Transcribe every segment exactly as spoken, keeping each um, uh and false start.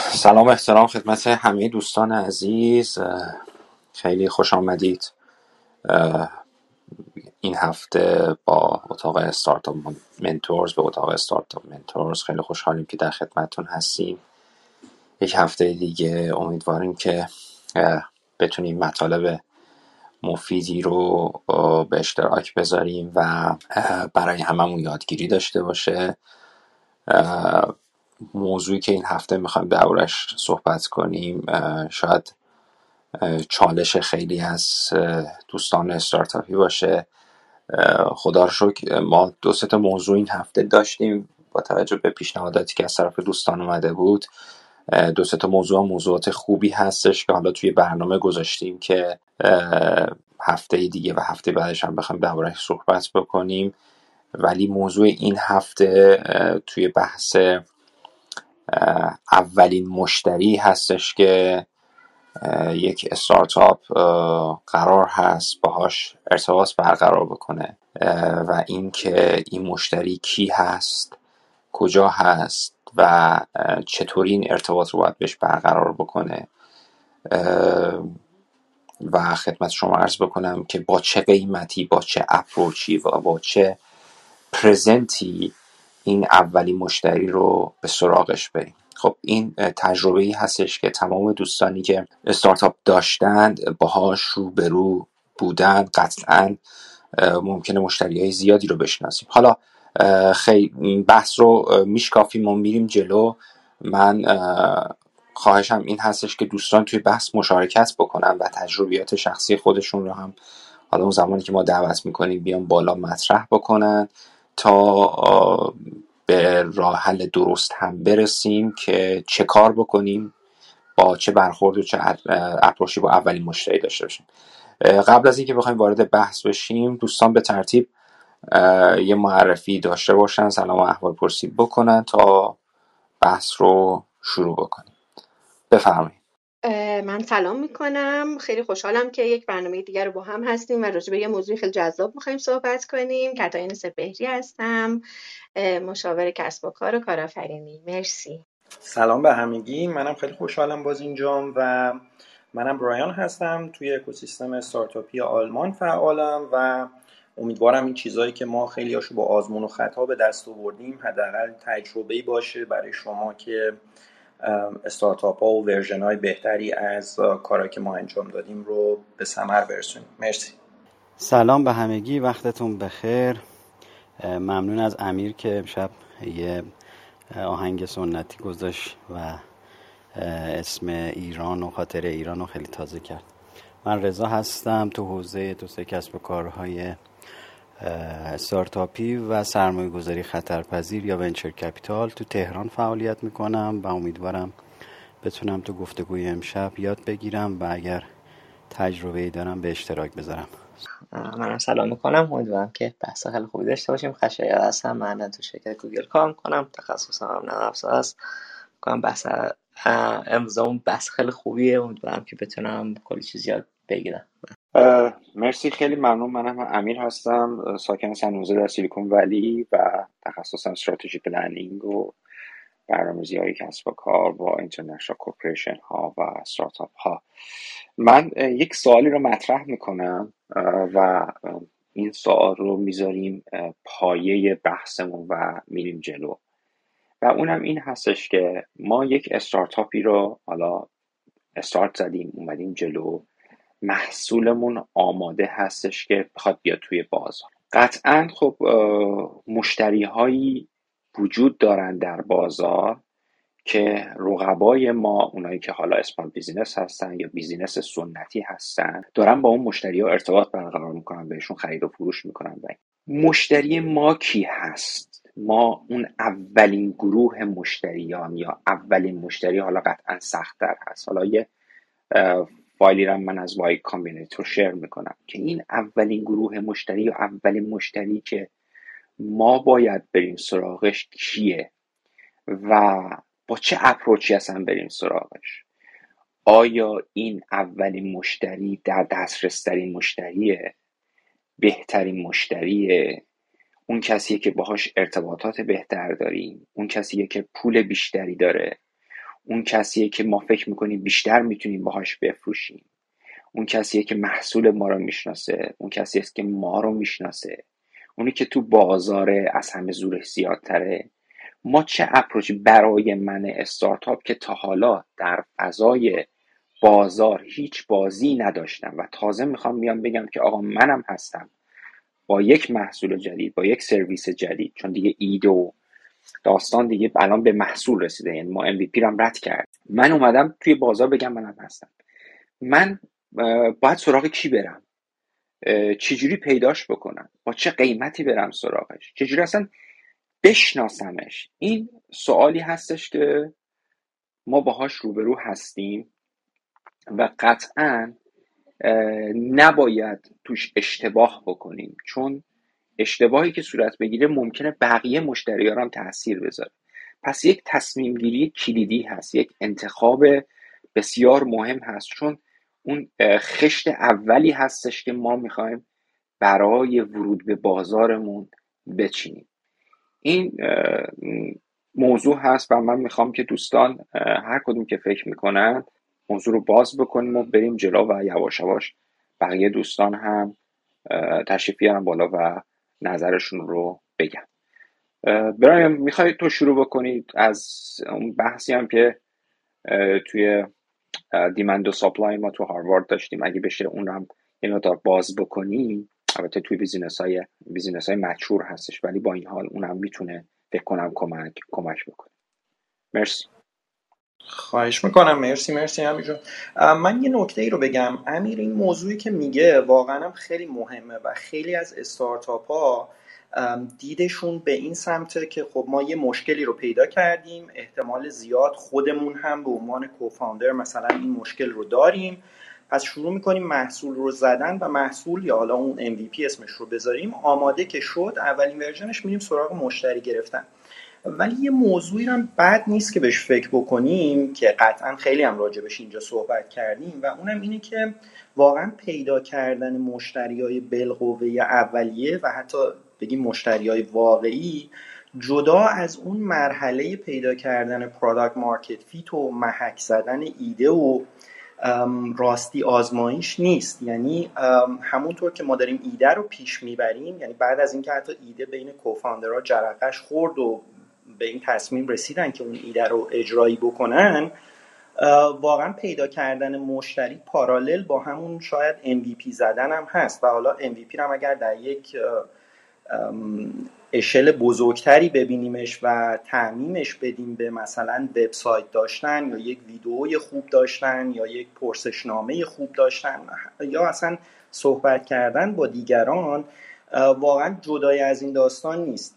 سلام و احترام خدمت همه دوستان عزیز. خیلی خوش آمدید. این هفته با اتاق استارتاپ منتورز به اتاق استارتاپ منتورز خیلی خوشحالیم که در خدمتتون هستیم. یک هفته دیگه امیدواریم که بتونیم مطالب مفیدی رو به اشتراک بذاریم و برای هممون یادگیری داشته باشه. موضوعی که این هفته میخوایم دربارش صحبت کنیم شاید چالش خیلی از دوستان استارتاپی باشه. خدا رو شکر ما دو سه تا موضوع این هفته داشتیم با توجه به پیشنهاداتی که از طرف دوستان اومده بود. دو سه تا موضوع موضوعات خوبی هستش که حالا توی برنامه گذاشتیم که هفته دیگه و هفته بعدش هم بخوایم درباره‌اش صحبت بکنیم. ولی موضوع این هفته توی بحث اولین مشتری هستش که یک استارتاپ قرار هست باهاش ارتباط برقرار بکنه و اینکه این مشتری کی هست، کجا هست و چطوری این ارتباط رو باید بهش برقرار بکنه. و خدمت شما عرض بکنم که با چه قیمتی، با چه اپروچی و با چه پرزنتی این اولی مشتری رو به سراغش بریم. خب این تجربه‌ای هستش که تمام دوستانی که استارتاپ داشتند باهاش روبرو بودن. قطعاً ممکنه مشتریای زیادی رو بشناسیم. حالا خیلی بحث رو میشکافیم و میریم جلو. من خواهشم این هستش که دوستان توی بحث مشارکت بکنن و تجربیات شخصی خودشون رو هم حالا اون زمانی که ما دعوت میکنیم بیان بالا مطرح بکنن تا به راه حل درست هم برسیم که چه کار بکنیم، با چه برخورد و چه اپروچی با اولین مشتری داشته باشیم. قبل از اینکه بخوایم وارد بحث بشیم دوستان به ترتیب یه معرفی داشته باشن، سلام و احوال پرسی بکنن تا بحث رو شروع بکنیم. بفرمایید. من سلام میکنم. خیلی خوشحالم که یک برنامه دیگر رو با هم هستیم و راجع به یه موضوع خیلی جذاب میخوایم صحبت کنیم. کاتاین سپهری هستم، مشاور کسب و کار و کارآفرینی. مرسی. سلام به همگی. منم خیلی خوشحالم باز اینجام و منم برایان هستم، توی اکوسیستم استارتاپی آلمان فعالم و امیدوارم این چیزایی که ما خیلی هاشو با آزمون و خطا به دست آوردیم حداقل تجربه‌ای باشه برای شما که استارتاپ ها و ورژن های بهتری از کارهایی که ما انجام دادیم رو به ثمر برسونیم. مرسی. سلام به همگی، وقتتون بخیر. ممنون از امیر که امشب یه آهنگ سنتی گذاشت و اسم ایران و خاطر ایران رو خیلی تازه کرد. من رضا هستم، تو حوزه توسعه کسب و کارهای استارتاپی و سرمایه گذاری خطرپذیر یا ونچر کپیتال تو تهران فعالیت میکنم و امیدوارم بتونم تو گفتگوی امشب یاد بگیرم و اگر تجربه‌ای دارم به اشتراک بذارم. منم سلام میکنم، امیدوارم که بحث خیلی خوبی داشته باشیم. خشایار هستم، من تو شرکت گوگل کار میکنم، تخصصم هم نرم افزار است. میگم بحث امروز اون بحث خیلی خوبیه، امیدوارم که بتونم کلی چیز یاد بگیرم. مرسی، خیلی ممنون. منم امیر هستم، ساکن سن خوزه در سیلیکون ولی و تخصصم استراتژی پلنینگ و برنامه‌ریزی کسب و کار با اینترنشنال کورپوریشن ها و استارتاپ ها. من یک سوالی رو مطرح میکنم و این سوال رو میذاریم پایه بحثمون و میریم جلو و اونم این هستش که ما یک استارتاپی رو حالا استارت زدیم، اومدیم جلو، محصولمون آماده هستش که بخواد بیاد توی بازار. قطعاً خب مشتری هایی وجود دارن در بازار که رقبای ما، اونایی که حالا اسمال بیزینس هستن یا بیزینس سنتی هستن، دارن با اون مشتری ها ارتباط برقرار میکنن، بهشون خرید و فروش میکنن. و مشتری ما کی هست؟ ما اون اولین گروه مشتریان یا اولین مشتری حالا قطعا سخت‌تر هست. حالا یه فایلی رو من از وای کامبینیتور شیر میکنم که این اولین گروه مشتری یا اولین مشتری که ما باید بریم سراغش کیه و با چه اپروچی اصلا بریم سراغش. آیا این اولین مشتری در دسترس ترین مشتریه، بهترین مشتریه، اون کسیه که باهاش ارتباطات بهتر داریم، اون کسیه که پول بیشتری داره، اون کسیه که ما فکر میکنیم بیشتر میتونیم باهاش بفروشیم، اون کسیه که محصول ما رو میشناسه، اون کسیه که ما رو میشناسه، اونی که تو بازار از همه زورش زیادتره. ما چه اپروچ برای من استارتاپ که تا حالا در فضای بازار هیچ بازی نداشتم و تازه میخوام بیام بگم که آقا منم هستم با یک محصول جدید، با یک سرویس جدید، چون دیگه ایده و داستان دیگه الان به محصول رسیده، یعنی ما ام وی پی رو هم رد کرد، من اومدم توی بازار بگم منم هستم. من باید سراغ کی برم؟ چجوری پیداش بکنم؟ با چه قیمتی برم سراغش؟ چجوری اصلا بشناسمش؟ این سوالی هستش که ما باهاش روبرو هستیم و قطعاً نباید توش اشتباه بکنیم، چون اشتباهی که صورت بگیره ممکنه بقیه مشتری‌ها هم تأثیر بذاره. پس یک تصمیم گیری کلیدی هست، یک انتخاب بسیار مهم هست، چون اون خشت اولی هستش که ما میخوایم برای ورود به بازارمون بچینیم. این موضوع هست و من میخوام که دوستان هر کدوم که فکر میکنن موضوع رو باز بکنیم و بریم جلو و یواش یواش بقیه دوستان هم تشریف بیارن بالا و نظرشون رو بگن. برایم میخوای تو شروع بکنید از اون بحثی هم که توی دیمند و سپلای ما تو هاروارد داشتیم، اگه بشه اون رو هم یه مقدار باز بکنیم. البته توی بیزینس های بیزینس های مچور هستش، ولی با این حال اونم میتونه فکر کنم کمک کمک بکنه. مرسی. خواهش میکنم. مرسی مرسی امیر جون. من یه نکته ای رو بگم. امیر، این موضوعی که میگه واقعا خیلی مهمه و خیلی از استارتاپ ها دیدشون به این سمته که خب ما یه مشکلی رو پیدا کردیم، احتمال زیاد خودمون هم به عنوان کوفاندر مثلا این مشکل رو داریم، پس شروع میکنیم محصول رو زدن و محصول یا حالا اون ام وی پی اسمش رو بذاریم، آماده که شد اولین ورژنش میریم سراغ مشتری گرفتن. ولی یه موضوعی هم بد نیست که بهش فکر بکنیم که قطعا خیلی هم راجبش اینجا صحبت کردیم و اونم اینه که واقعا پیدا کردن مشتریای بالقوه اولیه و حتی بگیم مشتریای واقعی جدا از اون مرحله پیدا کردن پروداکت مارکت فیت و محک زدن ایده و راستی آزمایش نیست. یعنی همونطور که ما داریم ایده رو پیش میبریم، یعنی بعد از اینکه حتی ایده بین کوفاندرها جرقش خورد و به این تصمیم رسیدن که اون ایده رو اجرایی بکنن، واقعا پیدا کردن مشتری پارالل با همون شاید ام وی پی زدن هم هست و حالا ام وی پی هم اگر در یک اشل بزرگتری ببینیمش و تعمیمش بدیم به مثلا وبسایت داشتن یا یک ویدئوی خوب داشتن یا یک پرسشنامه خوب داشتن یا اصلا صحبت کردن با دیگران، واقعا جدای از این داستان نیست.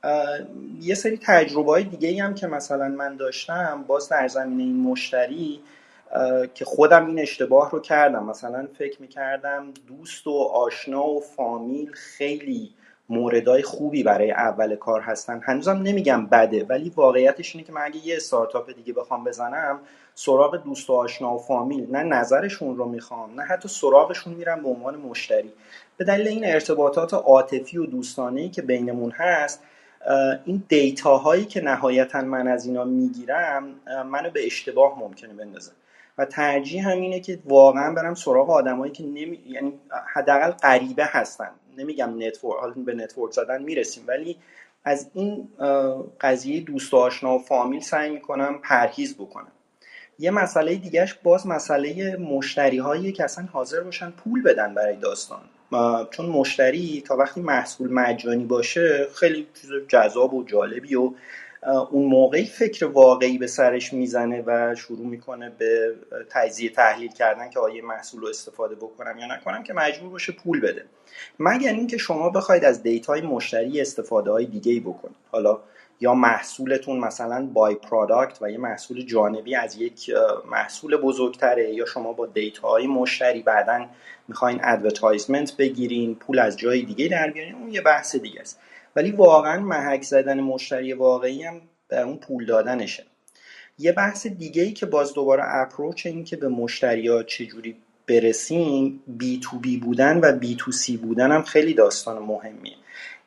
یه سری تجربه‌های دیگه‌ای هم که مثلا من داشتم باز در زمینه این مشتری که خودم این اشتباه رو کردم، مثلا فکر می‌کردم دوست و آشنا و فامیل خیلی موردای خوبی برای اول کار هستن. هنوزم نمیگم بده، ولی واقعیتش اینه که من اگه یه استارتاپ دیگه بخوام بزنم سراغ دوست و آشنا و فامیل نه نظرشون رو میخوام نه حتی سراغشون میرم به عنوان مشتری، به دلیل این ارتباطات عاطفی و دوستانه‌ای که بینمون هست. این دیتاهایی که نهایتاً من از اینا میگیرم منو به اشتباه ممکنه بندازه و ترجیح همینه که واقعا برم سراغ آدمایی که نمی... یعنی حداقل غریبه هستن. نمیگم نتورک، حالا به نتورک زدن میرسیم، ولی از این قضیه دوست و آشنا و فامیل سعی میکنم پرهیز بکنم. یه مسئله دیگهش باز مسئله مشتری هایی که اصلا حاضر باشن پول بدن برای داستان، چون مشتری تا وقتی محصول مجانی باشه خیلی چیز جذاب و جالبی و اون موقعی فکر واقعی به سرش میزنه و شروع میکنه به تجزیه تحلیل کردن که آیا محصول رو استفاده بکنم یا نکنم که مجبور باشه پول بده، مگر اینکه شما بخواید از دیتای مشتری استفاده های دیگه‌ای بکنید، حالا یا محصولتون مثلا بای پروداکت و یه محصول جانبی از یک محصول بزرگتره، یا شما با دیتاهای مشتری بعدن میخواین ادورتایزمنت بگیرین پول از جای دیگه در بیارین، اون یه بحث دیگه است. ولی واقعا محک زدن مشتری واقعی هم در اون پول دادنشه. یه بحث دیگه‌ای که باز دوباره اپروچ این که به مشتری‌ها چجوری برسیم، بی تو بی بودن و بی تو سی بودن هم خیلی داستان مهمیه.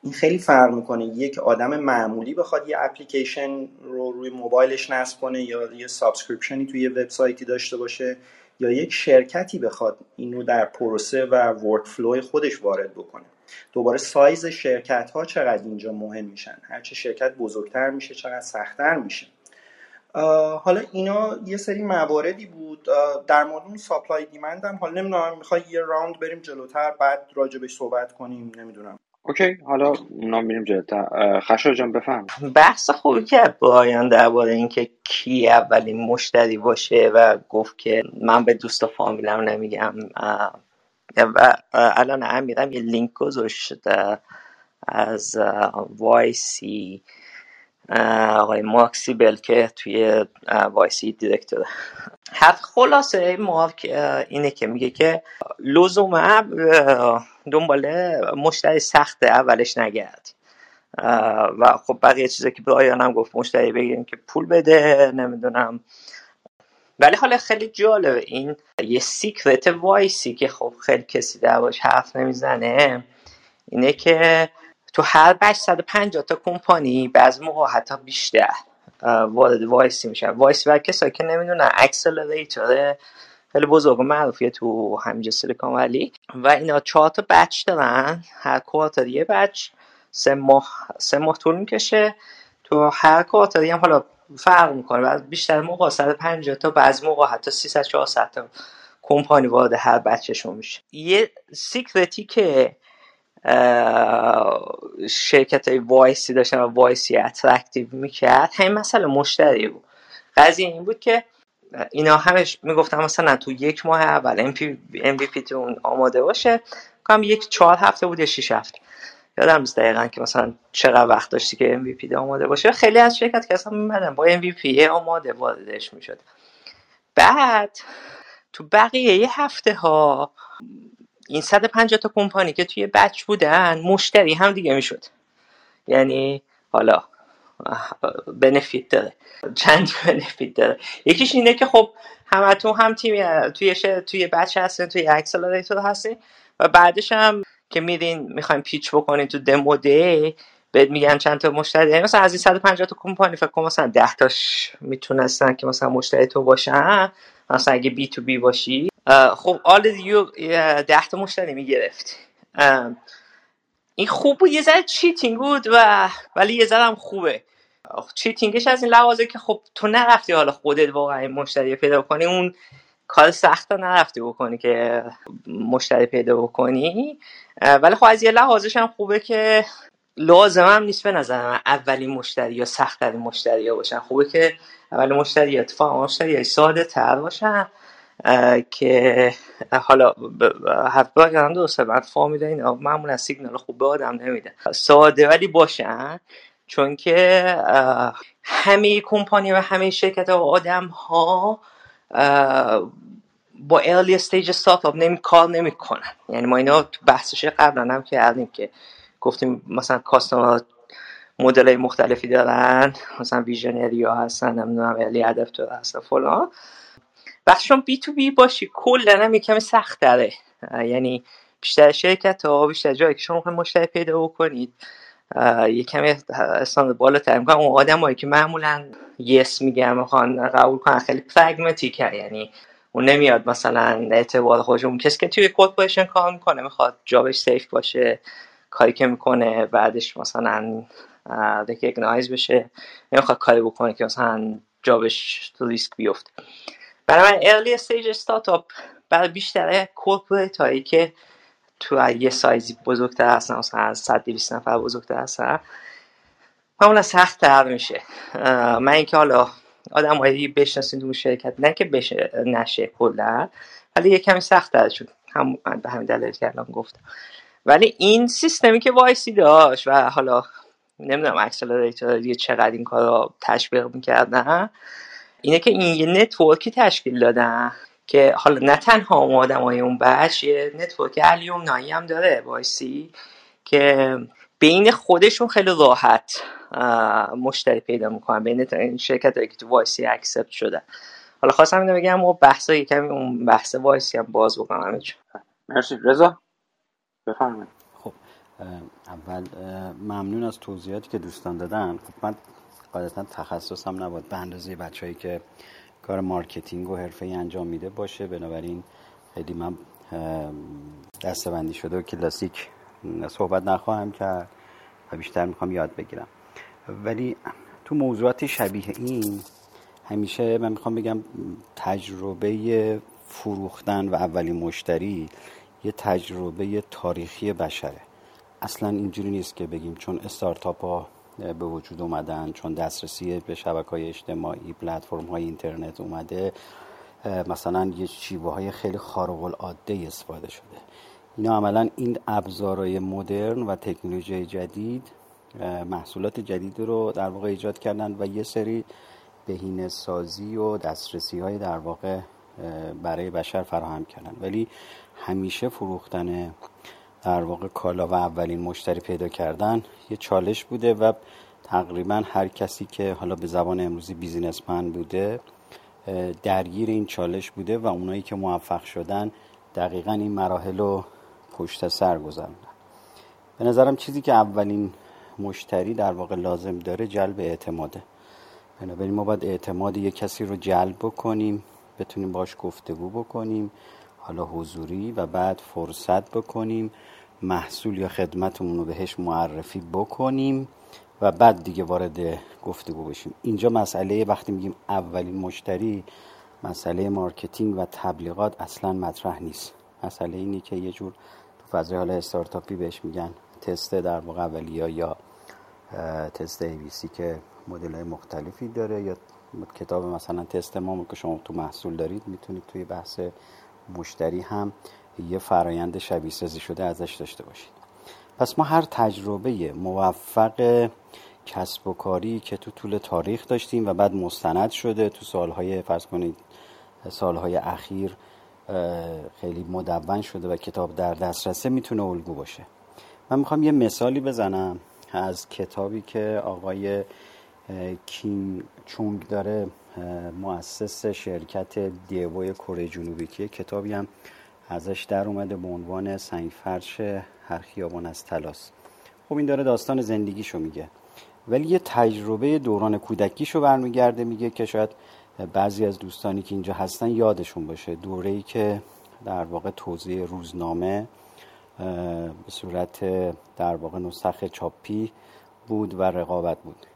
این خیلی فرق میکنه یک آدم معمولی بخواد یه اپلیکیشن رو روی موبایلش نصب کنه یا یه سابسکریپشنی توی یه وبسایتی داشته باشه، یا یک شرکتی بخواد این رو در پروسه و ورکفلوی خودش وارد بکنه. دوباره سایز شرکت ها چقدر اینجا مهم میشن، هرچه شرکت بزرگتر میشه چقدر سخت‌تر میشه. حالا اینا یه سری مواردی بود در مورد اون ساپلای دیمند هم. حالا نمیدونم میخوای یه راوند بریم جلوتر بعد راجبش صحبت کنیم، نمیدونم. اوکی، حالا اونا میریم جلوتر. خشایار جان بفهم. بحث خوبی کرد برایان درباره اینکه کی اولین مشتری باشه و گفت که من به دوست و فامیلم نمیگم. و الان امیرم یه لینک گذاشت از وایسی آقای مارک سیبل که توی وایسی دیرکتوره. حرف خلاصه مارک اینه که میگه که لزوما دنبال مشتری سخت اولش نگرد و خب بقیه چیزا که برایان هم گفت، مشتری بگیریم که پول بده، نمیدونم. ولی حالا خیلی جالبه، این یه سیکرت وایسی که خب خیلی کسی دربارش حرف نمیزنه، اینه که تو هر بچ صد و پنجاه تا کمپانی بعضی موقع حتی بیشتر وارد وایسی میشن. وایسی برای کسایی که نمیدونن اکسلراتور خیلی بزرگ و معروفیه تو همینجا سیلیکون ولی، و اینا چهار تا بچ دارن، هر کوارتر یه بچ، سه ماه سه ماه طول میکشه. تو هر کوارتری هم حالا فرق میکنه، بیشتر موقع صد و پنجاه تا، بعضی موقع حتی سیصد چهارصد تا کمپانی وارد هر بچشون میشه. یه سیکرتی که شرکت های وایسی داشتن و وایسی اترکتیو میکرد همین مسئله مشتری بود. قضیه این بود که اینا همش میگفتن مثلا تو یک ماه اول ام وی پی تون آماده باشه، کام یک چهار هفته بود یا شش هفته، یادم نیست دقیقاً که مثلا چقدر وقت داشتی که ام وی پی آماده باشه. خیلی از شرکت که اصلا میمدن با ام وی پی آماده واردش میشد. بعد تو بقیه یه هفته ها این صد و پنجاه تا کمپانی که توی بچ بودن مشتری هم دیگه میشد. یعنی حالا بنفیت داره، چند بنفیت داره. یکیش اینه که خب همتون هم تیم توی توی بچ هستین، توی اکسلراتور هستین و بعدش هم که میرین میخواین پیچ بکنین تو دمو دی، بهت میگن چند تا مشتری، مثلا از این صد و پنجاه تا کمپانی فکر کنم مثلا ده تاش میتونستن که مثلا مشتری تو باشن. مثلا اگه بی تو بی باشی خب آلردی یو ده تا مشتری میگرفت. این خوب بود، یه ذره چیتینگ بود و ولی یه ذره هم خوبه. چیتینگش از این لحاظه که خب تو نرفتی حالا خودت واقعا مشتری پیدا کنی، اون کار سخت رو نرفتی بکنی که مشتری پیدا بکنی، ولی خب از یه لحاظش هم خوبه که لازم هم نیست به نظر من اولین مشتری یا سخت ترین مشتری ها باشن. خوبه که اولین مشتری اتفاقا مشتری ساده تر باشن که حالا حتما هم درسته بعد فامیل این معمولا سیگنال خوب به آدم نمیده، ساده ولی باشن، چون که همه کمپانی و همه شرکت ها و آدم ها با early stage startup نمی کار نمی کنن. یعنی ما اینا تو بحثش قبلا هم که کردیم که گفتیم مثلا کاستمر مدل مختلفی دارن، مثلا ویژنری ها هستن، نمیدونم الی ادپتور هستن فلان. وقتشون بی تو بی باشی کلا هم یکم سخت تره. یعنی بیشتر شرکت ها بیشتر جایی که شما میخواین مشتری پیدا بکنید یکم استاندارد بالاتر میکنن. اون آدمایی که معمولا یس میگن میخوان قبول کنن خیلی پرگماتیکه، یعنی اون نمیاد مثلا اعتبار خودش، اون کسی که توی کورپوریشن کار میکنه میخواد جابش سیف باشه، کاری که میکنه بعدش مثلا ریکگنایز بشه، نمیخواد کاری بکنه که مثلا جابش تو ریسک بیفته. برای من early stage startup برای بیشتر کورپوریت هایی که تو یه سایزی بزرگتر هستن، مثلا از صد دویست نفر بزرگتر هستن، معمولا سخت تر میشه. من اینکه حالا آدم هایی بشناسین تو شرکت نه که بشه نشه کلا، ولی یه کمی سخت تر شد، هم به همین دلیل که الان گفتم. ولی این سیستمی که وایسی داشت و حالا نمیدونم اکسلراتور دیگه چقدر این کار رو تشویق میکردن، اینه که این یه نتورکی تشکیل دادن که حالا نه تنها اون آدم های اون بچ، یه نتورک الیومنایی هم داره وایسی که بین خودشون خیلی راحت مشتری پیدا میکنن، بین این شرکت هایی که تو وایسی اکسپت شده. حالا خواستم اینو بگم و بحثا یکمی اون بحث وایسی هم باز بکنم. مرسی. رضا بفرمایید. خب اول ممنون از توضیحاتی که دوستان دادن. خب من قاعدتا تخصصم نبود به اندازه بچه‌ای که کار مارکتینگ و حرفه‌ای انجام میده باشه، بنابراین خیلی من دسته‌بندی شده و کلاسیک صحبت نخواهم کرد و بیشتر میخوام یاد بگیرم. ولی تو موضوعات شبیه این همیشه من میخوام بگم تجربه فروختن و اولین مشتری یه تجربه تاریخی بشره. اصلا اینجوری نیست که بگیم چون استارتاپ ها به وجود اومدن، چون دسترسی به شبکه‌های اجتماعی، پلتفرم‌های اینترنت اومده، مثلا یه شیوه‌های خیلی خارق العاده استفاده شده. اینا عملاً این ابزارهای مدرن و تکنولوژی جدید محصولات جدید رو در واقع ایجاد کردن و یه سری بهینه‌سازی و دسترسی‌های در واقع برای بشر فراهم کردن. ولی همیشه فروختن در واقع کالا و اولین مشتری پیدا کردن یه چالش بوده و تقریبا هر کسی که حالا به زبان امروزی بیزینسمن بوده درگیر این چالش بوده و اونایی که موفق شدن دقیقا این مراحل رو پشت سر گذروندن. به نظرم چیزی که اولین مشتری در واقع لازم داره جلب اعتماده. بنابراین ما باید اعتماد یک کسی رو جلب بکنیم، بتونیم باش گفتگو بکنیم، حالا حضوری، و بعد فرصت بکنیم محصول یا خدمتمون رو بهش معرفی بکنیم و بعد دیگه وارد گفتگو بشیم. اینجا مسئله وقتی میگیم اولین مشتری، مسئله مارکتینگ و تبلیغات اصلا مطرح نیست. مسئله اینی که یه جور تو فضای حالا استارتاپی بهش میگن تست در واقع اولیه یا تست ای بی سی که مدل‌های مختلفی داره، یا کتاب مثلا تست ما که شما تو محصول دارید میتونید توی بحث مشتری هم یه فرایند شبیه سازی شده ازش داشته باشید. پس ما هر تجربه موفق کسب و کاری که تو طول تاریخ داشتیم و بعد مستند شده تو سالهای فرض کنید سالهای اخیر خیلی مدون شده و کتاب در دسترسه میتونه الگو باشه. من میخوام یه مثالی بزنم از کتابی که آقای کیم چونگ داره، مؤسس شرکت دیوای کره جنوبی، که کتابی هم ازش در اومده به عنوان سنگ فرش هر خیابان از طلاست. خب این داره داستان زندگیشو میگه، ولی یه تجربه دوران کودکیشو برمیگرده میگه که شاید بعضی از دوستانی که اینجا هستن یادشون باشه. دوره‌ای که در واقع توزیع روزنامه به صورت در واقع نسخ چاپی بود و رقابت بود.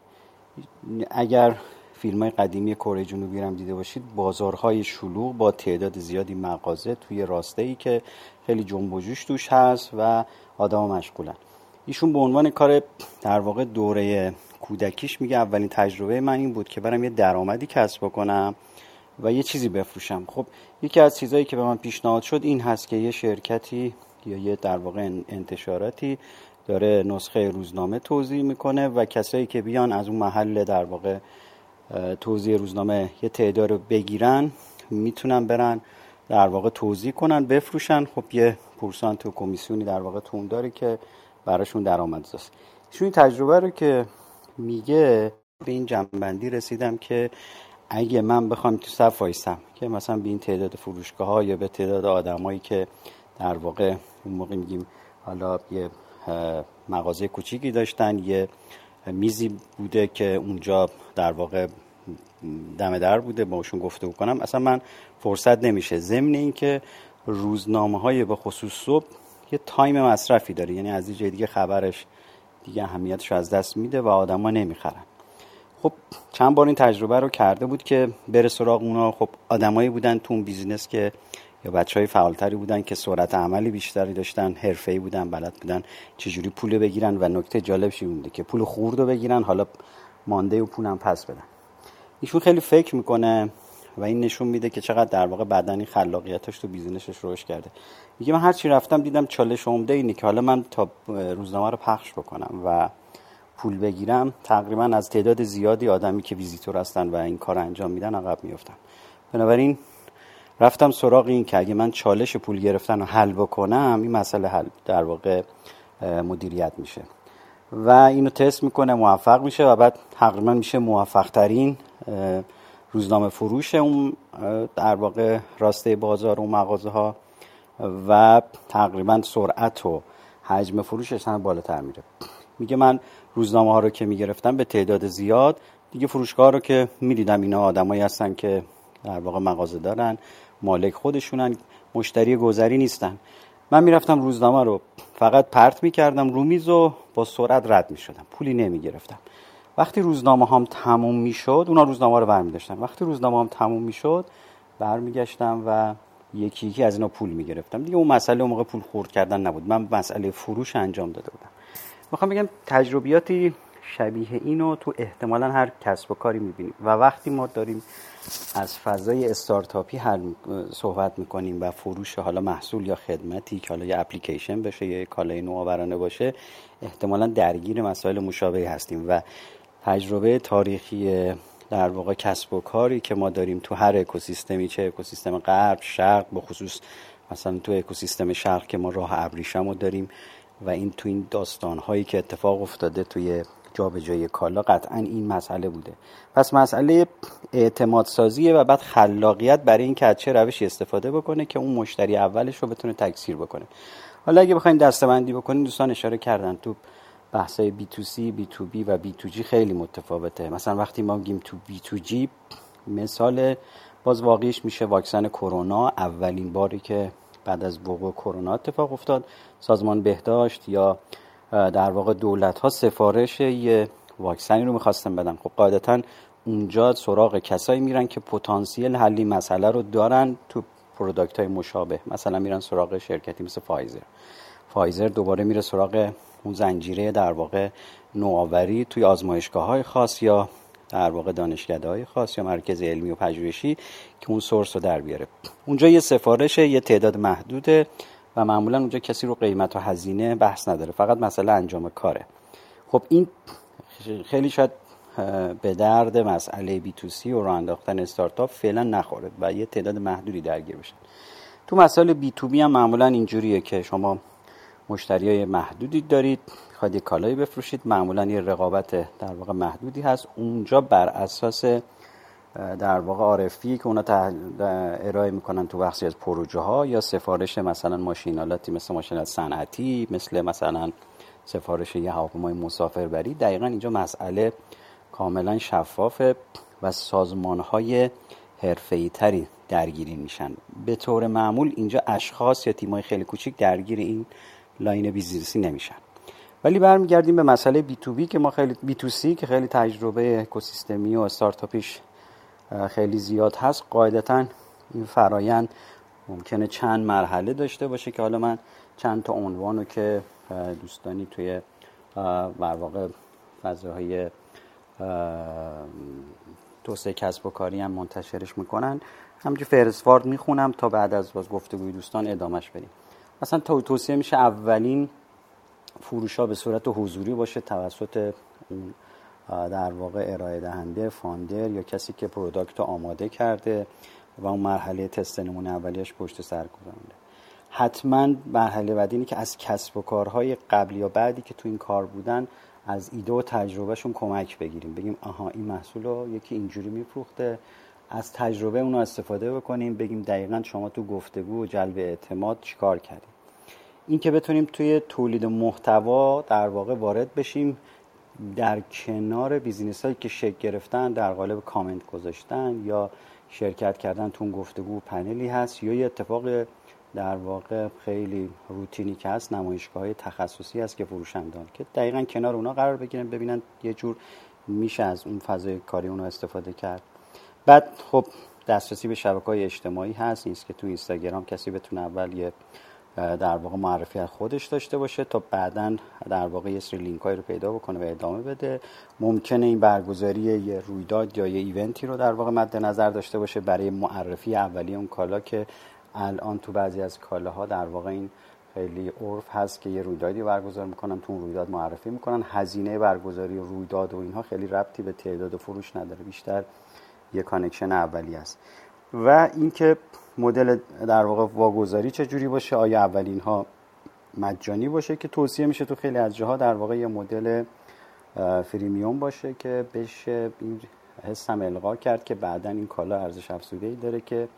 اگر فیلم‌های قدیمی کره جنوبی رو هم دیده باشید، بازارهای شلوغ با تعداد زیادی مغازه توی راسته‌ای که خیلی جنب و جوش توش هست و آدم‌ها مشغولن. ایشون به عنوان کار در واقع دوره کودکیش میگه اولین تجربه من این بود که برم یه درآمدی کسب کنم و یه چیزی بفروشم. خب یکی از چیزایی که به من پیشنهاد شد این هست که یه شرکتی یا یه در واقع انتشاراتی داره نسخه روزنامه توزیع میکنه و کسایی که بیان از اون محل در واقع توزیع روزنامه یه تعداد رو بگیرن میتونن برن در واقع توزیع کنن بفروشن. خب یه پورسانت و کمیسیونی در واقع تون داره که براشون درآمدزاست. ایشون این تجربه رو که میگه به این جنبندی رسیدم که اگه من بخوام تو صف وایسم که مثلا به این تعداد فروشگاه ها یا به تعداد آدمایی که در واقع اون موقع میگیم حالا یه مغازه کوچیکی داشتن، یه میزی بوده که اونجا در واقع دم در بوده باشون گفتگو کنم، اصلا من فرصت نمیشه. ضمن این که روزنامه‌های به خصوص صبح یه تایم مصرفی داره، یعنی از یه جای دیگه خبرش دیگه اهمیتش از دست میده و آدما نمیخرن. خب چند بار این تجربه رو کرده بود که بره سراغ اونا. خب آدمایی بودن تو اون بیزینس که یا بچهای فعالتری بودن که سرعت عملی بیشتری داشتن، حرفه‌ای بودن، بلد بودن چجوری پول بگیرن و نکته جالبش این بوده که پول خورد رو بگیرن حالا مانده و پولم پس بدن. ایشون خیلی فکر میکنه و این نشون میده که چقدر در واقع بدنی خلاقیتش تو بیزینسش رشد کرده. میگه من هر چی رفتم دیدم چالش عمده اینه که حالا من تا روزنامه رو پخش بکنم و پول بگیرم تقریبا از تعداد زیادی آدمی که ویزیتور هستن و این کار انجام میدن عقب میافتم. بنابراین رفتم سراغ این که اگه من چالش پول گرفتن رو حل بکنم این مسئله حل در واقع مدیریت میشه و اینو تست میکنه، موفق میشه و بعد تقریبا میشه موفق ترین روزنامه فروش اون در واقع راسته بازار و مغازه ها و تقریبا سرعت و حجم فروشش هم بالاتر میره. میگه من روزنامه ها رو که میگرفتم به تعداد زیاد، دیگه فروشگاه رو که میدیدم اینا آدمایی هستن که در واقع مغازه دارن، مالک خودشونن، مشتری گذری نیستن. من میرفتم روزنامه رو فقط پرت میکردم رو میز و با سرعت رد میشدم، پولی نمیگرفتم. وقتی روزنامه هام تموم میشد، اونا روزنامه رو برمی‌داشتن، وقتی روزنامه هام تموم میشد برمیگشتم و یکی یکی از اینا پول میگرفتم. دیگه اون مسئله اون موقع پول خورد کردن نبود، من مسئله فروش انجام داده بودم. میخوام بگم تجربیاتی شبیه اینو تو احتمالاً هر کسب و کاری میبینیم و وقتی ما داریم از فضای استارتاپی حل صحبت میکنیم و فروش حالا محصول یا خدمتی که حالا یه اپلیکیشن بشه یا کالای نوآورانه باشه، احتمالاً درگیر مسائل مشابهی هستیم و تجربه تاریخی در واقع کسب و کاری که ما داریم تو هر اکوسیستمی، چه اکوسیستم غرب، شرق، به خصوص مثلا تو اکوسیستم شرق که ما راه ابریشم رو داریم و این تو این داستان‌هایی که اتفاق افتاده توی جابجایی کالا قطعا این مسئله بوده. پس مسئله اعتماد سازیه و بعد خلاقیت برای این که از چه روشی استفاده بکنه که اون مشتری اولش رو بتونه تکثیر بکنه. حالا اگه بخوایم دسته‌بندی بکنیم، دوستان اشاره کردن تو بحثای بی تو سی، بی تو بی و بی تو جی خیلی متفاوته. مثلا وقتی ما میگیم تو بی تو جی، مثال باز واقعیش میشه واکسن کرونا. اولین باری که بعد از وقوع کرونا اتفاق افتاد، سازمان بهداشت یا در واقع دولت ها سفارش یه واکسنی رو میخواستن بدن. خب قاعدتا اونجا سراغ کسایی میرن که پتانسیل حل مسئله رو دارن تو پروداکت های مشابه. مثلا میرن سراغ شرکتی مثل فایزر. فایزر دوباره میره سراغ اون زنجیره در واقع نوآوری توی آزمایشگاه‌های خاص یا در واقع دانشکده‌های خاص یا مرکز علمی و پژوهشی که اون سورس رو در بیاره. اونجا یه سفارش یه تعداد محدوده و معمولا اونجا کسی رو قیمت و هزینه بحث نداره، فقط مسئله انجام کاره. خب این خیلی شاید به درد مسئله بی تو سی و راه انداختن استارتاپ فعلا نخوره و یه تعداد محدودی درگیر بشن. تو مسائل بی تو بی هم معمولا اینجوریه که شما مشتریای محدودی دارید، میخواید یه کالایی بفروشید، معمولا یه رقابت در واقع محدودی هست. اونجا بر اساس در واقع عارفی که اونا ارائه میکنن تو بخشی از پروژه ها یا سفارش مثلا ماشینالاتی مثل ماشینالات صنعتی، مثل مثلا سفارش یه هواپیمای مسافربری، دقیقاً اینجا مسئله کاملا شفافه و سازمان های حرفه‌ای تری درگیری میشن. به طور معمول اینجا اشخاص یا تیمای خیلی کوچیک درگیر این لاین بیزینسی نمیشن. ولی برمیگردیم به مسئله بی تو بی که ما خیلی بی تو سی که خیلی تجربه اکوسیستمی و استارتاپیش خیلی زیاد هست. قاعدتاً این فرایند ممکنه چند مرحله داشته باشه که حالا من چند تا عنوانو که دوستانی توی در واقع فضاهای توسعه کسب و کاری هم منتشرش میکنن همینجوری فهرستوار میخونم تا بعد از باز گفتگوی دوستان ادامهش بدیم. مثلا توصیه میشه اولین فروشا به صورت حضوری باشه توسط اون در واقع ارائه دهنده، فاندر یا کسی که پروداکت آماده کرده و اون مرحله تست نمونه اولیش پشت سر گذارنده. حتما مرحله بعدی اینه که از کسب و کارهای قبلی یا بعدی که تو این کار بودن از ایده و تجربهشون کمک بگیریم، بگیم آها این محصول رو یکی اینجوری میفروخته، از تجربه اون استفاده بکنیم، بگیم دقیقاً شما تو گفتگو و جلب اعتماد چیکار کردیم. این که بتونیم توی تولید محتوا در واقع وارد بشیم، در کنار بیزینس هایی که شکل گرفتن در قالب کامنت گذاشتن یا شرکت کردن تو اون گفتگو پنلی هست یا یه اتفاق در واقع خیلی روتینی که هست، نمایشگاه‌های تخصصی هست که فروشندان که دقیقاً کنار اونا قرار بگیرن، ببینن یه جور میشه از اون فضای کاری اونو استفاده کرد. بعد خب دسترسی به شبکه‌های اجتماعی هست، نیست که تو اینستاگرام کسی بتونه اول یه در واقع معرفی از خودش داشته باشه تا بعداً در واقع یه سری لینک‌هایی رو پیدا بکنه و ادامه بده. ممکنه این برگزاری یه رویداد یا یه ایونتی رو در واقع مد نظر داشته باشه برای معرفی اولیه اون کالا که الان تو بعضی از کالاها در واقع این خیلی عرف هست که یه رویدادی برگزار میکنن، تو اون رویداد معرفی میکنن. هزینه برگزاری رویداد و اینها خیلی ربطی به تعداد فروش نداره، بیشتر یه کانکشن اولیه است. و اینکه مدل در واقع واگذاری چه جوری باشه، آیا اولین ها مجانی باشه که توصیه میشه تو خیلی از جاها در واقع یه مدل فریمیوم باشه که بشه این حس هم القا کرد که بعدن این کالا ارزش افزوده‌ای داره که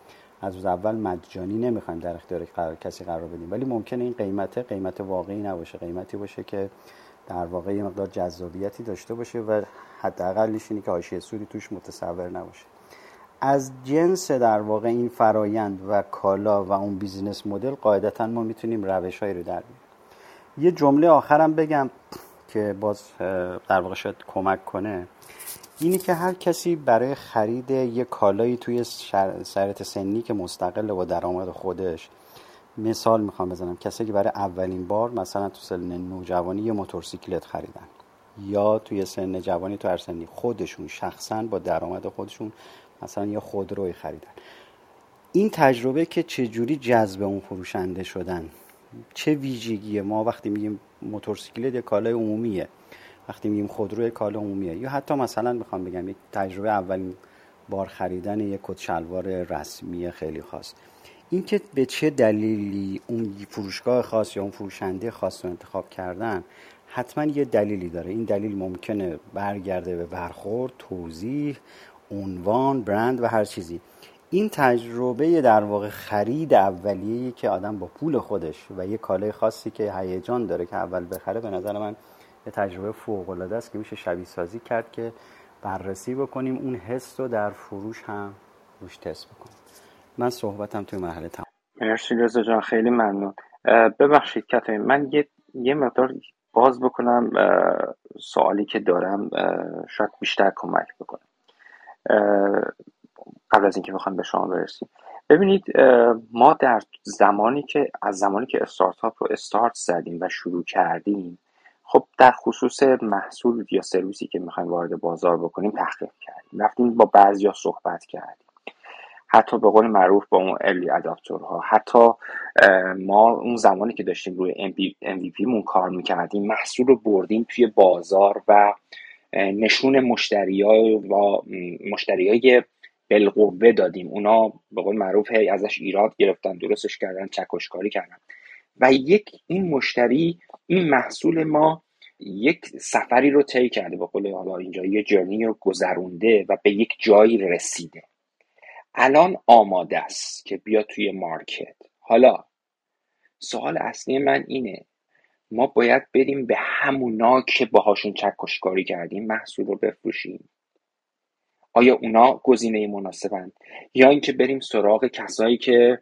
از روز اول مجانی نمیخوایم در اختیار قرار کسی قرار بدیم، ولی ممکنه این قیمت قیمت واقعی نباشه، قیمتی باشه که در واقع یه مقدار جذابیتی داشته باشه و حداقلش اینه که حاشیه سودی توش متصور نباشه. از جنس در واقع این فرایند و کالا و اون بیزینس مدل قاعدتا ما میتونیم روش‌هایی رو در بیاریم. یه جمله آخرم بگم که باز در واقع شاید کمک کنه، اینی که هر کسی برای خرید یه کالایی توی شرایط سنی که مستقل با درآمد خودش، مثال میخوام بزنم کسی که برای اولین بار مثلا تو سن نوجوانی یه موتورسیکلت خریدن، یا توی سن جوانی تو هر سنی خودشون شخصا با درآمد خودشون مثلا یه خودروی خریدن، این تجربه که چجوری جذب اون فروشنده شدن، چه ویژگیه، ما وقتی میگیم موتورسیکلت یه کالای عمومیه، وقتی میگیم خودرو کالا عمومیه، یا حتی مثلا میخوام بگم یک تجربه اولین بار خریدن یک کت شلوار رسمی خیلی خاص، این که به چه دلیلی اون فروشگاه خاص یا اون فروشنده خاص رو انتخاب کردن حتما یه دلیلی داره. این دلیل ممکنه برگرده به برخورد، توضیح، عنوان، برند و هر چیزی. این تجربه در واقع خرید اولیه‌ای که آدم با پول خودش و یه کالای خاصی که هیجان داره که اول بخره، به نظر من یه تجربه فوق‌العاده است که میشه شبیه سازی کرد که بررسی بکنیم، اون حس رو در فروش هم روش تست بکنیم. من صحبتم توی مرحله تمام. مرسی رضا جان، خیلی ممنون. ببخشید کاترین، من یه یه مقدار باز بکنم سوالی که دارم، شاید بیشتر کمک بکنم قبل از اینکه بخوام به شما برسیم. ببینید ما در زمانی که از زمانی که استارتاپ رو استارت زدیم و شروع کردیم، خب در خصوص محصول یا سرویسی که میخوایم وارد بازار بکنیم تحقیق کردیم، رفتیم با بعضیا صحبت کردیم، حتی به قول معروف با اون ارلی اداپتورها، حتی ما اون زمانی که داشتیم روی ام وی پی مون کار میکردیم محصول رو بردیم توی بازار و نشون مشتریای و مشتریای بالقوه دادیم. اونا به قول معروف هی ازش ایراد گرفتن، درستش کردن، چکشکاری کردن و یک این مشتری این محصول ما یک سفری رو طی کرده، به قول حالا اینجا یه جرنی رو گذرونده و به یک جایی رسیده، الان آماده است که بیا توی مارکت. حالا سوال اصلی من اینه، ما باید بریم به همونا که باهاشون چکشکاری کردیم محصول رو بفروشیم؟ آیا اونا گزینه مناسبند، یا اینکه بریم سراغ کسایی که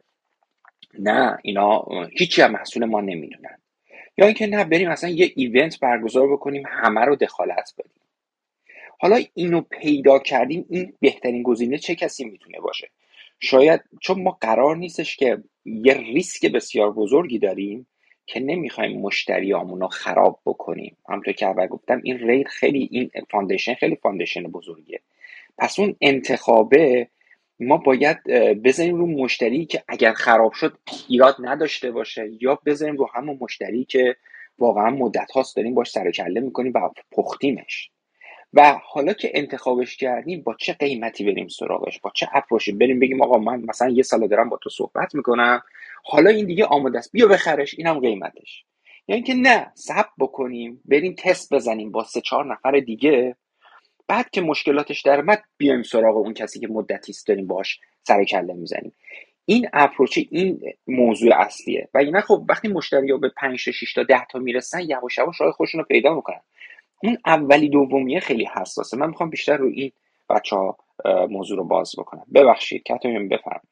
نه اینا هیچی از محصول ما نمیدونن، یا اینکه نه بریم اصلا یه ایونت برگزار بکنیم همه رو دخالت بدیم؟ حالا اینو پیدا کردیم، این بهترین گزینه چه کسی میتونه باشه؟ شاید چون ما قرار نیستش که یه ریسک بسیار بزرگی داریم که نمیخوایم مشتریامونو خراب بکنیم. همونطور که اول گفتم این ریت خیلی، این فاندیشن خیلی فاندیشن بزرگیه. پس اون انتخابه ما باید بزنیم رو مشتری که اگر خراب شد ایراد نداشته باشه، یا بزنیم رو همون مشتری که واقعا مدت هاست داریم باش سر و کله میکنیم و پختیمش. و حالا که انتخابش کردیم با چه قیمتی بریم سراغش، با چه اپروچی بریم بگیم آقا من مثلا یه سال دارم با تو صحبت میکنم، حالا این دیگه آماده است بیا بخرش، اینم قیمتش. یا اینکه نه صبر بکنیم بریم تست بزنیم با سه چهار نفر دیگه، بعد که مشکلاتش در اومد بیایم سراغ اون کسی که مدتی است داریم باش سر و کله میزنیم. این اپروچ این موضوع اصلیه. و اینا خب وقتی مشتری‌ها به پنج تا شش تا ده تا میرسن یواش یواش راه خودشون رو پیدا میکنن. اون اولی دومیه خیلی حساسه. من میخوام بیشتر روی این بچه‌ها موضوع رو باز بکنم. ببخشید کاترین بفرمایید.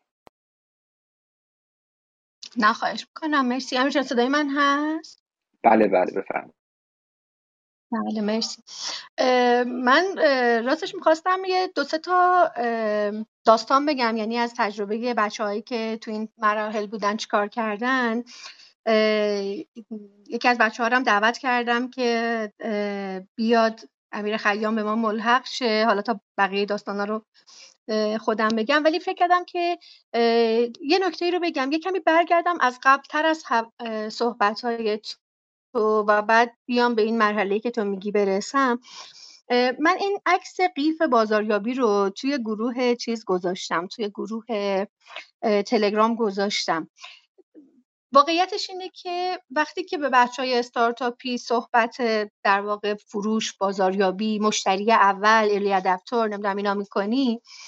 نه خواهش میکنم، مرسی. همین صدای من هست؟ بله بله بفرمایید. بله مرسی. من راستش میخواستم یه دو سه تا داستان بگم، یعنی از تجربه بچه‌هایی که تو این مراحل بودن چیکار کردن. یکی از بچه‌ها رو هم دعوت کردم که بیاد امیر خیام به ما ملحق شه، حالا تا بقیه داستانا رو خودم بگم، ولی فکر کردم که یه نکته رو بگم، یه کمی برگردم از قبل تر از صحبت‌های تو و بعد بیام به این مرحله‌ای که تو میگی برسم. من این عکس قیف بازاریابی رو توی گروه چیز گذاشتم، توی گروه تلگرام گذاشتم. واقعیتش اینه که وقتی که به بچهای استارتاپی صحبت در واقع فروش، بازاریابی، مشتری اول، ارلی ادپتور نمیدونم اینا میکنی،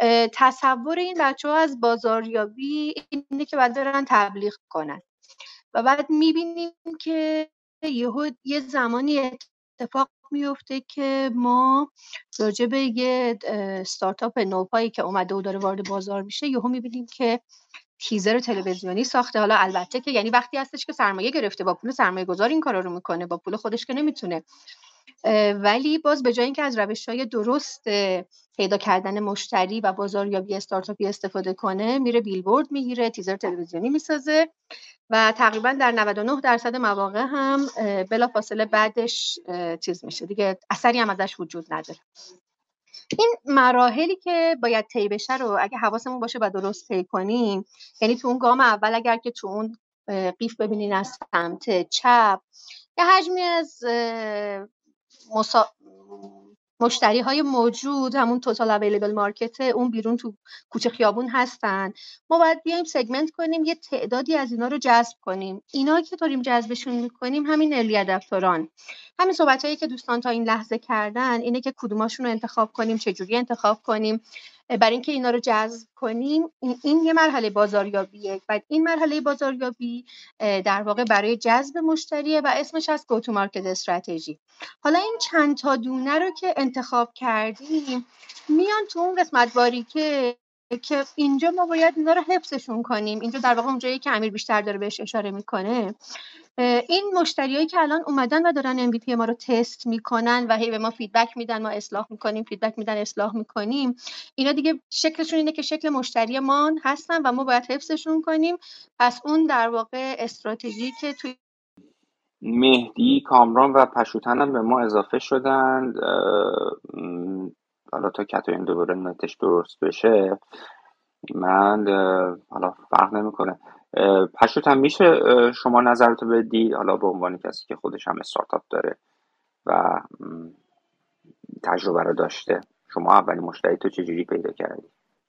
تصور این بچه ها از بازاریابی اینه که باید برن تبلیغ کنن و بعد میبینیم که یهو یه زمانی اتفاق میفته که ما راجع به یه استارتاپ نوپایی که اومده و داره وارد بازار میشه یهو میبینیم که تیزر تلویزیونی ساخته. حالا البته که یعنی وقتی هستش که سرمایه گرفته، با پول سرمایه گذار این کارا رو میکنه، با پول خودش که نمیتونه، ولی باز به جای اینکه از روش‌های درست پیدا کردن مشتری و بازاریابی استارتاپی استفاده کنه، میره بیلبورد میگیره، تیزر تلویزیونی میسازه و تقریبا در نود و نه درصد مواقع هم بلافاصله بعدش چیز میشه دیگه، اثری هم ازش وجود نداره. این مراحلی که باید طی بشه رو اگه حواسمون باشه و درست طی کنیم، یعنی تو اون گام اول اگر که تو اون قیف ببینین از سمت چپ یه حجمی از مسا... مشتری های موجود، همون توتال اویلیبل مارکت اون بیرون تو کوچه خیابون هستن، ما باید بیایم سگمنت کنیم، یه تعدادی از اینا رو جذب کنیم. اینا که داریم جذبشون میکنیم همین ارلی ادپتوران. همین صحبت هایی که دوستان تا این لحظه کردن اینه که کدوماشون رو انتخاب کنیم، چجوری انتخاب کنیم. برای اینکه اینا رو جذب کنیم این یه مرحله بازاریابیه و این مرحله بازاریابی در واقع برای جذب مشتریه و اسمش از گو تو مارکت استراتژی. حالا این چند تا دونه رو که انتخاب کردیم میان تو اون قسمت باریکه که اینجا ما باید اینا رو حفظشون کنیم. اینجا در واقع اونجایی که امیر بیشتر داره بهش اشاره میکنه، این مشتریایی که الان اومدن و دارن ام وی پی ما رو تست میکنن و هی به ما فیدبک میدن، ما اصلاح میکنیم، فیدبک میدن اصلاح میکنیم، اینا دیگه شکلشون اینه که شکل مشتری ما هستن و ما باید حفظشون کنیم. پس اون در واقع استراتژی که توی مهدی، کامران و پشوتن هم به ما اضافه شدند. حالا تا کتاین دوباره نتش درست بشه من حالا فرق نمیکنه. پشوتن میشه شما نظرتو بدی، حالا به عنوان کسی که خودش هم استارتاپ داره و تجربه رو داشته، شما اولین مشتری تو چجوری پیدا کردی؟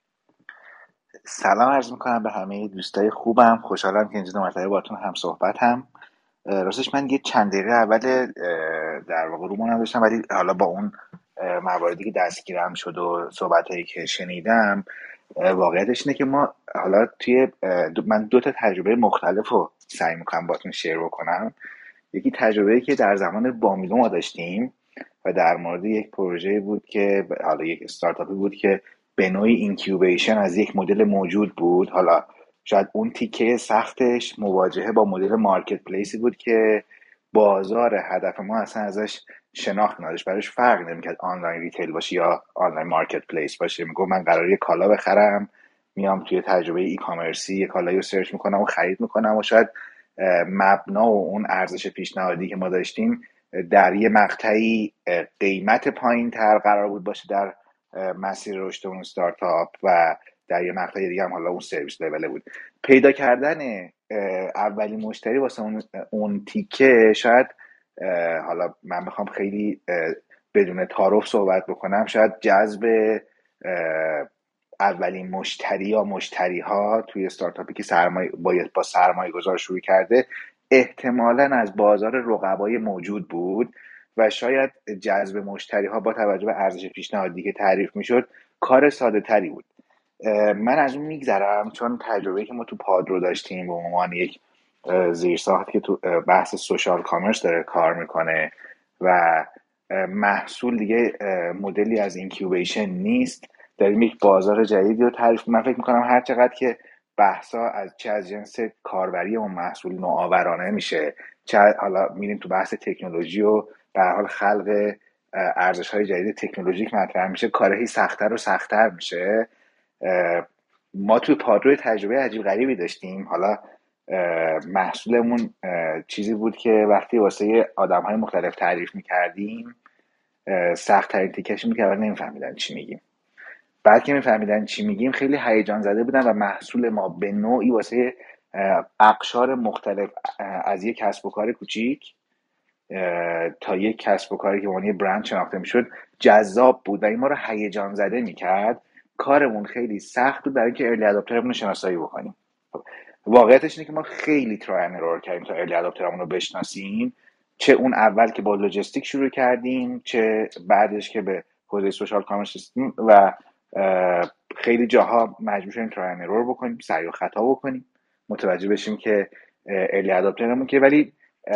سلام عرض میکنم به همه دوستای خوبم، خوشحالم که اینجا دو مرتبه باهاتون هم صحبت هم. راستش من یه چند دقیقه اول در واقع رومون داشتم، ولی حالا با اون مواردی که دستگیرم شد و صحبتایی که شنیدم، واقعیتش اینه که ما حالا توی دو من دو تا تجربه مختلف رو سعی میکنم باهاتون شیر بکنم. یکی تجربه‌ای که در زمان بامیلو ما داشتیم و در مورد یک پروژه بود که حالا یک استارتاپی بود که به نوعی اینکیوبیشن از یک مدل موجود بود. حالا شاید اون تیکه سختش مواجهه با مدل مارکت پلیسی بود که بازار هدف ما اصلا ازش شناخت نداشت، براش فرق نمی‌کرد آنلاین ریتیل باشه یا آنلاین مارکت پلیس باشه. میگم من قراره کالا بخرم، میام توی تجربه ای کامرسی یک کالایی رو سرچ میکنم و خرید میکنم و شاید مبنا و اون ارزش پیشنهادی که ما داشتیم در یه مقطعی قیمت پایین تر قرار بود باشه در مسیر رشد اون استارتاپ و در یه مقطعی دیگه هم حالا اون سرویس لول بود. پیدا کردن اولین مشتری واسه اون اون تیکه، شاید حالا من بخوام خیلی بدون تعارف صحبت بکنم، شاید جذب اولین مشتری یا مشتری ها توی استارتاپی که سرمایه باید با سرمایه گذار شروع کرده احتمالاً از بازار رقبای موجود بود و شاید جذب مشتری ها با توجه به ارزش پیشنهادی که تعریف میشد کار ساده تری بود. من از اون میگذرم چون تجربه‌ای که ما تو پادرو داشتیم به عنوان یک زیرساخت که تو بحث سوشال کامرس داره کار میکنه و محصول دیگه مدلی از اینکیوبیشن نیست، داریم یک بازار جدیدی رو تعریف. من فکر میکنم هر چقدر که بحثا از چه از جنس کاربری اون محصول نوآورانه میشه، چه حالا میریم تو بحث تکنولوژی و به هر حال خلق ارزش‌های جدید تکنولوژیک مطرح میشه، کارهی سخت‌تر و سخت‌تر میشه. ما توی پادرو تجربه عجیب غریبی داشتیم. حالا محصولمون چیزی بود که وقتی واسه آدم‌های مختلف تعریف میکردیم سخت‌ترین تیکش میکرد و نمیفهمیدن چی میگیم. بعد که میفهمیدن چی میگیم خیلی هیجان زده بودن و محصول ما به نوعی واسه اقشار مختلف از یک کسب و کار کوچیک تا یک کسب و کاری که اون یه برند شناخته میشد جذاب بود و این ما رو هیجان زده میکرد. کارمون خیلی سخت بود برای اینکه ارلی اداپترمون رو شناسایی بکنیم. واقعیتش اینه که ما خیلی ترای اند ارور کردیم تا ارلی اداپترمون رو بشناسیم، چه اون اول که با لوجستیک شروع کردیم، چه بعدش که به حوزه سوشال کامرس و خیلی جاها مجبور شدیم ترای اند ارور بکنیم، سعی و خطا بکنیم، متوجه بشیم که ارلی اداپترمون که، ولی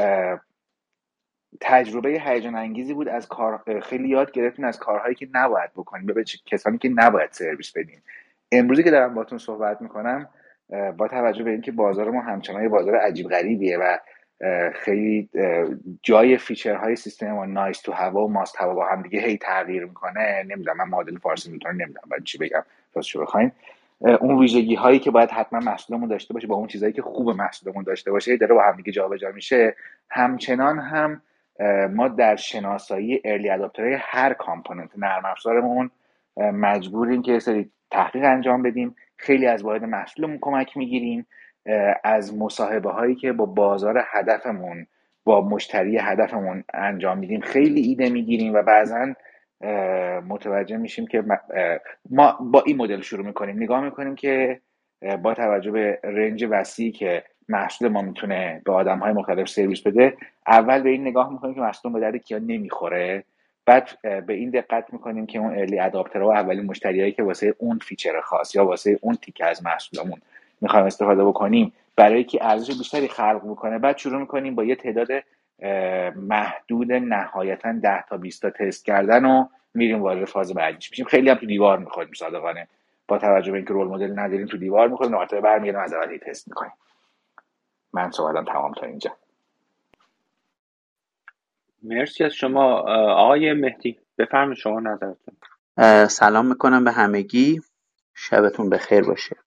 تجربه هیجان انگیزی بود. از کار خیلی یاد گرفتیم از کارهایی که نباید بکنیم، به کسانی که نباید سرویس بدیم. امروزی که دارم باهاتون صحبت میکنم با توجه به اینکه بازار ما همچنان یه بازار عجیب غریبیه و خیلی جای فیچرهای سیستم ما نایس تو هوا و ماست هوا با هم دیگه هی تغییر میکنه. نمیدونم، من معادل فارسی میتونم نمیدونم بعد چی بگم راستش بخوایم. اون ویژگی هایی که باید حتما محصولمون داشته باشه با اون چیزایی که خوب محصولمون داشته باشه داره با هم دیگه جابجا میشه. همچنان هم ما در شناسایی ارلی اداپترهای هر کامپوننت نرم افزارمون مجبوریم که سری تحقیق انجام بدیم. خیلی از واحد محصولمون کمک میگیریم، از مصاحبه هایی که با بازار هدفمون با مشتری هدفمون انجام میدیم خیلی ایده میگیریم و بعضا متوجه میشیم که ما با این مدل شروع میکنیم، نگاه میکنیم که با توجه به رنج وسیعی که محصول ما میتونه به آدم‌های مختلف سرویس بده، اول به این نگاه میکنیم که محصول به درد کیا نمیخوره، بعد به این دقت میکنیم که اون ارلی اداپترها و اولین مشتریایی که واسه اون فیچر خاص یا واسه اون تیکه از محصولمون میخوایم استفاده بکنیم برای که ارزش بیشتری خلق بکنه، بعد شروع میکنیم با یه تعداد محدود نهایتا ده تا بیست تا تست کردن و میریم وارد فاز بعدیش میشیم. خیلی هم تو دیوار میخوریم صادقانه، با توجه به اینکه رول مدل نداریم تو دیوار میخوریم، نهایتا برمیگردیم از اول تست میکنیم. من صحبتم تمام تا اینجا. مرسی از شما آقای مهدی، بفرمایید شما نظرتون. سلام میکنم به همگی، شبتون بخیر باشه.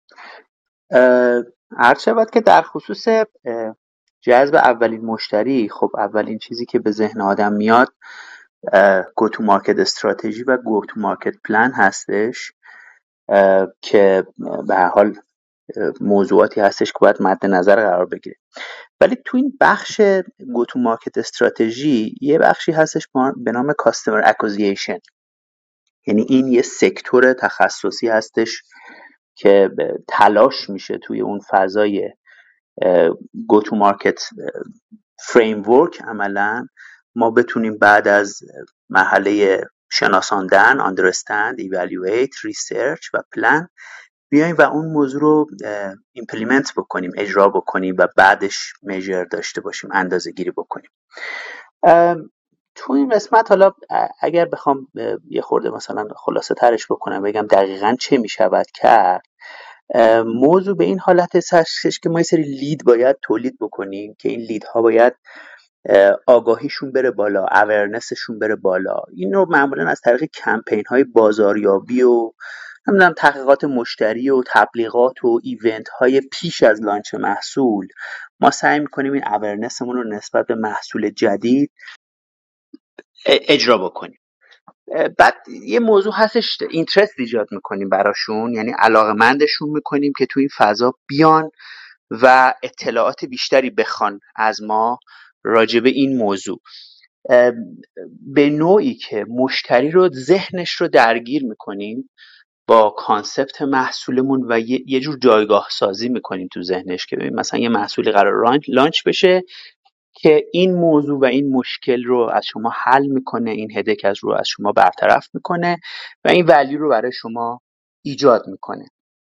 عرض شود که در خصوص جذب اولین مشتری، خب اولین چیزی که به ذهن آدم میاد گو تو مارکت استراتژی و گو تو مارکت پلان هستش که به هر حال موضوعاتی هستش که باید مد نظر قرار بگیره. ولی تو این بخش گو تو مارکت استراتژی یه بخشی هستش به نام کاستمر اکوزیشن، یعنی این یه سکتور تخصصی هستش که تلاش میشه توی اون فضای گو تو مارکت فریم ورک عملا ما بتونیم بعد از مرحله شناساندن، understand, evaluate, research و plan بیایم و اون موضوع رو ایمپلیمنت بکنیم، اجرا بکنیم و بعدش میجر داشته باشیم، اندازه گیری بکنیم. تو این قسمت حالا اگر بخوام یه خورده مثلا خلاصه ترش بکنم بگم دقیقاً چه میشود کرد، موضوع به این حالت هستش که ما یه سری لید باید تولید بکنیم که این لیدها باید آگاهیشون بره بالا، اورنسشون بره بالا. این رو معمولا از طریق کمپین های بازاریابی و نمیدونم تحقیقات مشتری و تبلیغات و ایونت های پیش از لانچ محصول ما سعی میکنیم این اورنسمون رو نسبت به محصول جدید اجرا بکنیم. بعد یه موضوع هستش اینترست ایجاد میکنیم براشون، یعنی علاقه‌مندشون میکنیم که تو این فضا بیان و اطلاعات بیشتری بخوان از ما راجع به این موضوع، به نوعی که مشتری رو ذهنش رو درگیر میکنیم با کانسپت محصولمون و یه, یه جور جایگاه سازی میکنیم تو ذهنش که ببین مثلا یه محصولی قرار لانچ بشه که این موضوع و این مشکل رو از شما حل میکنه، این هدک از رو از شما برطرف میکنه و این ولیو رو برای شما ایجاد میکنه.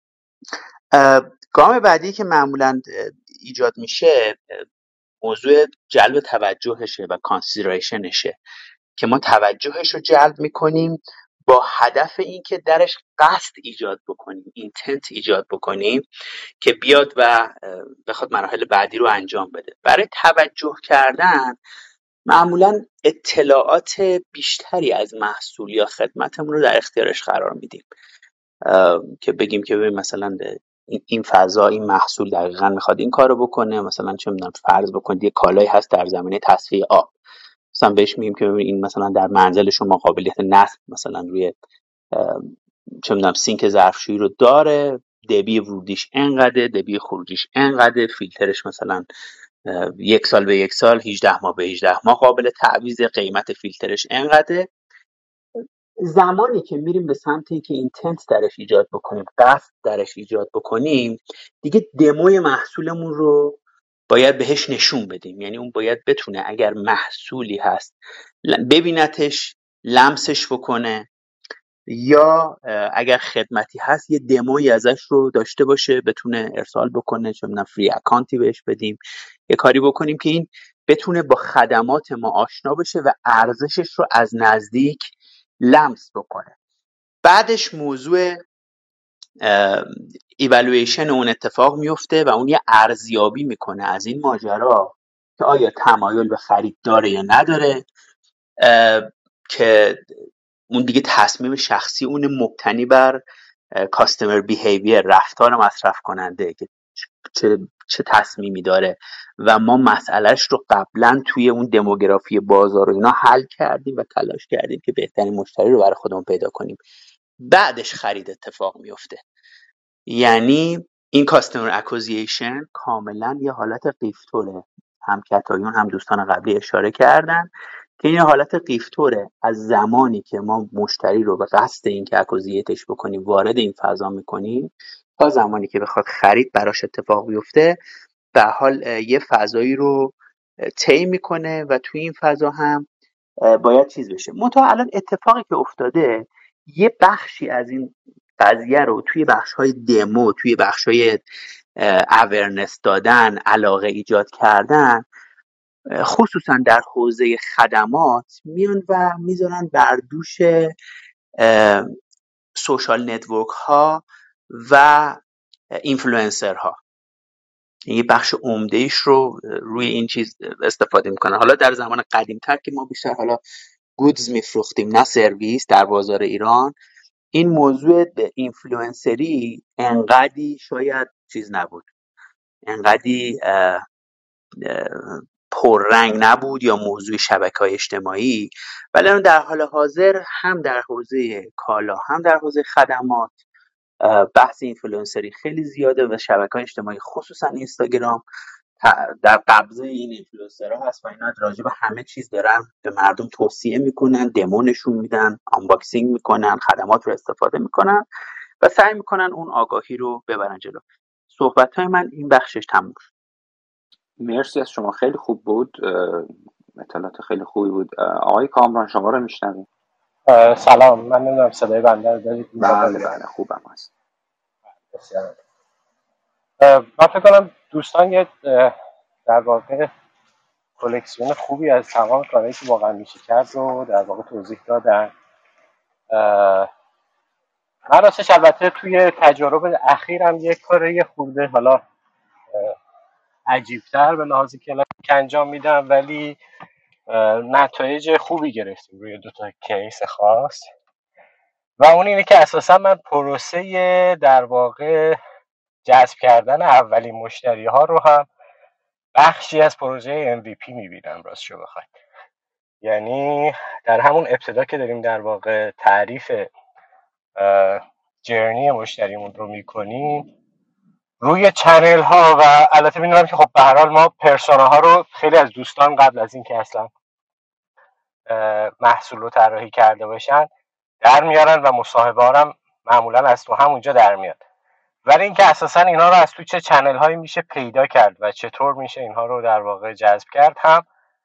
گام بعدی که معمولا ایجاد میشه موضوع جلب توجهشه و کانسیدریشنشه که ما توجهش رو جلب میکنیم با هدف این که درش قصد ایجاد بکنیم، اینتنت ایجاد بکنیم که بیاد و بخواد مراحل بعدی رو انجام بده. برای توجه کردن معمولا اطلاعات بیشتری از محصول یا خدمتمون رو در اختیارش قرار میدیم که بگیم که ببین مثلا این فضا این محصول دقیقاً میخواد این کارو بکنه، مثلا چه میدونم فرض بکنید یه کالایی هست در زمینه تصفیه آب، مثلا بهش میگیم که ببین این مثلا در منزل شما قابلیت نصب مثلا روی چه میدونم سینک ظرفشویی رو داره، دبی ورودیش انقدره، دبی خروجیش انقدره، فیلترش مثلا یک سال به یک سال، هجده ماه به هجده ماه قابل تعویض، قیمت فیلترش انقدره. زمانی که میریم به سمت اینکه اینتنت درش ایجاد بکنیم، قصد درش ایجاد بکنیم، دیگه دموی محصولمون رو باید بهش نشون بدیم. یعنی اون باید بتونه اگر محصولی هست ببینتش، لمسش بکنه، یا اگر خدمتی هست یه دمویی ازش رو داشته باشه بتونه ارسال بکنه، چه می‌دونم فری اکانتی بهش بدیم، یه کاری بکنیم که این بتونه با خدمات ما آشنا بشه و ارزشش رو از نزدیک لمس بکنه. بعدش موضوع ایوالویشن اون اتفاق میفته و اون یه ارزیابی میکنه از این ماجرا که آیا تمایل به خرید داره یا نداره، که اون دیگه تصمیم شخصی اون مبتنی بر کاستمر بیهیویر، رفتار مصرف کننده که چه چه تصمیمی داره و ما مسئلهش رو قبلا توی اون دموگرافی بازار و اینا حل کردیم و تلاش کردیم که بهترین مشتری رو برای خودمون پیدا کنیم. بعدش خرید اتفاق میفته. یعنی این کاستمر اکوزیشن کاملا یه حالت قیفتوره. هم کتایون هم دوستان قبلی اشاره کردن که این حالت قیفتوره. از زمانی که ما مشتری رو به قصد این که اکوزیتش بکنیم وارد این فضا میکنیم تا زمانی که بخواد خرید براش اتفاق بیفته به حال یه فضایی رو طی میکنه و توی این فضا هم باید چیز بشه. منتها الان اتفاقی که افتاده یه بخشی از این قضیه رو توی بخش‌های دمو، توی بخش‌های اورنس دادن، علاقه ایجاد کردن، خصوصا در حوزه خدمات میان و میذارن بر دوش سوشال نتورک ها و اینفلوئنسر ها. یه بخش عمده‌ایش رو روی این چیز استفاده میکنن. حالا در زمان قدیم‌تر که ما بیشتر حالا گودز میفروختیم نه سرویس در بازار ایران، این موضوع اینفلوئنسری انقدی شاید چیز نبود، انقدی پررنگ نبود یا موضوع شبکه‌های اجتماعی. ولی الان در حال حاضر هم در حوزه کالا هم در حوزه خدمات بحث اینفلوئنسری خیلی زیاده و شبکه‌های اجتماعی خصوصا اینستاگرام در قبضه این اینفلوئنسرها هست و اینا راجع به همه چیز دارن به مردم توصیه میکنن، دمو نشون میدن، آنباکسینگ میکنن، خدمات رو استفاده میکنن و سعی میکنن اون آگاهی رو ببرن جلو. صحبت‌های من این بخشش تموم شد. مرسی از شما، خیلی خوب بود، اطلاعات خیلی خوبی بود. آقای کامران شما رو میشنویم. سلام، من نمیدونم صدای بنده رو دارید؟ بله بله خوبم هست. بسیار من فکر کنم دوستان یه در واقع کلکسیون خوبی از تمام کارهایی که واقعا میشه کرد رو در واقع توضیح دادن. من راستش البته توی تجارب اخیرم یک کار یه خورده حالا عجیبتر به لحاظ کلاس که انجام میدم ولی نتایج خوبی گرفتیم روی دو تا کیس خاص و اون اینه که اساسا من پروسه در واقع جذب کردن اولین مشتری ها رو هم بخشی از پروژه ام وی پی میبینم راستشو بخواید. یعنی در همون ابتدا که داریم در واقع تعریف جرنی مشتریمون رو میکنیم روی چنل ها و البته میدونم که خب به هر حال ما پرسونا ها رو خیلی از دوستان قبل از این که اصلا محصول رو طراحی کرده باشن در میارن و مصاحبه ها هم معمولا از تو همونجا در میاد، ولی اینکه اساسا اینها رو از تو چه چنل هایی میشه پیدا کرد و چطور میشه اینها رو در واقع جذب کرد هم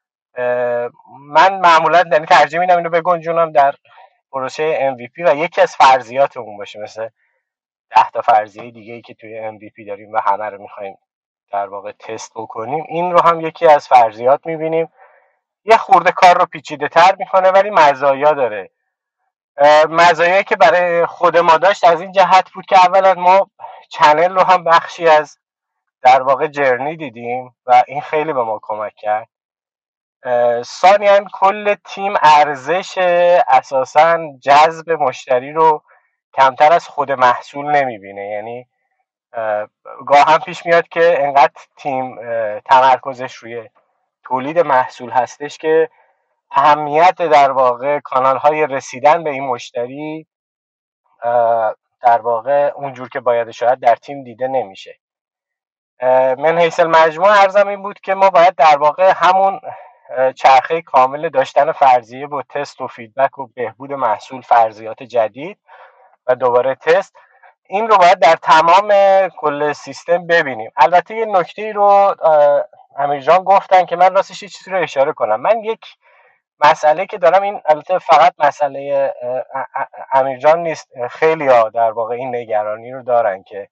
من معمولا یعنی ترجیح میدم اینو بگنجونم در پروسه ام وی پی و یکی از فرضیات اون باشه، مثل ده تا فرضیه دیگه ای که توی ام وی پی داریم و همه رو میخوایم در واقع تست بکنیم. این رو هم یکی از فرضیات میبینیم. یه خورده کار رو پیچیده تر میکنه ولی مزایا داره. مزایایی که برای خود ما داشت از این جهت بود که اولا ما چنل رو هم بخشی از در واقع جرنی دیدیم و این خیلی به ما کمک کرد. ثانیاً کل تیم ارزش اساساً جذب مشتری رو کمتر از خود محصول نمیبینه. یعنی گاه هم پیش میاد که انقدر تیم تمرکزش روی تولید محصول هستش که اهمیت در واقع کانال های رسیدن به این مشتری در واقع اونجور که باید شاید در تیم دیده نمیشه. من حیث المجموع عرضم این بود که ما باید در واقع همون چرخه کامل داشتن فرضیه با تست و فیدبک و بهبود محصول، فرضیات جدید و دوباره تست، این رو باید در تمام کل سیستم ببینیم. البته یه نکته رو امیر جان گفتن که من راستش یه چیزی رو اشاره کنم. من یک مسئله که دارم این، البته فقط مسئله امیرجان نیست، خیلی ها در واقع این نگرانی رو دارن که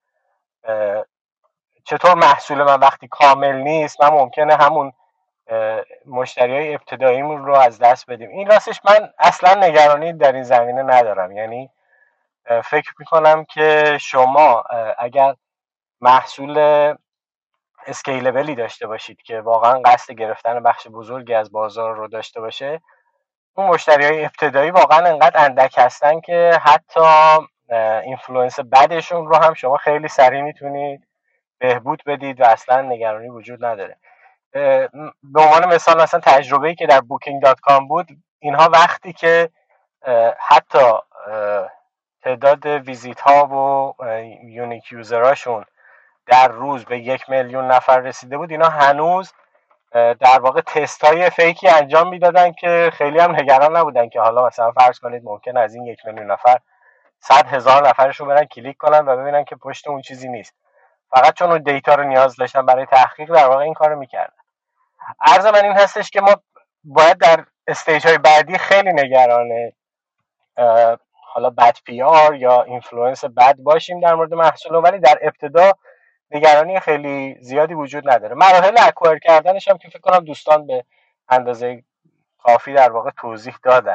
چطور محصول من وقتی کامل نیست من ممکنه همون مشتری های ابتداییمون رو از دست بدیم. این راستش من اصلا نگرانی در این زمینه ندارم. یعنی فکر میکنم که شما اگر محصول اسکیلبلی داشته باشید که واقعا قصد گرفتن بخش بزرگی از بازار رو داشته باشه، اون مشتری های ابتدایی واقعا انقدر اندک هستن که حتی اینفلوئنس بدشون رو هم شما خیلی سریع میتونید بهبود بدید و اصلا نگرانی وجود نداره. به عنوان مثال مثلا تجربه‌ای که در بوکینگ دات کام بود، اینها وقتی که حتی تعداد ویزیت ها و یونیک یوزراشون در روز به یک میلیون نفر رسیده بود، اینا هنوز در واقع تست های فیکی انجام میدادن که خیلی هم نگران نبودن که حالا مثلا فرض کنید ممکن از این یک میلیون نفر صد هزار نفرشون برن کلیک کنن و ببینن که پشت اون چیزی نیست، فقط چون اون دیتا رو نیاز داشتن برای تحقیق در واقع این کارو میکردن. عرض من این هستش که ما باید در استیج های بعدی خیلی نگرانه حالا بد پی آر یا اینفلوئنس بد باشیم در مورد محصول، ولی در ابتدا نگرانی خیلی زیادی وجود نداره. مراحل اکوایر کردنش هم که فکر کنم دوستان به اندازه کافی در واقع توضیح دادن.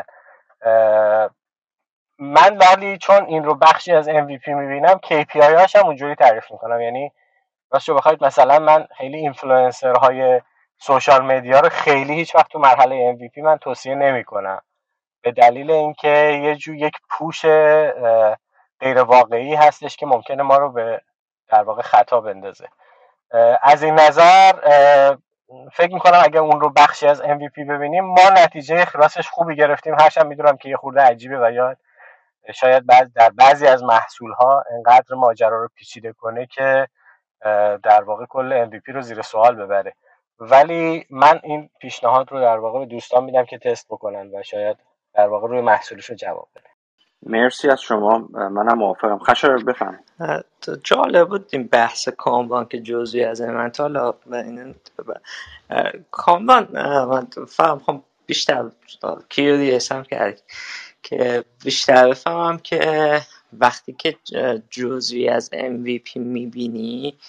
من ولی چون این رو بخشی از ام وی پی میبینم، کی پی آی هاش هم اونجوری تعریف میکنم. یعنی راستش بخواید مثلا من خیلی اینفلوئنسرهای سوشال مدیا رو خیلی هیچ وقت تو مرحله ام وی پی من توصیه نمیکنم، به دلیل اینکه یه جو یک پوش غیر واقعی هستش که ممکنه ما رو به در واقع خطا بندازه. از این نظر فکر میکنم اگه اون رو بخشی از ام وی پی ببینیم، ما نتیجه راستش خوبی گرفتیم. هرچند میدونم که یه خورده عجیبه و یا شاید بعض در بعضی از محصولها انقدر ماجرا رو پیچیده کنه که در واقع کل ام وی پی رو زیر سوال ببره، ولی من این پیشنهاد رو در واقع به دوستان میدم که تست بکنن و شاید در واقع روی محصولش رو جواب بده. مرسی از شما، منم موافقم. خشایار بفهم. جالب بود این بحث کانبان که جزئی از ایمنتال این کانبان. من فهم خواهم بیشتر کیوریسم کرد که بیشتر بفهمم که وقتی که جزئی از ام وی پی میبینی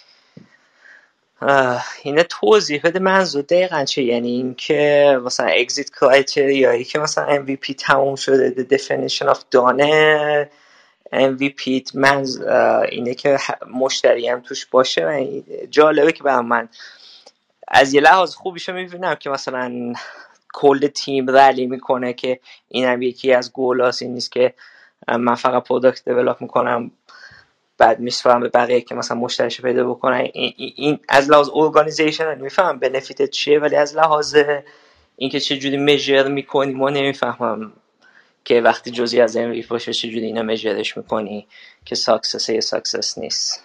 اینه توضیح بده منظور دقیقا چه، یعنی این که مثلا اگزیت کرایتریایی که مثلا ام وی پی تموم شده the definition of done ام وی پی منظ اینه که مشتری هم توش باشه. و جالبه که برای من از یه لحاظ خوبیشو میبینم که مثلا کل تیم رلی میکنه که این هم یکی از گولاست، این نیست که من فقط پروداکت دیولپ میکنم بعد میسپارم به بقیه که مثلا مشتریش پیدا بکنن. این, این از لحاظ ارگانیزیشن میفهمم بنفیت چیه، ولی از لحاظ اینکه چه جوری میجر میکنی ما نمیفهمم که وقتی جزئی از ام وی پی باشه چه جوری اینا میجرش میکنی که ساکسس یا ساکسس نیست.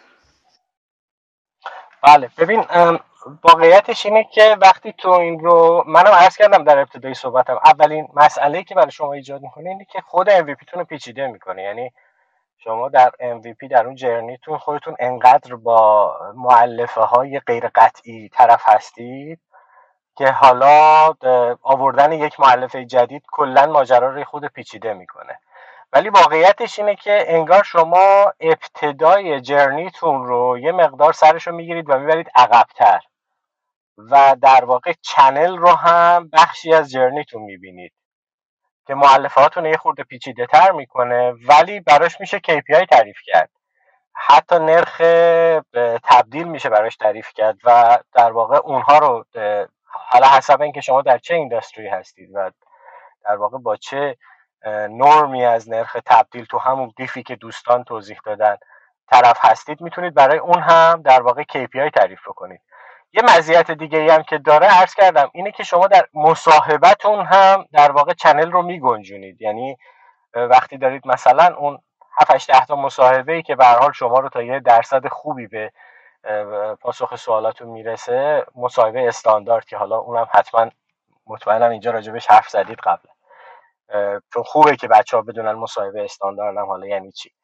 بله ببین، واقعیتش اینه که وقتی تو این رو منم عرض کردم در ابتدای صحبتم، اولین مسئله‌ای که برای شما ایجاد میکنه اینه که خود ام وی پی تون رو پیچیده میکنه. یعنی شما در ام وی پی در اون جرنیتون خودتون انقدر با مؤلفه های غیر قطعی طرف هستید که حالا آوردن یک مؤلفه جدید کلا ماجرا رو خود پیچیده میکنه. ولی واقعیتش اینه که انگار شما ابتدای جرنیتون رو یه مقدار سرش رو میگیرید و میبرید عقب‌تر و در واقع چنل رو هم بخشی از جرنیتون میبینید که مؤلفهاتون یه خورده پیچیده تر میکنه، ولی براش میشه کی پی آی تعریف کرد، حتی نرخ تبدیل میشه براش تعریف کرد و در واقع اونها رو حالا حسب اینکه شما در چه اینداستری هستید و در واقع با چه نورمی از نرخ تبدیل تو همون دیفی که دوستان توضیح دادن طرف هستید، میتونید برای اون هم در واقع کی پی آی تعریف کنید. یه مزیت دیگه ای هم که داره عرض کردم اینه که شما در مصاحبتون هم در واقع چنل رو میگنجونید. یعنی وقتی دارید مثلا اون هفت هشت ده تا مصاحبه‌ای که به هر حال شما رو تا یه درصد خوبی به پاسخ سوالاتون میرسه، مصاحبه استاندارد که حالا اونم حتما مطمئنم اینجا راجبش حرف زدید قبلا، چون خوبه که بچه‌ها بدونن مصاحبه استاندارد هم حالا یعنی چی.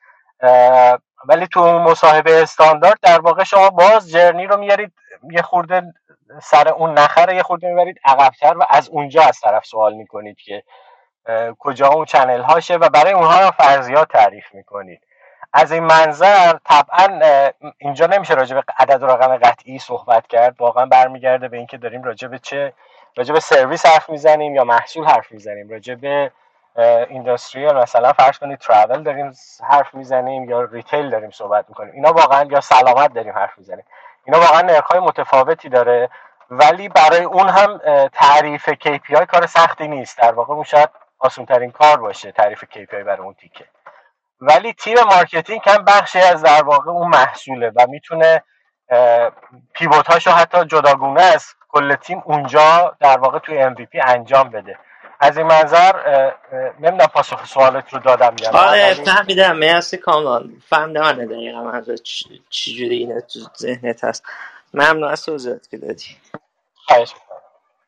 ولی تو مصاحبه استاندارد در واقع شما باز جرنی رو میارید یه خورده سر اون نخره یه خورده میبرید عقب‌تر و از اونجا از طرف سوال میکنید که کجا اون چنل هاشه و برای اونها فرضیات تعریف میکنید. از این منظر طبعا اینجا نمیشه راجع به عدد و رقم قطعی صحبت کرد، واقعا برمیگرده به اینکه داریم راجع به چه راجع به سرویس حرف میزنیم یا محصول حرف میزنیم. راجع به اینداستریال مثلا فرض کنید ترافل داریم حرف میزنیم یا ریتیل داریم صحبت میکنیم، اینا واقعا یا سلامت داریم حرف میزنیم، اینا واقعا نرخ‌های متفاوتی داره. ولی برای اون هم تعریف کی پی آی کار سختی نیست، در واقع اون شاید آسان ترین کار باشه تعریف کی پی آی برای اون تیکه. ولی تیم مارکتینگ هم بخشی از در واقع اون محصوله و میتونه پیوت هاشو حتی جداگونه از کل تیم اونجا در واقع توی ام وی پی انجام بده. از این منظر نمیدونم پاسخ سوالت رو دادم یا نه. آره فهمیدم، مرسی کامران، فهمیدم من دقیقا منظور چی جوری اینه تو ذهنت هست. ممنون از توضیحاتی که دادی. خواهش میکنم.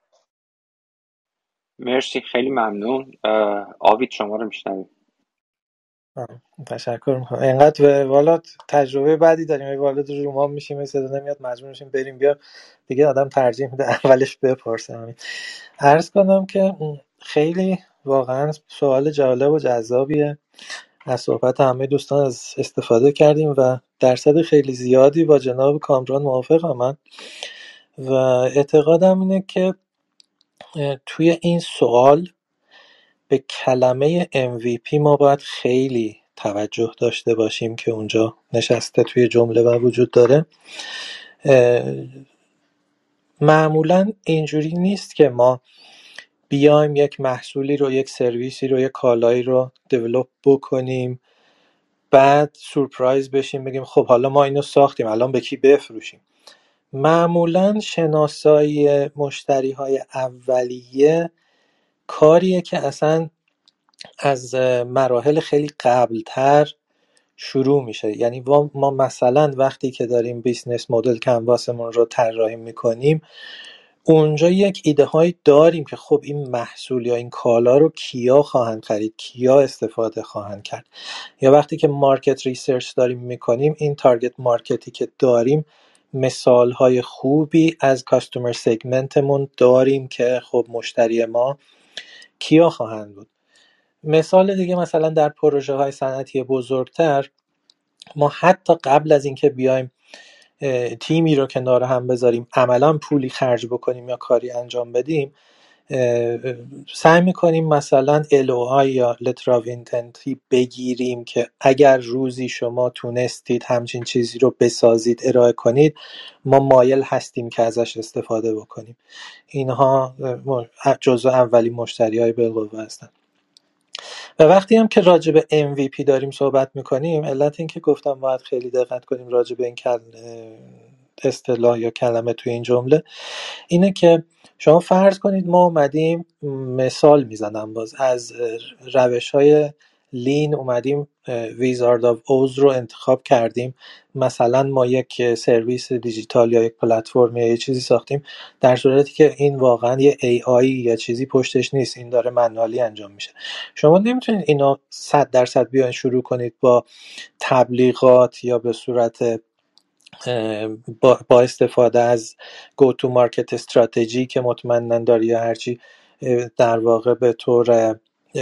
مرسی، خیلی ممنون. آوید شما رو میشنویم. تشکر میکنم. اینقدر والا تجربه بعدی داریم، والا تو روم ها میشیم صدا نمیاد مجبور میشیم بریم بیا دیگه، آدم ترجیح میده اولش بپرسه. همین عرض کنم که خیلی واقعا سوال جالب و جذابیه. از صحبت همه دوستان از استفاده کردیم و درصد خیلی زیادی با جناب کامران موافقم من و اعتقادم اینه که توی این سوال به کلمه ام وی پی ما باید خیلی توجه داشته باشیم که اونجا نشسته توی جمله و وجود داره. معمولا اینجوری نیست که ما بیایم یک محصولی رو، یک سرویسی رو، یک کالایی رو دیولپ بکنیم بعد سورپرایز بشیم بگیم خب حالا ما اینو ساختیم الان به کی بفروشیم. معمولا شناسایی مشتری های اولیه کاریه که اصلا از مراحل خیلی قبلتر شروع میشه. یعنی ما مثلا وقتی که داریم بیزنس مدل کنواسمون رو طراحی میکنیم اونجا یک ایده هایی داریم که خب این محصول یا این کالا رو کیا خواهند خرید، کیا استفاده خواهند کرد. یا وقتی که مارکت ریسرچ داریم میکنیم این تارگت مارکتی که داریم مثال های خوبی از کاستومر سگمنتمون داریم که خب مشتری ما کیا خواهند بود. مثال دیگه مثلا در پروژه های صنعتی بزرگتر ما حتی قبل از اینکه بیایم تیمی رو کنار هم بذاریم عملا پولی خرج بکنیم یا کاری انجام بدیم سعی میکنیم مثلا ال او آی یا letter of intent بگیریم که اگر روزی شما تونستید همچین چیزی رو بسازید ارائه کنید ما مایل هستیم که ازش استفاده بکنیم. اینها جزو اولین مشتری های بالقوه هستن. و وقتی هم که راجع به ام وی پی داریم صحبت میکنیم علت این که گفتم باید خیلی دقت کنیم راجع به این اصطلاح یا کلمه توی این جمله اینه که شما فرض کنید ما اومدیم مثال میزنم باز از روش های لین اومدیم ویزارد آف اوز رو انتخاب کردیم. مثلا ما یک سرویس دیجیتال یا یک پلتفرم یا یه چیزی ساختیم در صورتی که این واقعا یه ای آی یا چیزی پشتش نیست، این داره منوالی انجام میشه. شما نمیتونید اینو صد درصد بیاین شروع کنید با تبلیغات یا به صورت با, با استفاده از گو تو مارکت استراتژی که مطمئناً داری یا هرچی در واقع به طور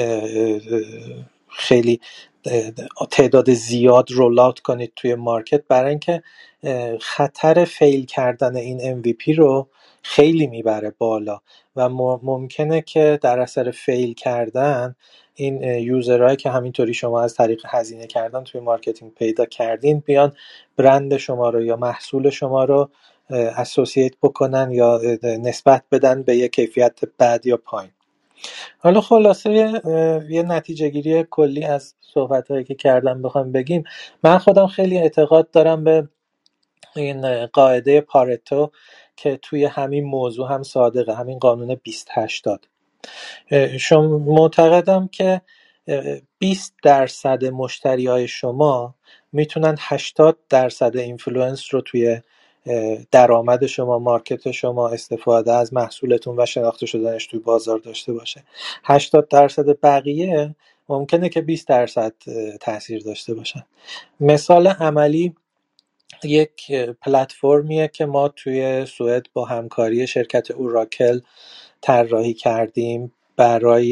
خیلی تعداد زیاد رول اوت کنید توی مارکت، برای اینکه خطر فیل کردن این ام وی پی رو خیلی میبره بالا و ممکنه که در اثر فیل کردن این یوزرهایی که همینطوری شما از طریق هزینه کردن توی مارکتینگ پیدا کردین بیان برند شما رو یا محصول شما رو اسوسییت بکنن یا نسبت بدن به یک کیفیت بد یا پایین. حالا خلاصه یه نتیجه گیری کلی از صحبت‌هایی که کردم بخوام بگیم، من خودم خیلی اعتقاد دارم به این قاعده پارتو که توی همین موضوع هم صادقه، همین قانون بیست هشتاد. شما معتقدم که بیست درصد مشتریای شما میتونن هشتاد درصد اینفلوئنس رو توی درآمد شما، مارکت شما، استفاده از محصولتون و شناخته شدنش توی بازار داشته باشه. هشتاد درصد بقیه ممکنه که بیست درصد تاثیر داشته باشن. مثال عملی یک پلتفرمیه که ما توی سوئد با همکاری شرکت اوراکل طراحی کردیم برای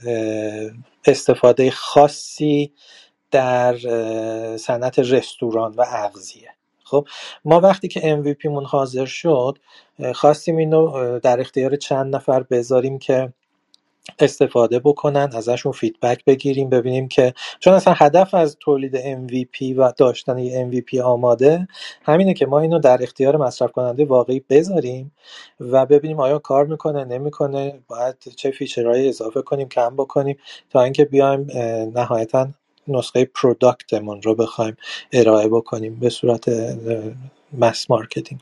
استفاده خاصی در صنعت رستوران و اغذیه. خب ما وقتی که ام وی پی مون حاضر شد خواستیم اینو در اختیار چند نفر بذاریم که استفاده بکنن، ازشون فیدبک بگیریم، ببینیم که چون اصلا هدف از تولید ام وی پی و داشتن یه ام وی پی آماده همینه که ما اینو در اختیار مصرف کننده واقعی بذاریم و ببینیم آیا کار میکنه نمیکنه، باید چه فیچرهای اضافه کنیم کم بکنیم تا اینکه بیایم نهایتاً نسخه پروداکتمون رو بخوایم ارائه بکنیم به صورت مس مارکتینگ.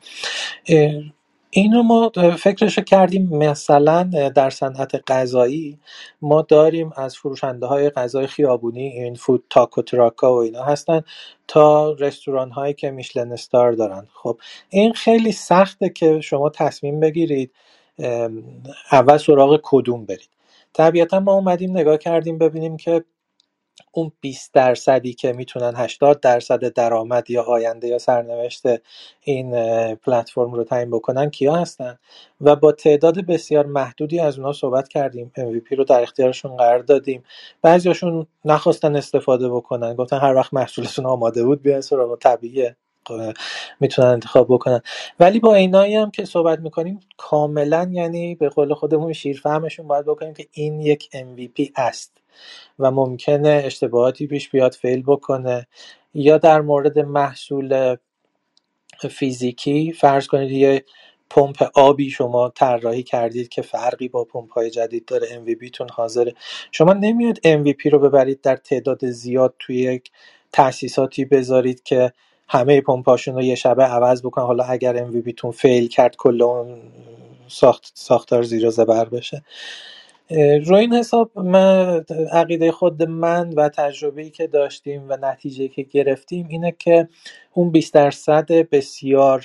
اینو ما فکرشو کردیم مثلا در صنعت غذایی ما داریم از فروشنده های غذای خیابونی، این فود تاکو تراکا و اینا هستن، تا رستوران هایی که میشلن استار دارن. خب این خیلی سخته که شما تصمیم بگیرید اول سراغ کدوم برید. طبیعتا ما اومدیم نگاه کردیم ببینیم که اون بیست درصدی که میتونن هشتاد درصد درآمد یا آینده یا سرنوشت این پلتفرم رو تعیین بکنن کیا هستن و با تعداد بسیار محدودی از اونا صحبت کردیم، ام وی پی رو در اختیارشون قرار دادیم. بعضیاشون نخواستن استفاده بکنن، گفتن هر وقت محصولشون آماده بود بیان سراغ، طبیعیه میتونن انتخاب بکنن. ولی با اینایی هم که صحبت میکنیم کاملا یعنی به قول خودمون شیرفهمشون باید بکنیم که این یک ام وی پی است و ممکنه اشتباهاتی پیش بیاد، فیل بکنه. یا در مورد محصول فیزیکی فرض کنید یه پمپ آبی شما طراحی کردید که فرقی با پمپ‌های جدید داره، ام وی پی تون حاضره، شما نمیاد ام وی پی رو ببرید در تعداد زیاد توی یک تأسیساتی بذارید که همه پمپاشون رو یه شبه عوض بکنن، حالا اگر ام وی پی تون فیل کرد کل اون ساخت ساختار زیر و زبر بشه. رو این حساب من عقیده خود من و تجربه‌ای که داشتیم و نتیجه‌ای که گرفتیم اینه که اون بیست درصد بسیار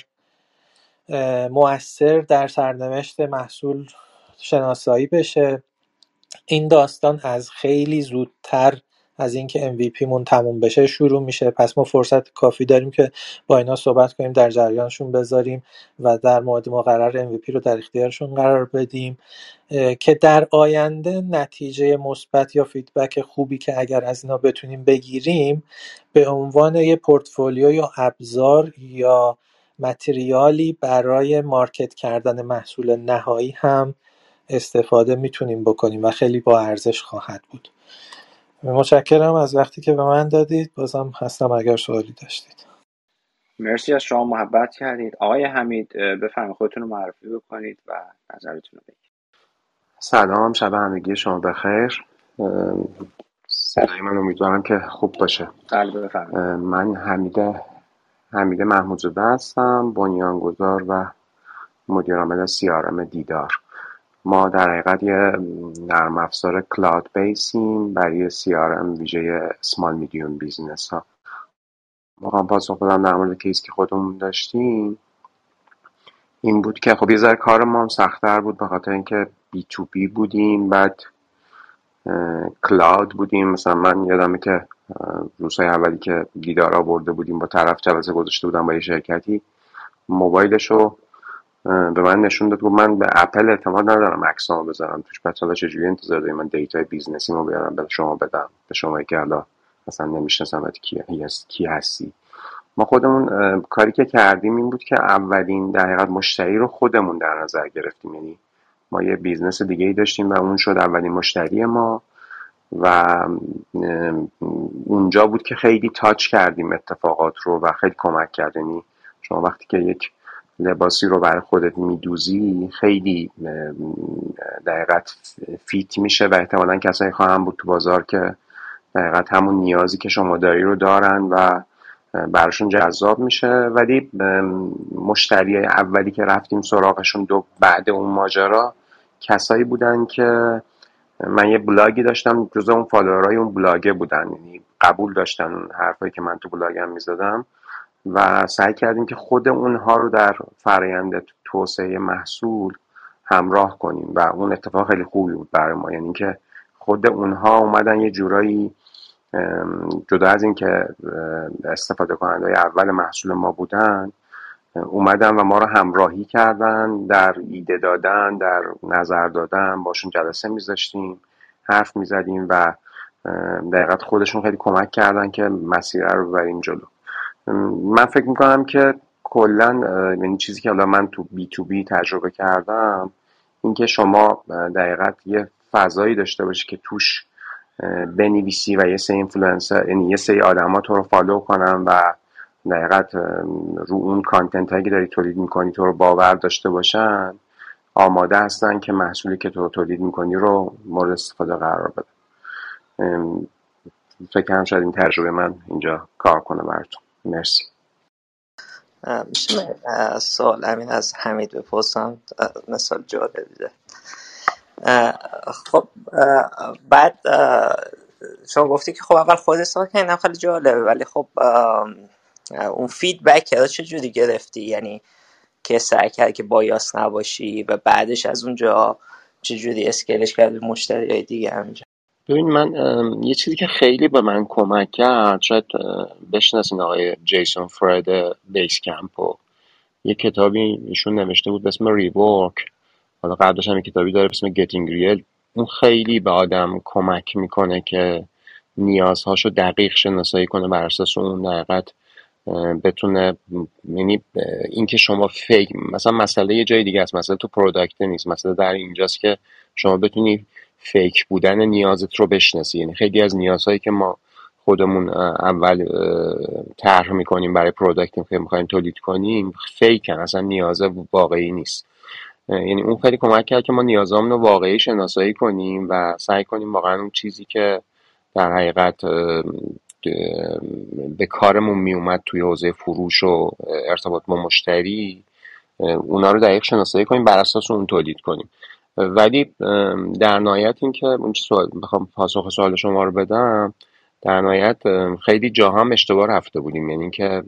مؤثر در سرنوشت محصول شناسایی بشه. این داستان از خیلی زودتر از اینکه ام وی پی مون تموم بشه شروع میشه، پس ما فرصت کافی داریم که با اینا صحبت کنیم، در جریانشون بذاریم و در موعد مقرر ام وی پی رو در اختیارشون قرار بدیم که در آینده نتیجه مثبت یا فیدبک خوبی که اگر از اینا بتونیم بگیریم به عنوان یه پورتفولیو یا ابزار یا متریالی برای مارکت کردن محصول نهایی هم استفاده میتونیم بکنیم و خیلی با ارزش خواهد بود. متشکرم از وقتی که به من دادید، بازم هستم اگر سوالی داشتید. مرسی از شما محبت کردید. آقای حمید بفرمایید خودتون رو معرفی بکنید و نظرتون رو بگید. سلام، شب همگی شما بخیر. صدای من امیدوارم که خوب باشه. بله بفرمایید. من حمیده حمید محمودزاده هستم، بنیانگذار و مدیر عامل سی آر ام دیدار. ما در حقیقت یه نرم افزار کلاود بیسیم برای سی آر ام ویژه سمال میدیوم بیزنس ها. ما هم پاسخ بدم در مورد کیس که خودمون داشتیم این بود که خب یه ذره کار ما هم سخت‌تر بود به خاطر اینکه بی تو بی بودیم، بعد کلاود بودیم. مثلا من یادمه که روزهای اولی که دیدار آورده بودیم با طرف جلسه گذاشته بودم با یه شرکتی، موبایلشو به من نشون داد، گفت من به اپل اعتماد ندارم عکسامو بذارم توش، بعد حالا چجوری انتظار داری من دیتای بیزنسیمو بیارم به شما بدم، به شما که حالا مثلا نمیشناسم کی کی هستی. ما خودمون کاری که کردیم این بود که اولین در حقیقت مشتری رو خودمون در نظر گرفتیم. یعنی ما یه بیزنس دیگه ای داشتیم و اون شد اولین مشتری ما و اونجا بود که خیلی تاچ کردیم اتفاقات رو و خیلی کمک کرد. یعنی شما وقتی که یک لباسی رو برای خودت میدوزی خیلی دقیقت فیت میشه و احتمالاً کسایی خواهم بود تو بازار که دقیقت همون نیازی که شما داری رو دارن و براشون جذاب میشه. ولی مشتری اولی که رفتیم سراغشون دو بعد اون ماجرا کسایی بودن که من یه بلاگی داشتم، جزء اون فالوورای اون بلاگه بودن، یعنی قبول داشتن اون حرفایی که من تو بلاگم میزدم و سعی کردیم که خود اونها رو در فرآیند توسعه محصول همراه کنیم و اون اتفاق خیلی خوبی بود برای ما. یعنی که خود اونها اومدن یه جورایی جدا از این که استفاده کننده اول محصول ما بودن، اومدن و ما رو همراهی کردن در ایده دادن، در نظر دادن، باشون جلسه میذاشتیم، حرف میزدیم و دقیقاً خودشون خیلی کمک کردن که مسیر رو ببریم جلو. من فکر میکنم که کلا یعنی چیزی که حالا من تو بی تو بی تجربه کردم اینکه شما دقیقاً یه فضایی داشته باشی که توش بنویسی و یه سری اینفلوئنسر، یعنی یه سری آدما تو رو فالو کنن و دقیقاً رو اون کانتنت هایی که داری تولید میکنی تو رو باور داشته باشن، آماده هستن که محصولی که تو تولید میکنی رو مورد استفاده قرار بدن. فکر کنم شاید این تجربه من اینجا کار کنه براتون. مرسی. میشه من سوال همین از حمید بپرسم؟ مثال جالبیه. خب بعد شما گفتی که خب اول خود استفاده کردن خیلی جالبه، ولی خب اون فیدبک رو چجوری گرفتی؟ یعنی که سعی کردی که بایاس نباشی و بعدش از اونجا چجوری اسکیلش کردی به مشتریای دیگه همینجا؟ ببین من یه چیزی که خیلی به من کمک کرد، شاید بشناسین آقای جیسون فرید بیس کمپو، یه کتابی ایشون نوشته بود به اسم ریورک، حالا قبلش هم یه کتابی داره به اسم گتینگ ریل. اون خیلی به آدم کمک میکنه که نیازهاشو دقیق شناسایی کنه، بر اساس اون دقیقت بتونه، یعنی اینکه شما فکر مثلا مسئله یه جای دیگه است، مسئله تو پروداکت نیست، مسئله در اینجاست که شما بتونی فیک بودن نیازت رو بشناسی. یعنی خیلی از نیازهایی که ما خودمون اول طرح میکنیم برای پروداکتی که میخوایم تولید کنیم فیکن، اصلا نیاز واقعی نیست. یعنی اون خیلی کمک کرد که ما نیازامون رو واقعی شناسایی کنیم و سعی کنیم واقعا اون چیزی که در حقیقت به کارمون میومد توی حوزه فروش و ارتباط با مشتری، اونا رو دقیق شناسایی کنیم، بر اساس اون تولید کنیم. ولی در نهایت این که اون چه سوال بخوام پاسخ سوال شما رو بدم، در نهایت خیلی جاها هم اشتباه رفته بودیم. یعنی که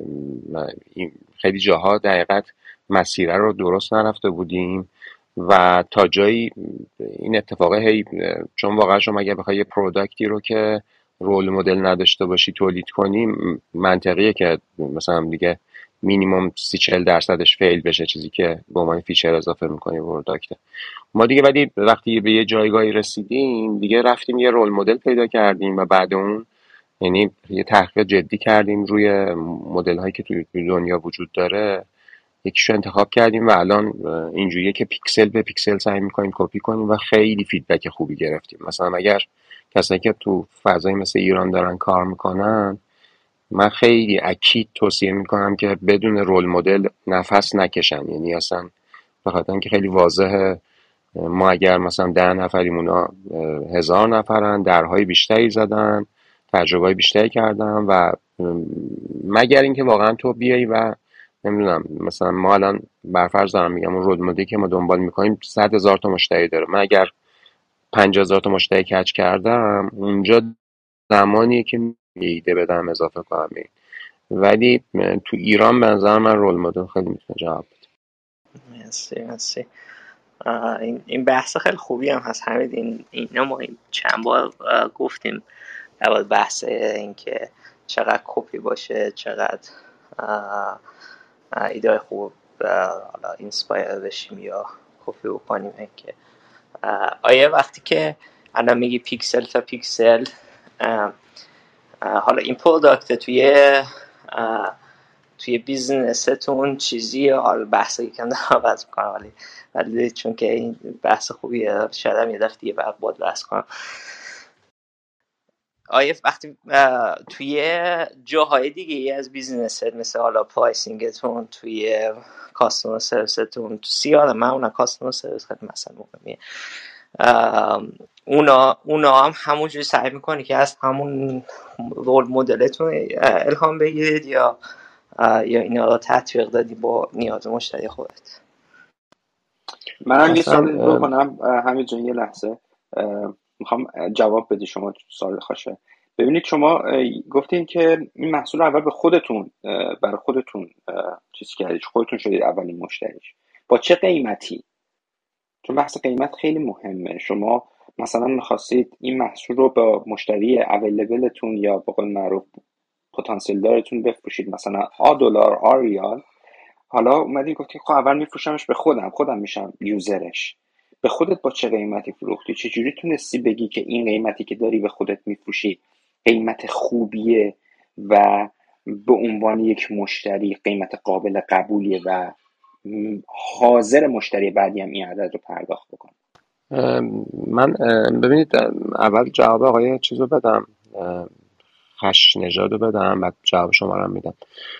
خیلی جاها دقیقاً مسیر رو درست نرفته بودیم و تا جایی این اتفاقه هی، چون واقعا شما اگه بخوای یه پروداکتی رو که رول مدل نداشته باشی تولید کنیم، منطقیه که مثلا دیگه مینیمم سی چهل درصدش فیل بشه، چیزی که به عنوان فیچر اضافه می‌کنی پروداکت ما دیگه. ولی وقتی به یه جایگاهی رسیدیم دیگه رفتیم یه رول مدل پیدا کردیم و بعد اون یعنی یه تحقیق جدی کردیم روی مدل هایی که توی دنیا وجود داره، یکیشو انتخاب کردیم و الان اینجوریه که پیکسل به پیکسل سعی میکنیم کپی کنیم و خیلی فیدبک خوبی گرفتیم. مثلا اگر کسایی که تو فضایی مثل ایران دارن کار میکنن، من خیلی اکید توصیه میکنم که بدون رول مدل نفس نکشن. یعنی اصلا بخاطر اینکه خیلی واضحه ما اگر مثلا ده نفریم اونا هزار نفرن، درهای بیشتری زدن، تجربه بیشتری کردن و مگر اینکه واقعا تو بیایی و نمیدونم مثلا ما الان برفرض دارم میگم اون رول مدلی که ما دنبال میکنیم صد هزار تا مشتری داره، من اگر پنجاه هزار تا مشتری کچ کردم اونجا زمانیه که ایده بدم اضافه کنم این. ولی تو ایران به نظر من رول مدل خیلی میتونه جواب بده. مرسی مرسی. این این بحث خیلی خوبی هم هست همین. این اینا ما این چند بار گفتیم اول بحث این که چقدر کپی باشه، چقدر ایده خوب حالا اینسپایر بشیم یا کپی بکنیم. این که آیا وقتی که الان میگی پیکسل تا پیکسل، حالا این پروداکت توی توی بیزنستون چیزی، حالا بحث یکم عوض میکنم ولی ولی چون که این بحث خوبیه شاید هم یه دفعه دیگه باید بحث کنم. آیا وقتی توی جاهای دیگه از بیزنست مثل حالا پرایسینگتون، توی کاستمر سرویستون، تو سیار معمولا کاستمر سرویس خیلی مثلا مهمیه، اونا اونا هم همونجوری سعی میکنی که از همون رول مدلتون الهام بگیرید یا یا اینا رو تطبیق دادی با نیاز مشتری خودت؟ منم یه سوال بکنم همین جان، یه لحظه میخوام جواب بدی شما سوال خاشه. ببینید شما گفتین که این محصول اول به خودتون برای خودتون چیز کردید، خودتون شدید اولین مشتریش. با چه قیمتی؟ چون بحث قیمت خیلی مهمه. شما مثلا میخواستید این محصول رو با مشتری اویلیبلتون یا به قول معروف پتانسیل دارتون بفروشید، مثلا آ دلار آ ریال، حالا اومدی گفتی خب اول میفروشمش به خودم خودم میشم یوزرش. به خودت با چه قیمتی فروختی؟ چجوری تونستی بگی که این قیمتی که داری به خودت میفروشی قیمت خوبیه و به عنوان یک مشتری قیمت قابل قبولیه و حاضر مشتری بعدی هم این عدد رو پرداخت بکنه؟ من ببینید اول جواب آقای چیزو بدم، خش نژاد رو بدم، بعد جواب شما رو میدم.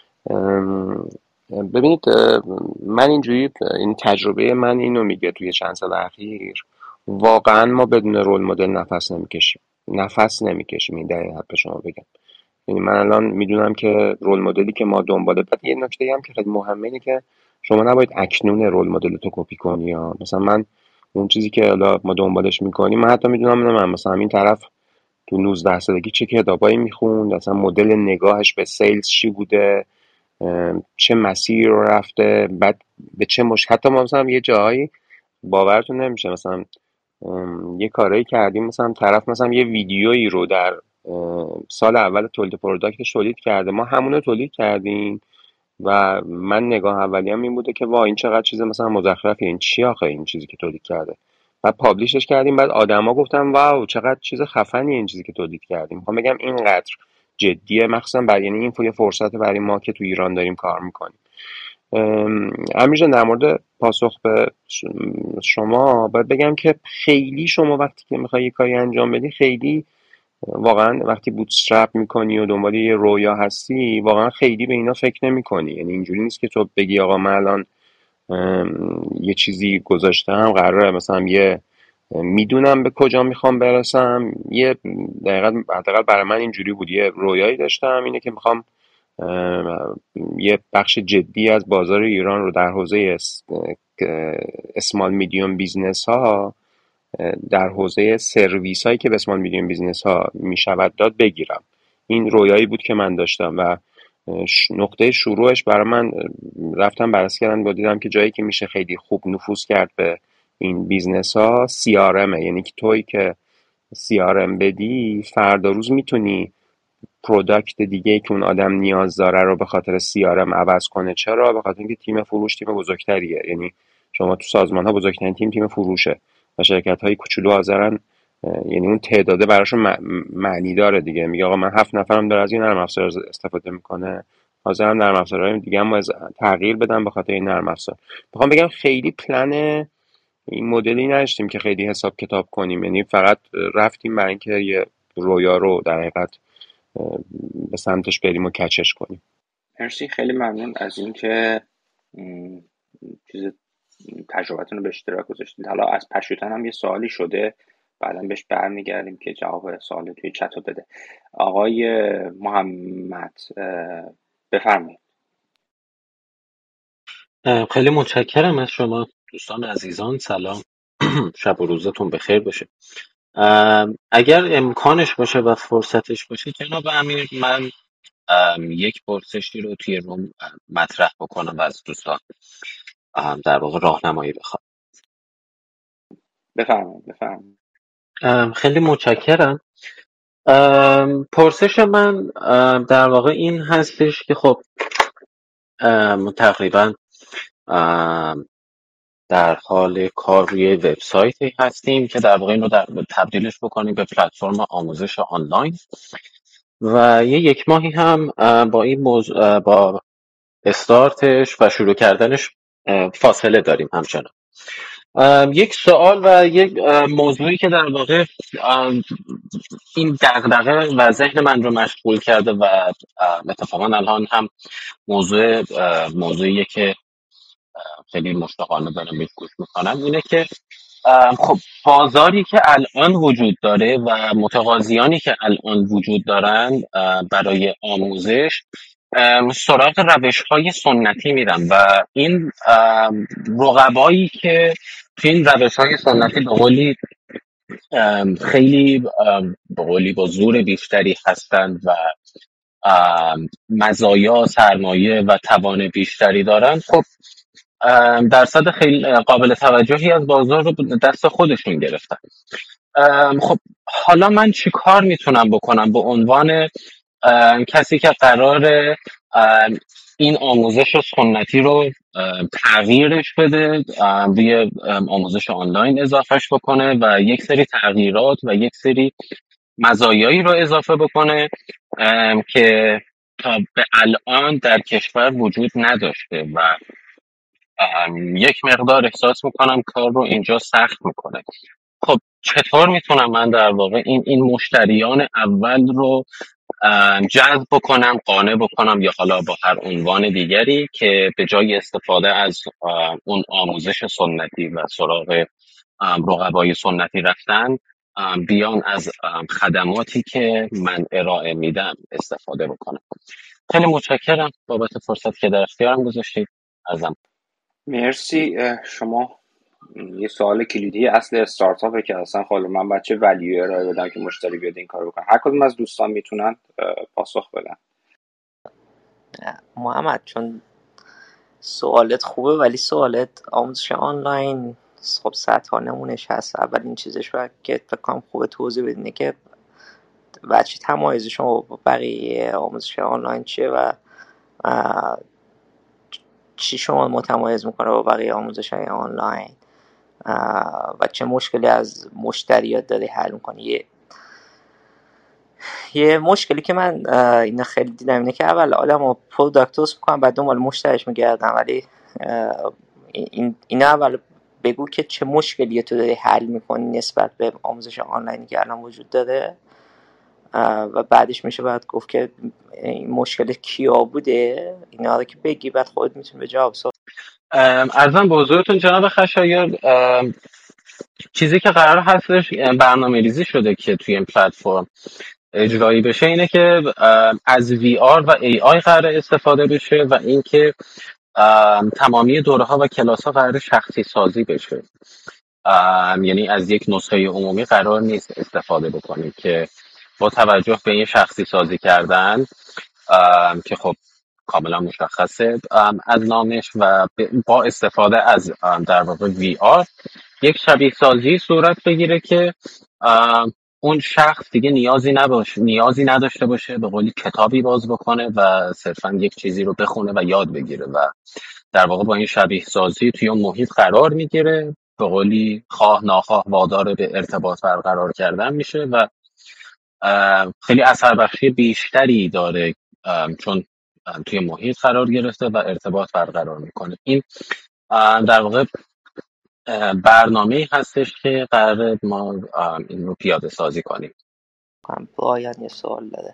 ببینید من اینجوری، این تجربه من اینو میگه توی چند سال اخیر واقعا ما بدون رول مدل نفس نمیکشیم نفس نمیکشیم این در حد به شما بگم. یعنی من الان میدونم که رول مدلی که ما دنباله، بعد یه نکته هم که خیلی مهمه اینه که شما نباید اکنون رول مدل تو کپی کنی. یا مثلا من اون چیزی که حالا ما دنبالش میکنیم، من حتی میدونم من مثلا این طرف تو نوزده سالگی چه کتابایی میخوند، مثلا مدل نگاهش به سیلز چی بوده، چه مسیری رو رفته، بعد به چه مش حتی ما مثلا یه جایی باورتون نمیشه مثلا یه کارایی کردیم، مثلا طرف مثلا یه ویدیویی رو در سال اول تولید پروداکتش تولید کرده، ما همونو تولید کردیم و من نگاه اولیه‌ام این بوده که وا این چقدر چیز مثلا مزخرفیه، این چی آخه این چیزی که تولید کرده. بعد پابلیشش کردیم، بعد آدما گفتن واو چقدر چیز خفنیه این چیزی که تولید کردیم. میخوام بگم اینقدر جدیه، مخصوصا برای یعنی این یه فرصت برای ما که تو ایران داریم کار میکنیم. امیر جان در مورد پاسخ به شما باید بگم که خیلی شما وقتی که میخوای یه کاری انجام بدی، خیلی واقعا وقتی بوتسترپ میکنی و دنبال یه رویا هستی، واقعا خیلی به اینا فکر نمیکنی. یعنی اینجوری نیست که تو بگی آقا من الان یه چیزی گذاشتم قراره مثلا یه میدونم به کجا میخوام برسم. یه دقیقا حداقل برای من اینجوری بود، یه رویایی داشتم اینه که میخوام یه بخش جدی از بازار ایران رو در حوزه اسمال میدیوم بیزنس ها، در حوزه سرویس هایی که به اسمال میدیوم بیزنس ها میشود داد بگیرم. این رویایی بود که من داشتم و نقطه شروعش برای من رفتم بررسی کردم و دیدم که جایی که میشه خیلی خوب نفوذ کرد به این بیزنس ها سی آر ام. یعنی که توی که سی آر ام بدی، فردا روز میتونی پروداکت دیگه که اون آدم نیاز داره رو به خاطر سی آر ام عوض کنه. چرا؟ به خاطر اینکه تیم فروش تیم بزرگتریه. یعنی شما تو سازمان ها بزرگترین تیم تیم فروشه و شرکت های کوچولو حاضرن، یعنی اون تعداده براشون معنی داره دیگه. میگه آقا من هفت نفرم داره از این نرم افزار استفاده میکنه، حاضرم نرم افزارهای دیگه هم تغییر بدم به خاطر این نرم افزار. میخوام بگم خیلی پلن این مدلی نداشتیم که خیلی حساب کتاب کنیم، یعنی فقط رفتیم برای اینکه یه رویا رو در حقیقت به سمتش بریم و کچش کنیم. مرسی، خیلی ممنون از اینکه چیز تجربتون رو به اشتراک گذاشتید. حالا از پشوتن هم یه سوالی شده، بعدا بهش برمیگردیم که جواب سوال توی چت رو بده. آقای محمد بفرمایید. خیلی متشکرم از شما دوستان عزیزان. سلام، شب و روزتون بخیر باشه. اگر امکانش باشه و فرصتش باشه جناب امیر، من یک پرسشی رو توی روم مطرح بکنم و از دوستان در واقع راهنمایی بخوام. بفرمایید بفرمایید. خیلی متشکرم. پرسش من در واقع این هستش که خب تقریبا در حال کار روی وبسایتی هستیم که در واقع اینو در تبدیلش بکنیم به پلتفرم آموزش آنلاین و یه یک ماهی هم با این موضوع با استارتش و شروع کردنش فاصله داریم همچنان. یک سوال و یک موضوعی که در واقع این دغدغه و ذهن من رو مشغول کرده و اتفاقا الان هم موضوع موضوعیه که خیلی مشتاقانه دارم بهش گوش میکنم، اینه که خب بازاری که الان وجود داره و متقاضیانی که الان وجود دارن برای آموزش سراغ روش‌های سنتی میرن و این رقبایی که تو این روش‌های سنتی به قولی خیلی به قولی با زور بیشتری هستند و مزایا، سرمایه و توان بیشتری دارن، خب درصد خیلی قابل توجهی از بازار رو دست خودشون گرفتن. خب حالا من چی کار میتونم بکنم به عنوان کسی که قراره این آموزش سنتی رو تغییرش بده، روی آموزش آنلاین اضافهش بکنه و یک سری تغییرات و یک سری مزایایی رو اضافه بکنه که تا به الان در کشور وجود نداشته و یک مقدار احساس میکنم کار رو اینجا سخت میکنه. خب چطور میتونم من در واقع این این مشتریان اول رو جذب بکنم، قانع بکنم، یا حالا با هر عنوان دیگری که به جای استفاده از اون آموزش سنتی و سراغ رقبای سنتی رفتن، بیان از خدماتی که من ارائه میدم استفاده بکنم. خیلی متشکرم بابت فرصت که در اختیارم گذاشتید. ازم مرسی. شما یه سوال کلیدی اصل استارتاپه که اصلا خاله من بچه ولیو ارائه بدم که مشتری بیاد این کارو بکنه. هر کدوم از دوستان میتونن پاسخ بدن. محمد چون سوالت خوبه ولی سوالت آموزش آنلاین خب سطح نمونش هست. اولین چیزش باید که بکنم خوبه توضیح بدینه که بچه تمایز شما با بقیه آموزش آنلاین چیه و چی شما متمایز میکنه با بقیه آموزش های آنلاین و چه مشکلی از مشتریات داری حل میکنی. یه یه مشکلی که من اینا خیلی دیدم اینه که اول آدم رو پروداکتوس میکنم بعد دنبال مشتریش میگردم، ولی این اینا اول بگو که چه مشکلی تو داری حل میکنی نسبت به آموزش آنلاینی که الان وجود داره و بعدش میشه باید گفت که این مشکل کیا بوده. اینا رو که بگی بعد خودت میتونی به جواب سوال. عرضم به حضورتون جناب خشایار، چیزی که قرار هستش برنامه ریزی شده که توی این پلتفرم اجرایی بشه اینه که از وی آر و ای آی قرار استفاده بشه و اینکه تمامی دوره ها و کلاس ها قرار شخصی سازی بشه. یعنی از یک نسخه عمومی قرار نیست استفاده بکنیم که با توجه به این شخصی سازی کردن که خب کاملا مشخصه از نامش و با استفاده از در واقع وی آر یک شبیه سازی صورت بگیره که اون شخص دیگه نیازی نباشه نیازی نداشته باشه به قولی کتابی باز بکنه و صرفا یک چیزی رو بخونه و یاد بگیره و در واقع با این شبیه سازی توی اون محیط قرار میگیره، به قولی خواه ناخواه وادار به ارتباط برقرار کردن میشه و خیلی اثر بخشی بیشتری داره چون توی محیط قرار گرفته و ارتباط برقرار میکنه. این در واقع برنامه‌ای هستش که قراره ما این رو پیاده سازی کنیم. پایان یه سوال داره.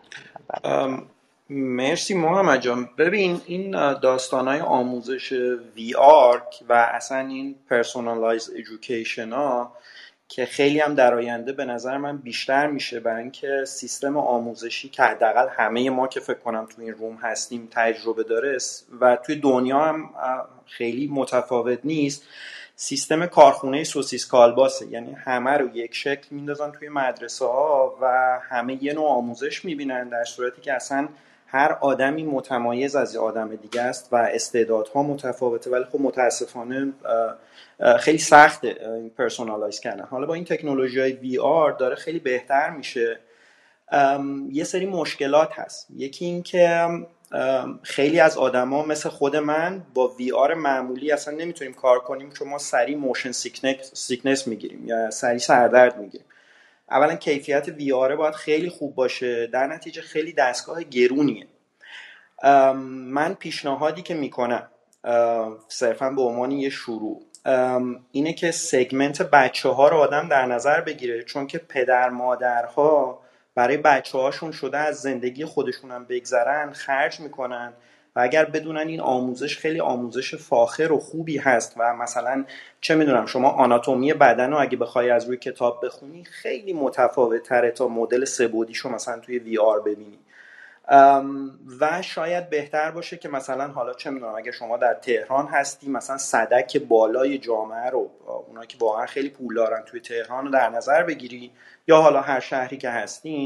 مرسی محمد جان. ببین این داستانهای آموزش وی آر و اصلا این پرسونالایز ایژوکیشن ها که خیلی هم در آینده به نظر من بیشتر میشه، برای اینکه سیستم آموزشی که حداقل همه ما که فکر کنم تو این روم هستیم تجربه داره و توی دنیا هم خیلی متفاوت نیست، سیستم کارخونه سوسیس کالباسه. یعنی همه رو یک شکل میندازن توی مدرسه ها و همه یه نوع آموزش میبینن، در صورتی که اصلا هر آدمی متمایز از آدم دیگه است و استعدادها متفاوته، ولی خب متاسفانه خیلی سخته این پرسونالایز کردن. حالا با این تکنولوژی های وی آر داره خیلی بهتر میشه. یه سری مشکلات هست. یکی این که خیلی از آدما مثل خود من با وی آر معمولی اصلا نمیتونیم کار کنیم چون ما سریع موشن سیکنس میگیریم یا سریع سردرد میگیریم. اولا کیفیت وی آر باید خیلی خوب باشه، در نتیجه خیلی دستگاه گرونیه. من پیشنهادی که میکنم صرفا به عنوان یه شروع اینه که سگمنت بچه ها رو آدم در نظر بگیره، چون که پدر مادرها برای بچه هاشون شده از زندگی خودشون هم بگذرن خرج میکنن و اگر بدونن این آموزش خیلی آموزش فاخر و خوبی هست و مثلا چه میدونم شما آناتومی بدن رو اگه بخوای از روی کتاب بخونی خیلی متفاوت تره تا مدل سه‌بعدیشو مثلا توی وی آر ببینی و شاید بهتر باشه که مثلا حالا چه میدونم اگه شما در تهران هستی مثلا سدک بالای جامعه رو، اونا که واقعا خیلی پول دارن توی تهران رو در نظر بگیری، یا حالا هر شهری که هستین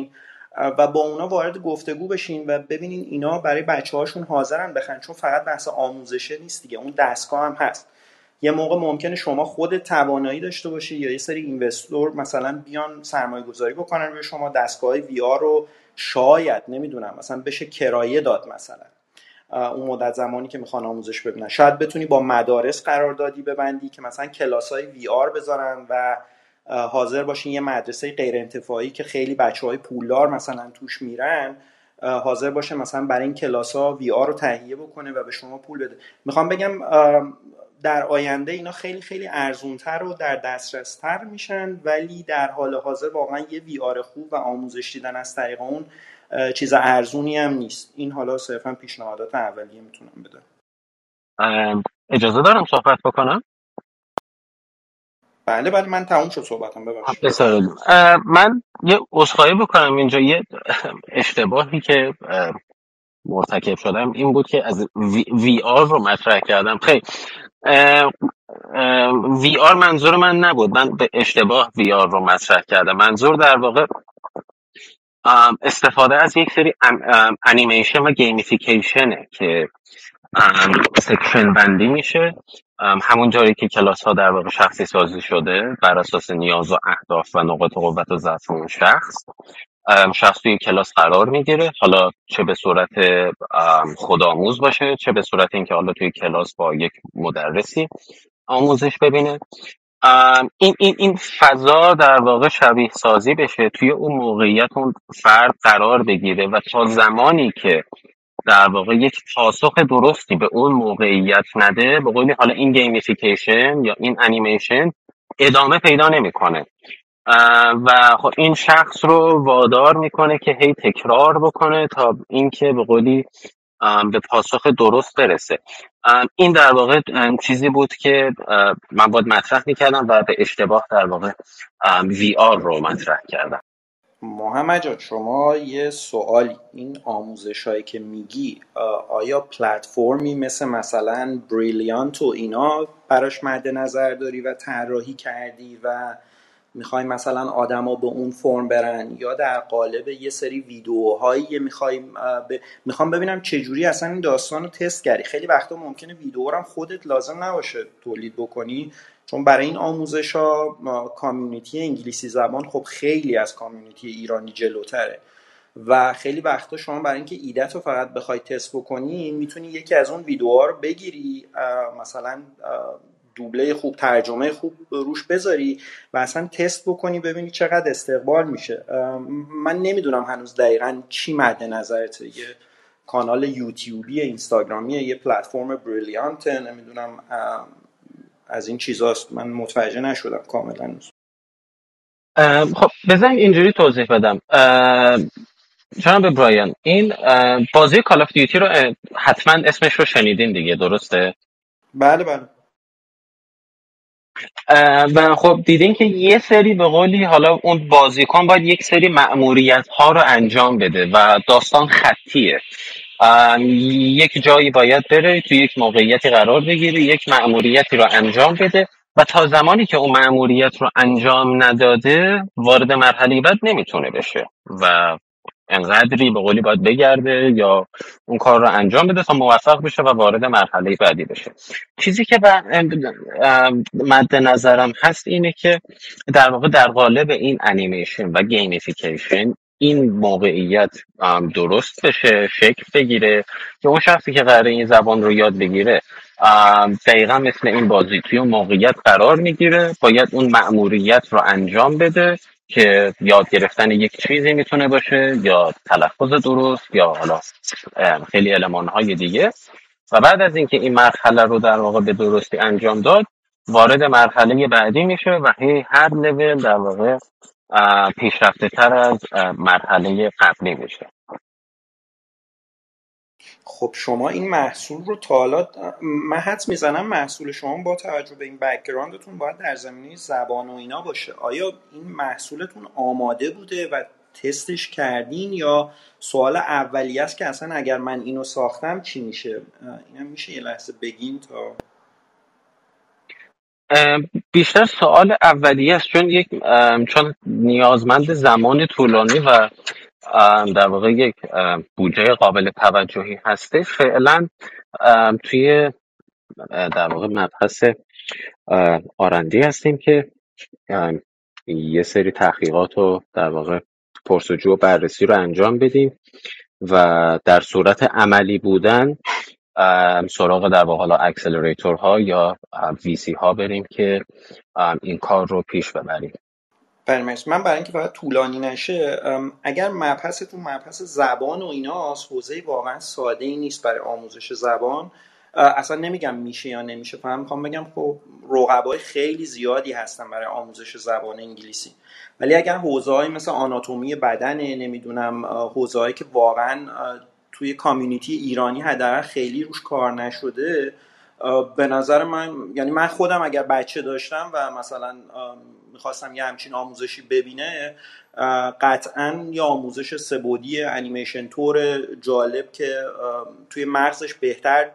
و با اونا وارد گفتگو بشین و ببینین اینا برای بچه هاشون حاضرن بخرن، چون فقط بحث آموزشه نیست دیگه، اون دستگاه هم هست. یه موقع ممکنه شما خودت توانایی داشته باشی یا یه سری اینوستور مثلا بیان سرمایه گذاری بکنن روی شما، دستگاه وی آر رو شاید نمیدونم مثلا بشه کرایه داد، مثلا اون مدت زمانی که میخوان آموزش ببینن. شاید بتونی با مدارس قراردادی ببندی که مثلا کلاس‌های وی آر بذارن و حاضر باشین یه مدرسه غیر انتفاعی که خیلی بچه‌های پولدار مثلا توش میرن حاضر باشه مثلا برای این کلاس‌ها وی آر رو تهیه بکنه و به شما پول بده. میخوام بگم در آینده اینا خیلی خیلی ارزونتر و در دسترستر میشن، ولی در حال حاضر واقعا یه وی آر خوب و آموزش دیدن از طریق اون چیز ارزونی هم نیست. این حالا صرفا پیشنهادات اولیه میتونم بدم. اجازه دارم صحبت بکنم؟ بله بله من تموم شد صحبتم، ببخشید. بسیار من یه عذرخواهی بکنم اینجا. یه اشتباهی که مرتکب شدم این بود که از وی, وی آر رو مطرح کردم. خیلی وی آر منظور من نبود، من به اشتباه وی آر رو مطرح کردم. منظور در واقع استفاده از یک سری انیمیشن و گیمیفیکیشنه که سکشن بندی میشه، همون جایی که کلاس ها در واقع شخصی سازی شده بر اساس نیاز و اهداف و نقاط قوت و ضعف اون شخص. شخص توی کلاس قرار میگیره، حالا چه به صورت خودآموز باشه، چه به صورت اینکه حالا توی کلاس با یک مدرسی آموزش ببینه. این این این فضا در واقع شبیه سازی بشه، توی اون موقعیت اون فرد قرار بگیره و تا زمانی که در واقع یک پاسخ درستی به اون موقعیت نده، به قولی حالا این گیمیفیکیشن یا این انیمیشن ادامه پیدا نمیکنه و خب این شخص رو وادار میکنه که هی تکرار بکنه تا اینکه به قولی به پاسخ درست برسه. این در واقع چیزی بود که من باید مطرح میکردم و به اشتباه در واقع وی آر رو مطرح کردم. محمد جان شما یه سوالی، این آموزش هایی که میگی آیا پلتفرمی مثل مثلا بریلیانت و اینا براش مد نظر داری و طراحی کردی و میخوای مثلا آدما به اون فرم برن، یا در قالب یه سری ویدیوهایی میخوای ب... میخوام ببینم چجوری اصلا این داستان رو تست کردی؟ خیلی وقتا ممکنه ویدیو رو هم خودت لازم نباشه تولید بکنی، چون برای این آموزش ها کامیونیتی انگلیسی زبان خب خیلی از کامیونیتی ایرانی جلوتره و خیلی وقتا شما برای اینکه ایده‌ت رو فقط بخوای تست بکنی میتونی یکی از اون ویدیوها رو بگیری، مثلا دوبله خوب، ترجمه خوب روش بذاری و اصلا تست بکنی ببینی چقدر استقبال میشه. من نمیدونم هنوز دقیقاً چی مد نظرته، یه کانال یوتیوبی، اینستاگرامی، یه پلتفرم بریلیانت، نمیدونم از این چیزاست، من متوجه نشدم کاملا. خب بزن اینجوری توضیح بدم. جناب برایان، این بازی کال آف دیوتی رو حتما اسمش رو شنیدین دیگه، درسته؟ بله بله. و خب دیدین که یه سری به قولی حالا اون بازیکن باید یک سری مأموریت ها رو انجام بده و داستان خطیه. یک جایی باید بره، توی یک موقعیتی قرار بگیره، یک مأموریتی رو انجام بده و تا زمانی که اون مأموریت رو انجام نداده وارد مرحله بعد نمیتونه بشه و انقدری به قولی باید بگرده یا اون کار رو انجام بده تا موفق بشه و وارد مرحله بعدی بشه. چیزی که مد نظرم هست اینه که در واقع در قالب این انیمیشن و گیمیفیکیشن این موقعیت درست بشه، شکل بگیره که اون شخصی که قراره این زبان رو یاد بگیره دقیقا مثل این بازی توی اون موقعیت قرار میگیره، باید اون مأموریت رو انجام بده که یاد گرفتن یک چیزی میتونه باشه یا تلفظ درست یا حالا خیلی المانهای دیگه، و بعد از اینکه این مرحله رو در واقع به درستی انجام داد وارد مرحله بعدی میشه و هر لول در واقع پیشرفته تر از مرحله قبلی میشه. خب شما این محصول رو تا حالا، من حدس میزنم محصول شما با توجه به این بک‌گراندتون باید در زمینه زبان و اینا باشه. آیا این محصولتون آماده بوده و تستش کردین یا سوال اولیه است که اصلا اگر من اینو ساختم چی میشه؟ اینم میشه یه لحظه بگین تا بیشتر سوال اولیه است، چون یک چون نیازمند زمان طولانی و در واقع یک بودجه قابل توجهی هستش. فعلا توی در واقع مبحث آرندی هستیم که یه سری تحقیقات رو در واقع پرسجو و بررسی رو انجام بدیم و در صورت عملی بودن سراغ در واقع حالا اکسلراتورها یا وی سی ها بریم که این کار رو پیش ببریم. بله مرسی. من برای اینکه فقط طولانی نشه، اگر مبحثتون مبحث زبان و ایناست، حوزه واقعا ساده ای نیست برای آموزش زبان. اصلا نمیگم میشه یا نمیشه، فهم میخوام بگم خب رقبای خیلی زیادی هستن برای آموزش زبان انگلیسی، ولی اگر حوزه‌های مثل آناتومی بدنه، نمیدونم حوزه‌هایی که واقعا توی کامیونیتی ایرانی حداقل خیلی روش کار نشده، به نظر من، یعنی من خودم اگر بچه داشتم و مثلا میخواستم یه همچین آموزشی ببینه، قطعا یه آموزش سه‌بعدی انیمیشن تور جالب که توی مغزش بهتر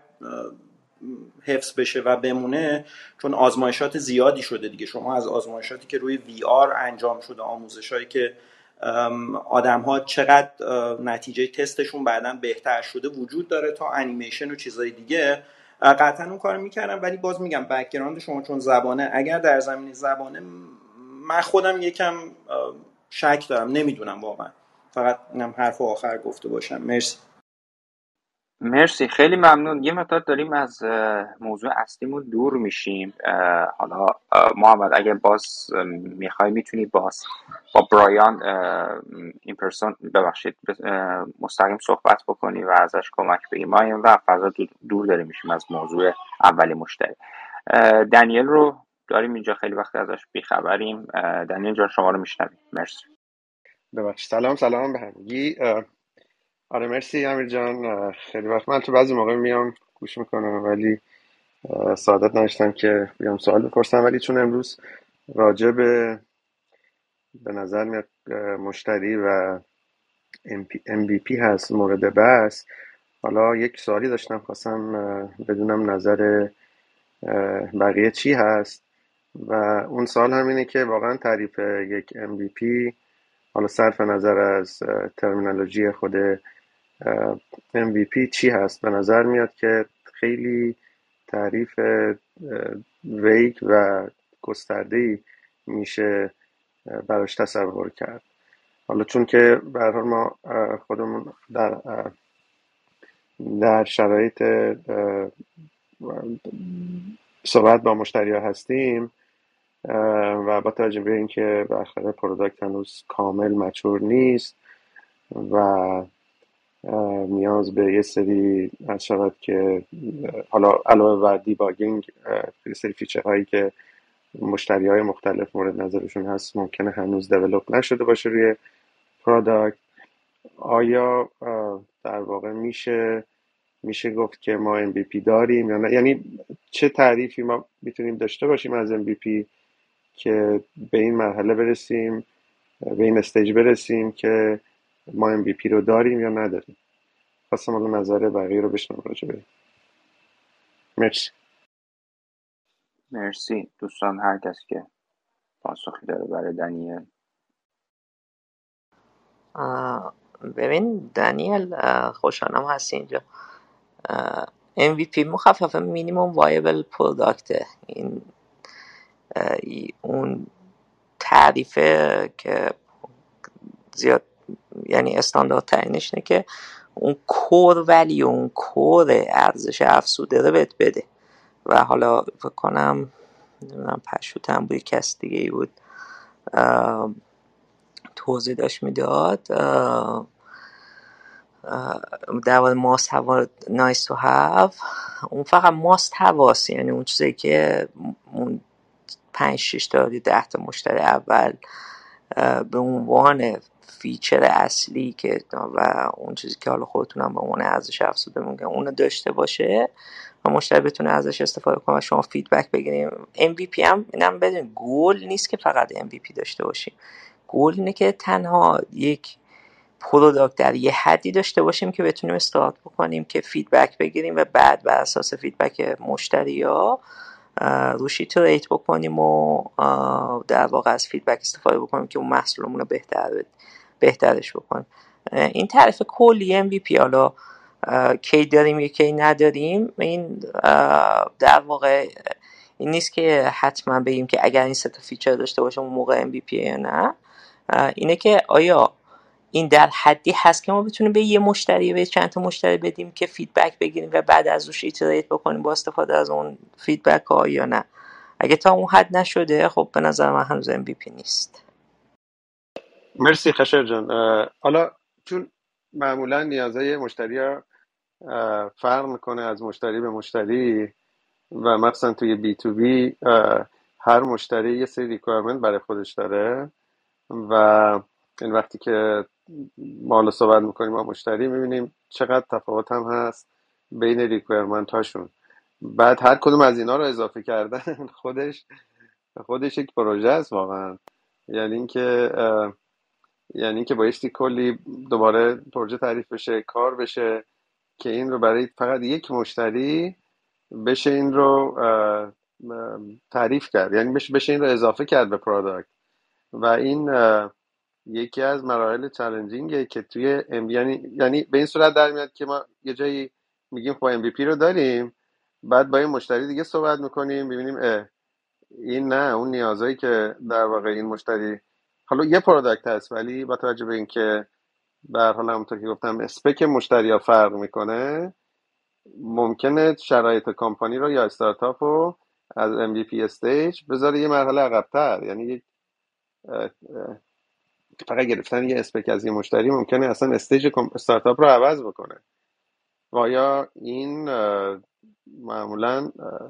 حفظ بشه و بمونه، چون آزمایشات زیادی شده دیگه. شما از آزمایشاتی که روی وی آر انجام شده، آموزشایی که آدم ها چقدر نتیجه تستشون بعداً بهتر شده وجود داره، تا انیمیشن و چیزای دیگه قطعا اون کار میکردم. ولی باز میگم بک‌گراند شما چون زبانه، اگر در زمینه زبانه من خودم یکم شک دارم، نمیدونم واقعا. فقط اینم حرف آخر گفته باشم. مرسی. مرسی، خیلی ممنون. یه مقدار داریم از موضوع اصلیمون دور میشیم. حالا محمد اگه باز میخوای میتونی باز با برایان این پرسون ببخشید مستقیم صحبت بکنی و ازش کمک بگیم. ما این وقت فضا دور داریم میشیم از موضوع اولی مشتری. دنیل رو داریم اینجا، خیلی وقت ازش بیخبریم. دنیل جان شما رو میشنویم. مرسی. ببخشید. سلام سلام به همگی. آره مرسی امیر جان. خیلی وقت من تو بعضی موقع میام گوش میکنم ولی سعادت نداشتم که بیام سوال بپرسم، ولی چون امروز راجع به به نظر میاد مشتری و ام وی پی هست مورد بحث، حالا یک سوالی داشتم، خواستم بدونم نظر بقیه چی هست. و اون سوال همینه که واقعا تعریف یک ام وی پی، حالا صرف نظر از ترمینولوژی خود ام وی پی چی هست؟ به نظر میاد که خیلی تعریف ویگ و گسترده‌ای میشه براش تصور کرد. حالا چون که به هر حال ما خودمون در در شرایط صحبت با مشتری‌ها هستیم و با توجه به اینکه بالاخره پروداکت هنوز کامل مچور نیست و نیاز به یه سری از شود که حالا علاوه بر دیباگینگ یه سری فیچرهایی که مشتری های مختلف مورد نظرشون هست ممکنه هنوز دیولوپ نشده باشه روی پروداکت. آیا در واقع میشه میشه گفت که ما ام وی پی داریم یا نه؟ یعنی چه تعریفی ما میتونیم داشته باشیم از ام وی پی که به این مرحله برسیم، به این استیج برسیم که ما ام وی پی رو داریم یا نداریم؟ خواستم الان نظر بقیه رو بشنم راجع به. مرسی. مرسی دوستان، هر کسی که پاسخی داره برای دنیل. ببین دنیل، خوشحالم هستی اینجا. ام وی پی مخفف مینیمم وایبل پروداکته. این اون تعریفه که زیاد یعنی استاندارد ترینش اینه که اون کور ولی اون کور ارزش افزوده رو بهت بده. و حالا فکر کنم نمیدونم پشوتم بود کس دیگه ای بود توضیح داشت میداد در مورد ماست هوا نایس تو هاو. اون فقط ماست هواست، یعنی اون چیزی که اون پنج شش تا ده تا مشتری اول به عنوان فیچر اصلی که و اون چیزی که حالا خودتونم به عنوان ارزش افزوده میگن اونو داشته باشه و مشتری بتونه ازش استفاده کنه و شما فیدبک بگیریم. ام وی پی هم اینم بدون گول نیست که فقط ام وی پی داشته باشیم. گول اینه که تنها یک پروداکت در یه حدی داشته باشیم که بتونیم استارت بکنیم که فیدبک بگیریم و بعد بر اساس فیدبک مشتری‌ها روش ایتریت بکنیم و در واقع از فیدبک استفاده بکنیم که اون محصولمون رو بهتر بهترش بکنیم. این تعریف کلی ام وی پی حالا کی داریم یا کی نداریم، این در واقع این نیست که حتما بگیم که اگر این سه تا فیچر داشته باشه اون موقع ام وی پی یا نه. اینه که آیا این در حدی هست که ما بتونیم به یه مشتری به چند تا مشتری بدیم که فیدبک بگیریم و بعد از روش ایتریت بکنیم با استفاده از اون فیدبک ها یا نه. اگه تا اون حد نشده خب به نظر من هنوز ام وی پی نیست. مرسی خشایار جان. حالا چون معمولا نیازهای مشتری ها فرق میکنه از مشتری به مشتری و مثلا توی بی تو بی هر مشتری یه سری ریکوایرمنت برای خودش داره و این وقتی که ما حالا صحبت میکنیم با مشتری میبینیم چقدر تفاوت هم هست بین ریکوایرمنت هاشون. بعد هر کدوم از اینا رو اضافه کردن خودش خودش یک پروژه است واقعا. یعنی اینکه یعنی اینکه بایستی کلی دوباره پروژه تعریف بشه، کار بشه که این رو برای فقط یک مشتری بشه این رو تعریف کرد، یعنی بشه بشه این رو اضافه کرد به پروداکت. و این یکی از مراحل چالنجینگه که توی ام یعنی یعنی به این صورت در میاد که ما یه جایی میگیم خب ام وی پی رو داریم، بعد با این مشتری دیگه صحبت میکنیم ببینیم اه این نه اون نیازایی که در واقع این مشتری حالا یه پروداکت هست ولی با توجه به اینکه به هر حال همونطور که گفتم اسپک مشتری ها فرق میکنه، ممکنه شرایط کمپانی رو یا استارتاپ رو از ام وی پی استیج بذاره یه مرحله عقب‌تر. یعنی یک فقط گرفتن یه اسپک از یه مشتری ممکنه اصلا استیج استارتاپ رو عوض بکنه. و آیا این معمولا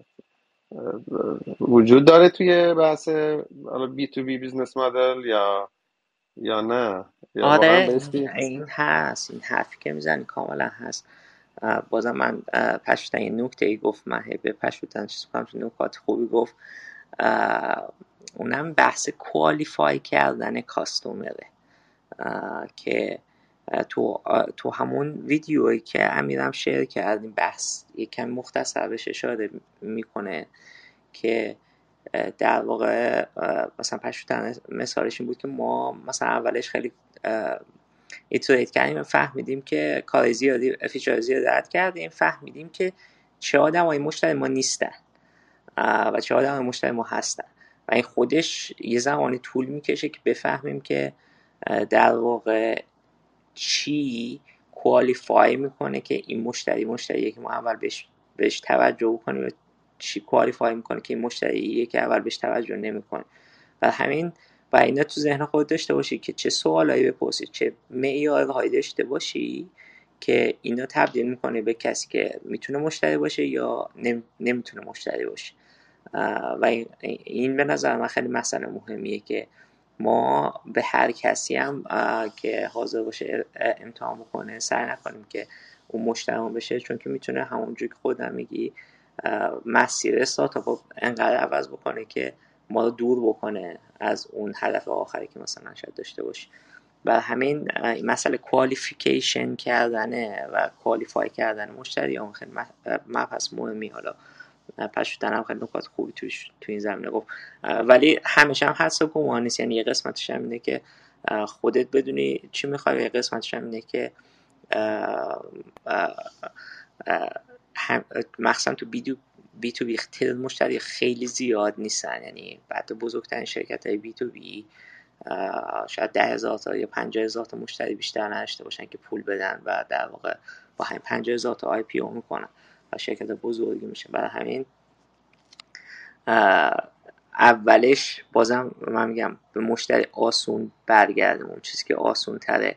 وجود داره توی بحث بی تو بی بیزنس مدل یا یا نه؟ یا واقعا آره بایستی این هست، این حرفی که میزنی کاملا هست. بازم من پشتن یه نکته ای گفت، من هی به پشتن چیز کنم چون نکات خوبی گفت. اونم بحث کوالیفای کردن کاستومره که تو تو همون ویدیویی که امیرم شیر کردیم بحث یکم مختصر بهش اشاره میکنه که در واقع مثلا پشتن مثالش این بود که ما مثلا اولش خیلی ایتریت کردیم، فهمیدیم که کار زیادی فیچر زیادی رد کردیم، فهمیدیم که چه آدمای مشتری ما نیستن و چه آدمای مشتری ما هستن و این خودش یه زمانی طول میکشه که بفهمیم که در واقع چی کوالیفای میکنه که این مشتری مشتریه که ما اول بهش بهش توجه کنیم و چی کوالیفای میکنه که این مشتریه که اول بهش توجه نمیکنه. و همین و اینا تو ذهن خود داشته باشی که چه سوالایی بپرسی، چه معیارهایی داشته باشی که اینا تبدیل میکنه به کسی که میتونه مشتری باشه یا نمیتونه مشتری باشه. و این به نظر من خیلی مسئله مهمیه که ما به هر کسی هم که حاضر باشه امتحان بکنه سعی نکنیم که اون مشتریمون بشه، چون که میتونه همونجوری که خودم میگی مسیر استارتاپ انقدر عوض بکنه که ما رو دور بکنه از اون هدف آخری که مثلا شاید داشته باشه. و همین مسئله کوالیفیکیشن کردنه و کوالیفای کردن مشتری هم خیلی مبحث مهمی. حالا پشتن هم خیلی نکات خوبی توش تو این زمینه گفت، ولی همیشه هم حساب گمان نیست. یعنی یه قسمتش هم اینه که خودت بدونی چی میخوای، یه قسمتش هم اینه که مخصوصا تو بی بی تو بی تعداد مشتری خیلی زیاد نیستن. یعنی بعد بزرگترین شرکت های بی تو بی شاید ده هزار تا یا پنجاه هزار تا مشتری بیشتر نداشته باشن که پول بدن و در واقع با همین پنجاه هزار تا آی پی او میکنن و شرکت بزرگی میشه. برای همین اولش بازم من میگم به مشتری آسون برگردیم، اون چیزی که آسون تره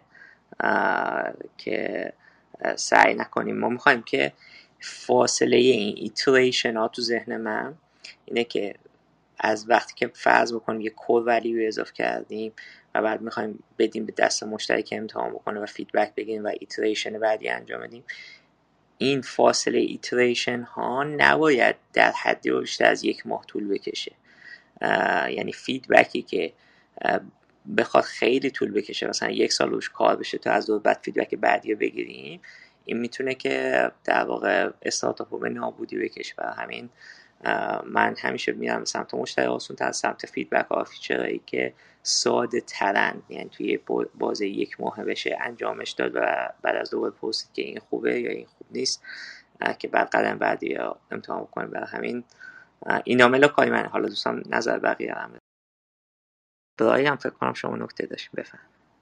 که سعی نکنیم. ما میخوایم که فاصله این ایتریشن ها تو ذهن من اینه که از وقتی که فرض بکنیم یه کور ولیو اضافه کردیم و بعد میخوایم بدیم به دست مشتری که امتحان بکنه و فیدبک بگیریم و ایتریشن بعدی انجام بدیم، این فاصله ایتریشن ها نباید در حدی بیشتر از یک ماه طول بکشه. یعنی فیدبکی که بخواد خیلی طول بکشه، مثلا یک سال روش کار بشه تا از دور بعد فیدبک بعدی رو بگیریم، این میتونه که در واقع استارتاپ رو به نابودی بکشه. و همین من همیشه میرم سمت مشتری آسون تر، سمت فیدبک ها فیچرهایی که ساده ترن، یعنی توی بازه یک ماه بشه انجامش داد و بعد از دوباره پست که این خوبه یا این خوب نیست که بعد قدم بعدی یا امتحان بکنیم. برای همین این عامل کاری من. حالا دوستان نظر بقیه هم برای هم فکر کنم شما نکته داشتیم بفهم.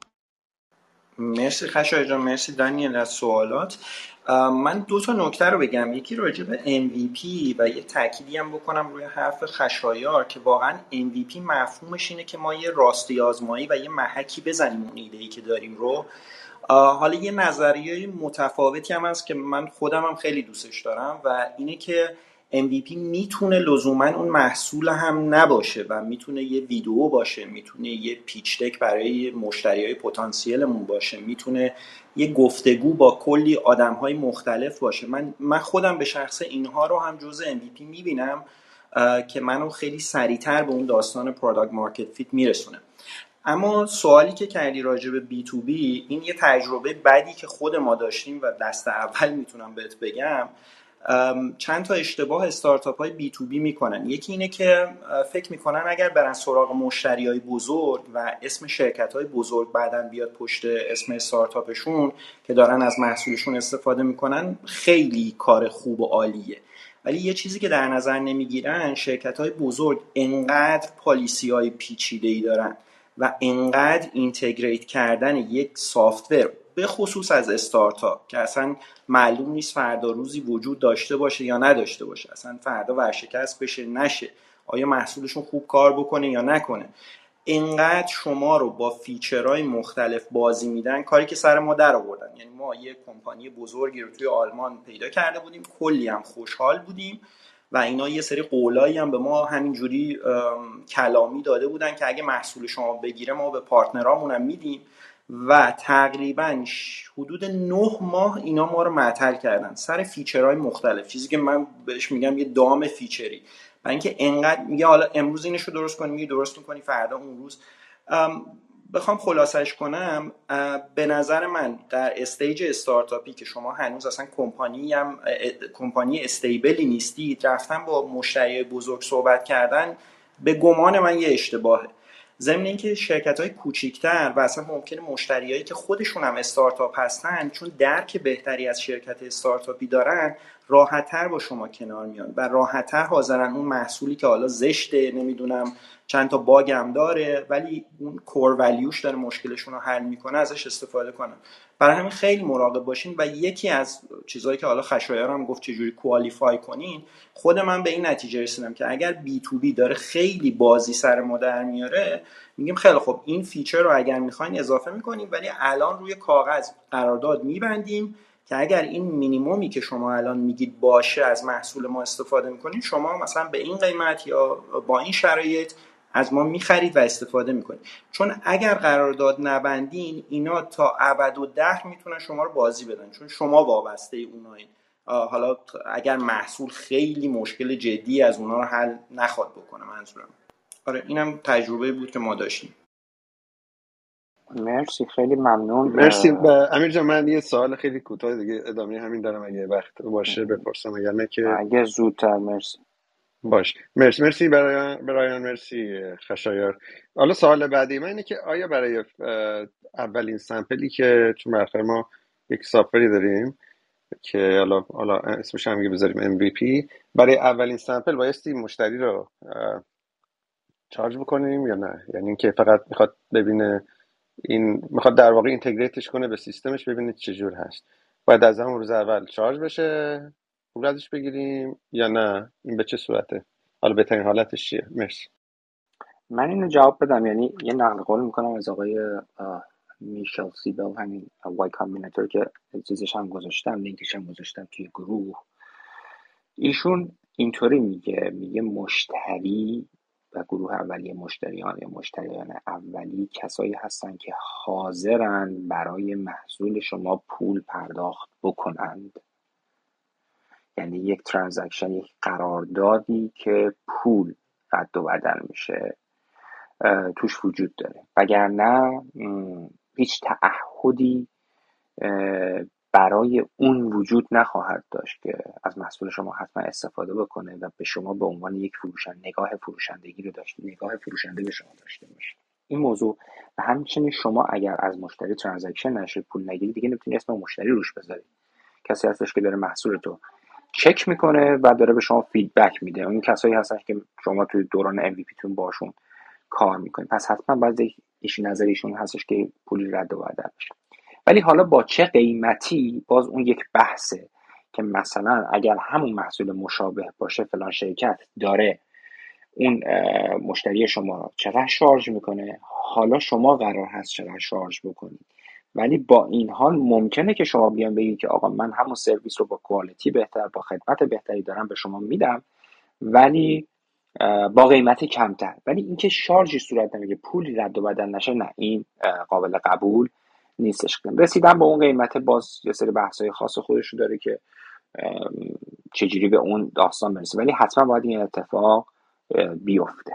مرسی خشایار جان، مرسی دانیل از سوالات. من دو تا نکته رو بگم، یکی راجع به ام وی پی و یه تأکیدی هم بکنم روی حرف خشایار که واقعا ام وی پی مفهومش اینه که ما یه راستی آزمایی و یه محکی بزنیم اون ایده‌ای که داریم رو. حالا یه نظریه متفاوتی هم هست که من خودم هم خیلی دوستش دارم و اینه که ام وی پی میتونه لزوما اون محصول هم نباشه و میتونه یه ویدیو باشه، میتونه یه پیچ دک برای مشتریای پتانسیلمون باشه، میتونه یه گفتگو با کلی آدم‌های مختلف باشه. من من خودم به شخص اینها رو هم جزء ام وی پی میبینم که منو خیلی سریعتر به اون داستان پروداکت مارکت فیت میرسونه. اما سوالی که کردی راجع به بی تو بی، این یه تجربه بدی که خود ما داشتیم و دست اول میتونم بهت بگم. چند تا اشتباه استارتاپ های بی تو بی میکنن. یکی اینه که فکر میکنن اگر برن سراغ مشتری های بزرگ و اسم شرکت های بزرگ بعدن بیاد پشت اسم استارتاپشون که دارن از محصولشون استفاده میکنن، خیلی کار خوب و عالیه. ولی یه چیزی که در نظر نمیگیرن، شرکت های بزرگ انقدر پالیسی های پیچیده‌ای دارن و انقدر اینتگریت کردن یک سافتور به خصوص از استارتاپ که اصلا معلوم نیست فردا روزی وجود داشته باشه یا نداشته باشه، اصلا فردا ورشکست بشه نشه، آیا محصولشون خوب کار بکنه یا نکنه، اینقدر شما رو با فیچرهای مختلف بازی میدن، کاری که سر ما در آوردن. یعنی ما یه کمپانی بزرگی رو توی آلمان پیدا کرده بودیم، کلی هم خوشحال بودیم و اینا یه سری قولایی هم به ما همینجوری کلامی داده بودن که اگه محصول شما بگیره ما به پارتنرامون هم میدیم و تقریبا حدود نه ماه اینا ما رو معطل کردن سر فیچرهای مختلف، چیزی که من بهش میگم یه دام فیچری. و اینکه انقدر میگه حالا امروز اینشو درست کنی، میگه درست میکنی، فردا اون روز. بخوام خلاصش کنم، به نظر من در استیج استارتاپی که شما هنوز اصلا کمپانی هم کمپانی استیبلی نیستید، رفتن با مشتری بزرگ صحبت کردن به گمان من یه اشتباهه. ضمن اینکه شرکت‌های کوچیک‌تر و اصلا ممکنه مشتریایی که خودشون هم استارتاپ هستن، چون درک بهتری از شرکت استارتاپی دارن، راحت‌تر با شما کنار میان و راحت‌تر حاضرن اون محصولی که حالا زشته، نمیدونم چند تا باگ هم داره ولی اون کور ولیوش داره مشکلشون رو حل میکنه، ازش استفاده کنن. برای همین خیلی مراقب باشین. و یکی از چیزهایی که حالا خشایار هم گفت چجوری کوالیفای کنین، خود من به این نتیجه رسیدم که اگر بی تو بی داره خیلی بازی سر ما در میاره، میگیم خیلی خب این فیچر رو اگر میخواین اضافه میکنیم، ولی الان روی کاغذ قرارداد میبندیم که اگر این مینیمومی که شما الان میگید باشه از محصول ما استفاده میکنید، شما مثلا به این قیمت یا با این شرایط از ما میخرید و استفاده میکنید. چون اگر قرارداد نبندین، اینا تا ابد و دهر میتونن شما رو بازی بدن، چون شما وابسته اونایین. حالا اگر محصول خیلی مشکل جدی از اونا رو حل نخواد بکنه، منظورم. آره اینم تجربه بود که ما داشتیم. مرسی، خیلی ممنون. مرسی. امیر جان من یه سوال خیلی کوتاه دیگه ادامه همین دارم، اگه وقت باشه بپرسم، اگر نه که اگه زودتر. مرسی. باش. مرسی مرسی برای برایان، مرسی خشایار. حالا سوال بعدی من اینه که آیا برای اولین سمپلی که چون برای ما یک سافری داریم که حالا حالا اسمش هم بذاریم ام وی پی، برای اولین سمپل بایستی مشتری رو چارج بکنیم یا نه؟ یعنی اینکه فقط میخواد ببینه، این میخواد در واقع اینتگریتش کنه به سیستمش، ببینه چجور هست، باید از همون روز اول چارج بشه پول ازش بگیریم یا نه؟ این به چه صورته؟ حالا بهترین حالتش چیه؟ مرسی. من اینو جواب بدم، یعنی یه نقل قول میکنم از آقای میشل سیبل، همین وای کامبیناتور که چیزش هم گذاشتم، لینکش هم گذاشتم توی گروه. ایشون اینطوری میگه میگه مشتری و گروه اولیه مشتریان یا مشتریان اولی کسایی هستن که حاضرن برای محصول شما پول پرداخت بکنند. یعنی یک ترانزکشن، یک قراردادی که پول رد و بدل میشه توش وجود داره، وگرنه هیچ تعهدی برای اون وجود نخواهد داشت که از محصول شما حتما استفاده بکنه و به شما به عنوان یک فروشنده نگاه فروشندگی رو داشته نگاه فروشنده به شما داشته باشه. این موضوع و همچنین شما اگر از مشتری ترانزکشن نشید، پول نگیرید، دیگه نمیتونید اسم مشتری روش بذارید. کسی هستش که داره محصول تو چک میکنه و داره به شما فیدبک میده. اون کسایی هستن که شما توی دوران ام وی پی تون باشون کار میکنید، پس حتما باید ایشی نظر ایشون هستش که پولی رد و بدل بشه. ولی حالا با چه قیمتی، باز اون یک بحثه که مثلا اگر همون محصول مشابه باشه فلان شرکت داره اون مشتری شما چقدر شارژ میکنه، حالا شما قرار هست چقدر شارژ بکنید. ولی با این حال ممکنه که شما بیان بگید که آقا من همون سرویس رو با کوالیتی بهتر، با خدمت بهتری دارم به شما میدم ولی با قیمت کمتر، ولی اینکه شارژی صورت نمیگه، پولی رد و بدل نشه، نه، این قابل قبول نیستش. رسیدن با اون قیمت باز یه سری بحث‌های خاص خودش رو داره که چجوری به اون داستان برسه، ولی حتما باید این اتفاق بیفته.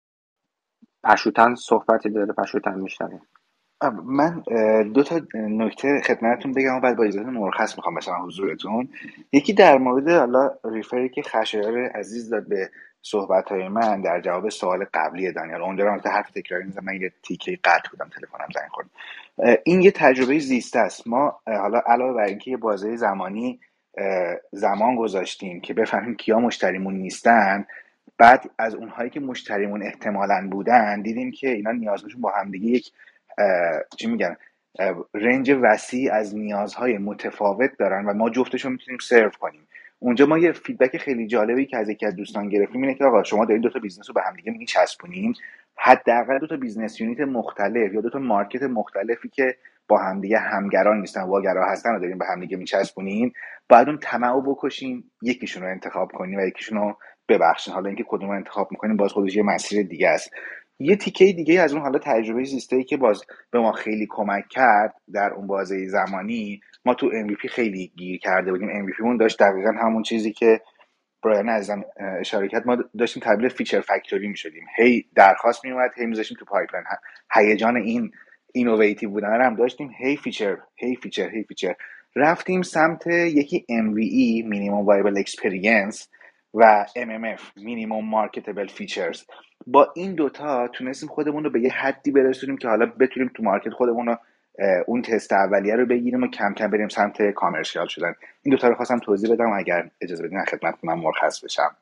پشوتن صحبتی داره؟ پشوتن میشنوه. من دو تا نکته خدمتتون بگم و بعد با اجازه مرخص میخوام مثلا حضورتون. یکی در مورد حالا ریفری که خشایار عزیز داد به صحبت‌های من در جواب سوال قبلی دانیال، اونجا رو حرف تکراری می‌زنم، من یه تیکه قطع بودم، تلفنم زنگ خورد. این یه تجربه زیسته است. ما حالا علاوه بر اینکه یه بازه زمانی زمان گذاشتیم که بفهمیم کیا مشتریمون نیستن، بعد از اونهایی که مشتریمون احتمالاً بودن دیدیم که اینا نیازشون با همدیگه یک چی میگن رنج وسیع از نیازهای متفاوت دارن و ما جفتشون میتونیم سرو کنیم. اونجا ما یه فیدبک خیلی جالبی که از یکی از دوستان گرفتیم اینه که آقا شما دارین دو تا بیزنس رو به هم دیگه میچسبونین، حداقل دو تا بیزنس یونیت مختلف یا دو تا مارکت مختلفی که با هم دیگه همگران نیستن، واگرا هستن رو دارین به هم دیگه میچسبونین، بعد اون طمع رو بکشین، یکیشون رو انتخاب کنین و یکیشون رو ببخشین. حالا اینکه کدوم رو انتخاب میکنین باز خودش یه مسیر دیگه است. یه تیکه دیگه از اون حالا تجربه زیسته‌ای که باز به ما خیلی کمک کرد در اون بازه زمانی، ما تو ام وی پی خیلی گیر کرده بودیم. ام وی پی مون داشت دقیقاً همون چیزی که برایان عزیزم اشاره کرد، ما داشتیم تبدیل فیچر فکتوری می‌شدیم، هی درخواست میومد، هی می‌ذاشتیم تو پایپلاین، هیجان این اینوویتیو بودن رو هم داشتیم، هی فیچر هی فیچر هی فیچر رفتیم سمت یکی ام وی ای مینیمم وایبل اکسپریانس و ام ام اف مینیمم مارکتبل فیچرز. با این دوتا تونستیم خودمون رو به یه حدی برسونیم که حالا بتونیم تو مارکت خودمون رو اون تست اولیه رو بگیریم و کم کم بریم سمت کامرشیال شدن. این دوتا رو خواستم توضیح بدم، اگر اجازه بدین خدمت من مرخص بشم.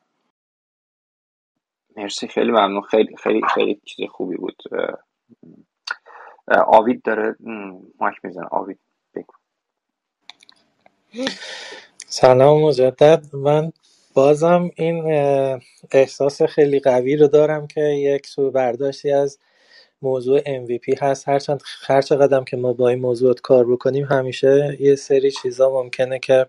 مرسی، خیلی ممنون، خیلی خیلی خیلی چیز خوبی بود. آوید داره مایک میزنه. آوید بگو. سلام مجدد. من بازم این احساس خیلی قوی رو دارم که یک سو برداشتی از موضوع ام وی پی هست. هرچند هر چقدر که ما با این موضوع کار بکنیم همیشه یه سری چیزا ممکنه که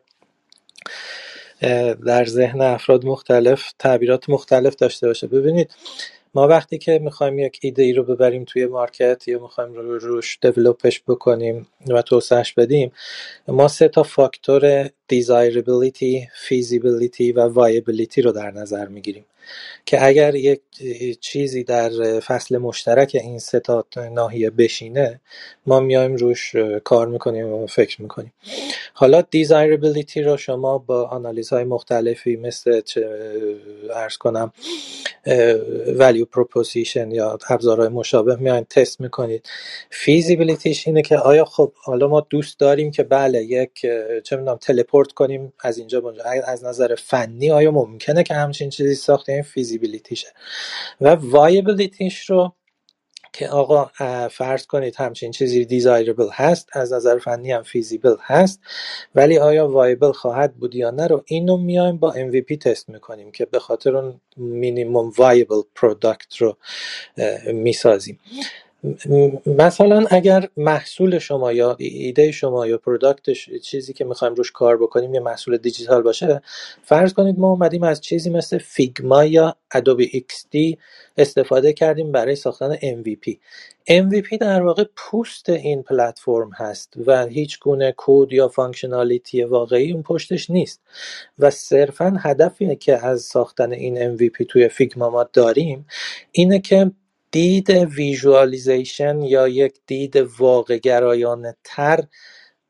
در ذهن افراد مختلف تعبیرات مختلف داشته باشه. ببینید ما وقتی که میخوایم یک ایده ای رو ببریم توی مارکت یا میخوایم رو روش دیولپش بکنیم و توسعهش بدیم، ما سه تا فاکتور desirability، feasibility و viability رو در نظر میگیریم که اگر یک چیزی در فصل مشترک این سه تا ناحیه بشینه ما میایم روش کار میکنیم و فکر میکنیم. حالا desirability رو شما با آنالیزهای مختلفی مثل چه عرض کنم value proposition یا ابزارهای مشابه میایم تست میکنید. feasibilityش اینه که آیا خب حالا ما دوست داریم که بله یک چه میدونم تلپورت کنیم از اینجا به اونجا، از نظر فنی آیا ممکنه که همچین چیزی ساخته؟ این feasibilityشه. و viabilityش رو که آقا فرض کنید همچین چیزی دیزایربل هست، از نظر فنی هم فیزیبل هست، ولی آیا وایبل خواهد بود یا نه رو اینو میایم با ام وی پی تست میکنیم که به خاطر اون مینیمم وایبل پروداکت رو میسازیم. مثلا اگر محصول شما یا ایده شما یا پروداکتش چیزی که میخوایم روش کار بکنیم یه محصول دیجیتال باشه، فرض کنید ما اومدیم از چیزی مثل فیگما یا ادوبی ایکس دی استفاده کردیم برای ساختن ام وی پی. ام وی پی در واقع پوست این پلتفرم هست و هیچ گونه کد یا فانکشنالیتی واقعی اون پشتش نیست و صرفا هدفی که از ساختن این ام وی پی توی فیگما ما داریم اینه که دید ویژوالیزیشن یا یک دید واقع گرایانه تر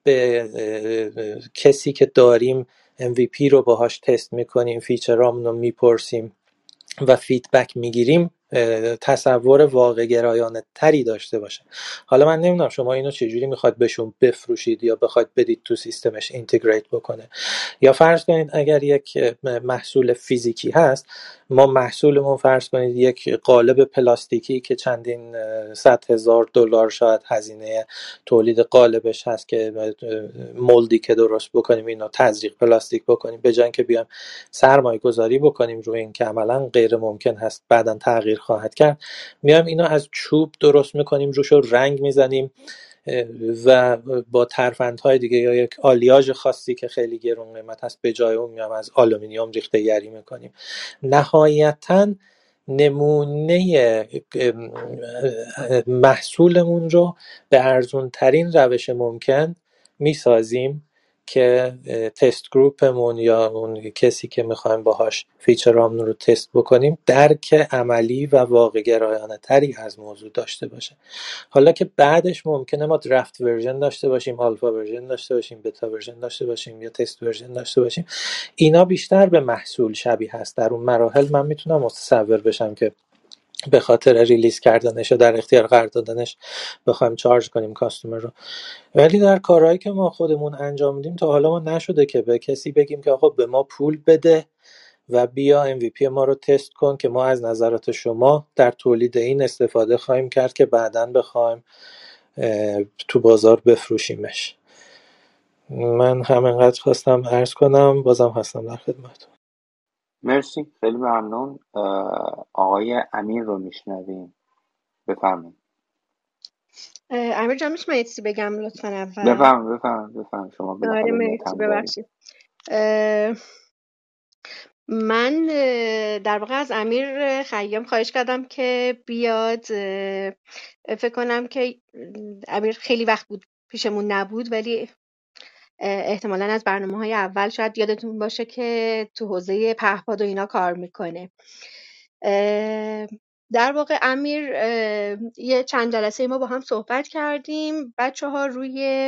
به کسی که داریم ام وی پی رو باهاش تست میکنیم، فیچرامون رو میپرسیم و فیدبک میگیریم تصور واقع گرایانه تری داشته باشه. حالا من نمیدونم شما اینو چجوری میخواد بهشون بفروشید یا بخواد بدید تو سیستمش اینتگریت بکنه. یا فرض کنید اگر یک محصول فیزیکی هست، ما محصولمون فرض کنید یک قالب پلاستیکی که چندین صد هزار دلار شاید هزینه تولید قالبش هست که مولدی که درست بکنیم اینو تزریق پلاستیک بکنیم، به جای اینکه بیایم سرمایه گذاری بکنیم روی این که عملا غیر ممکن هست بعداً تغییر خواهد کرد، میایم اینو از چوب درست میکنیم، روشو رنگ میزنیم و با ترفندهای دیگه یا یک آلیاژ خاصی که خیلی گرون قیمت هست به جای اون میام از آلومینیوم ریخته گری میکنیم. نهایتاً نمونه محصولمون رو به ارزون ترین روش ممکن میسازیم که تست گروپمون یا اون کسی که میخوایم باهاش فیچرامون رو تست بکنیم درک عملی و واقع گرایانه تری از موضوع داشته باشه. حالا که بعدش ممکنه ما درافت ورژن داشته باشیم، آلفا ورژن داشته باشیم، بتا ورژن داشته باشیم یا تست ورژن داشته باشیم، اینا بیشتر به محصول شبیه هست. در اون مراحل من میتونم متصور بشم که به خاطر ریلیز کردنش و در اختیار قرار دادنش بخوایم چارج کنیم کاستومر رو. ولی در کارهایی که ما خودمون انجام میدیم تا حالا ما نشده که به کسی بگیم که آقا به ما پول بده و بیا ام وی پی ما رو تست کن که ما از نظرات شما در تولید این استفاده خواهیم کرد که بعداً بخوایم تو بازار بفروشیمش. من همینقدر خواستم عرض کنم، بازم هستم در خدمتتون. مرسی، خیلی ممنون. آقای امیر رو میشنویم، بفرمایید. امیر جان میشه من یه چیزی بگم لطفا اول؟ بفرمایید بفرمایید بفرمایید شما بالاخره آره مرسی، ببخشید. من در واقع از امیر خیام خواهش کردم که بیاد، فکر کنم که امیر خیلی وقت بود پیشمون نبود ولی احتمالاً از برنامه‌های اول شاید یادتون باشه که تو حوزه پهپاد و اینا کار میکنه. در واقع امیر یه چند جلسه ما با هم صحبت کردیم. بچه ها روی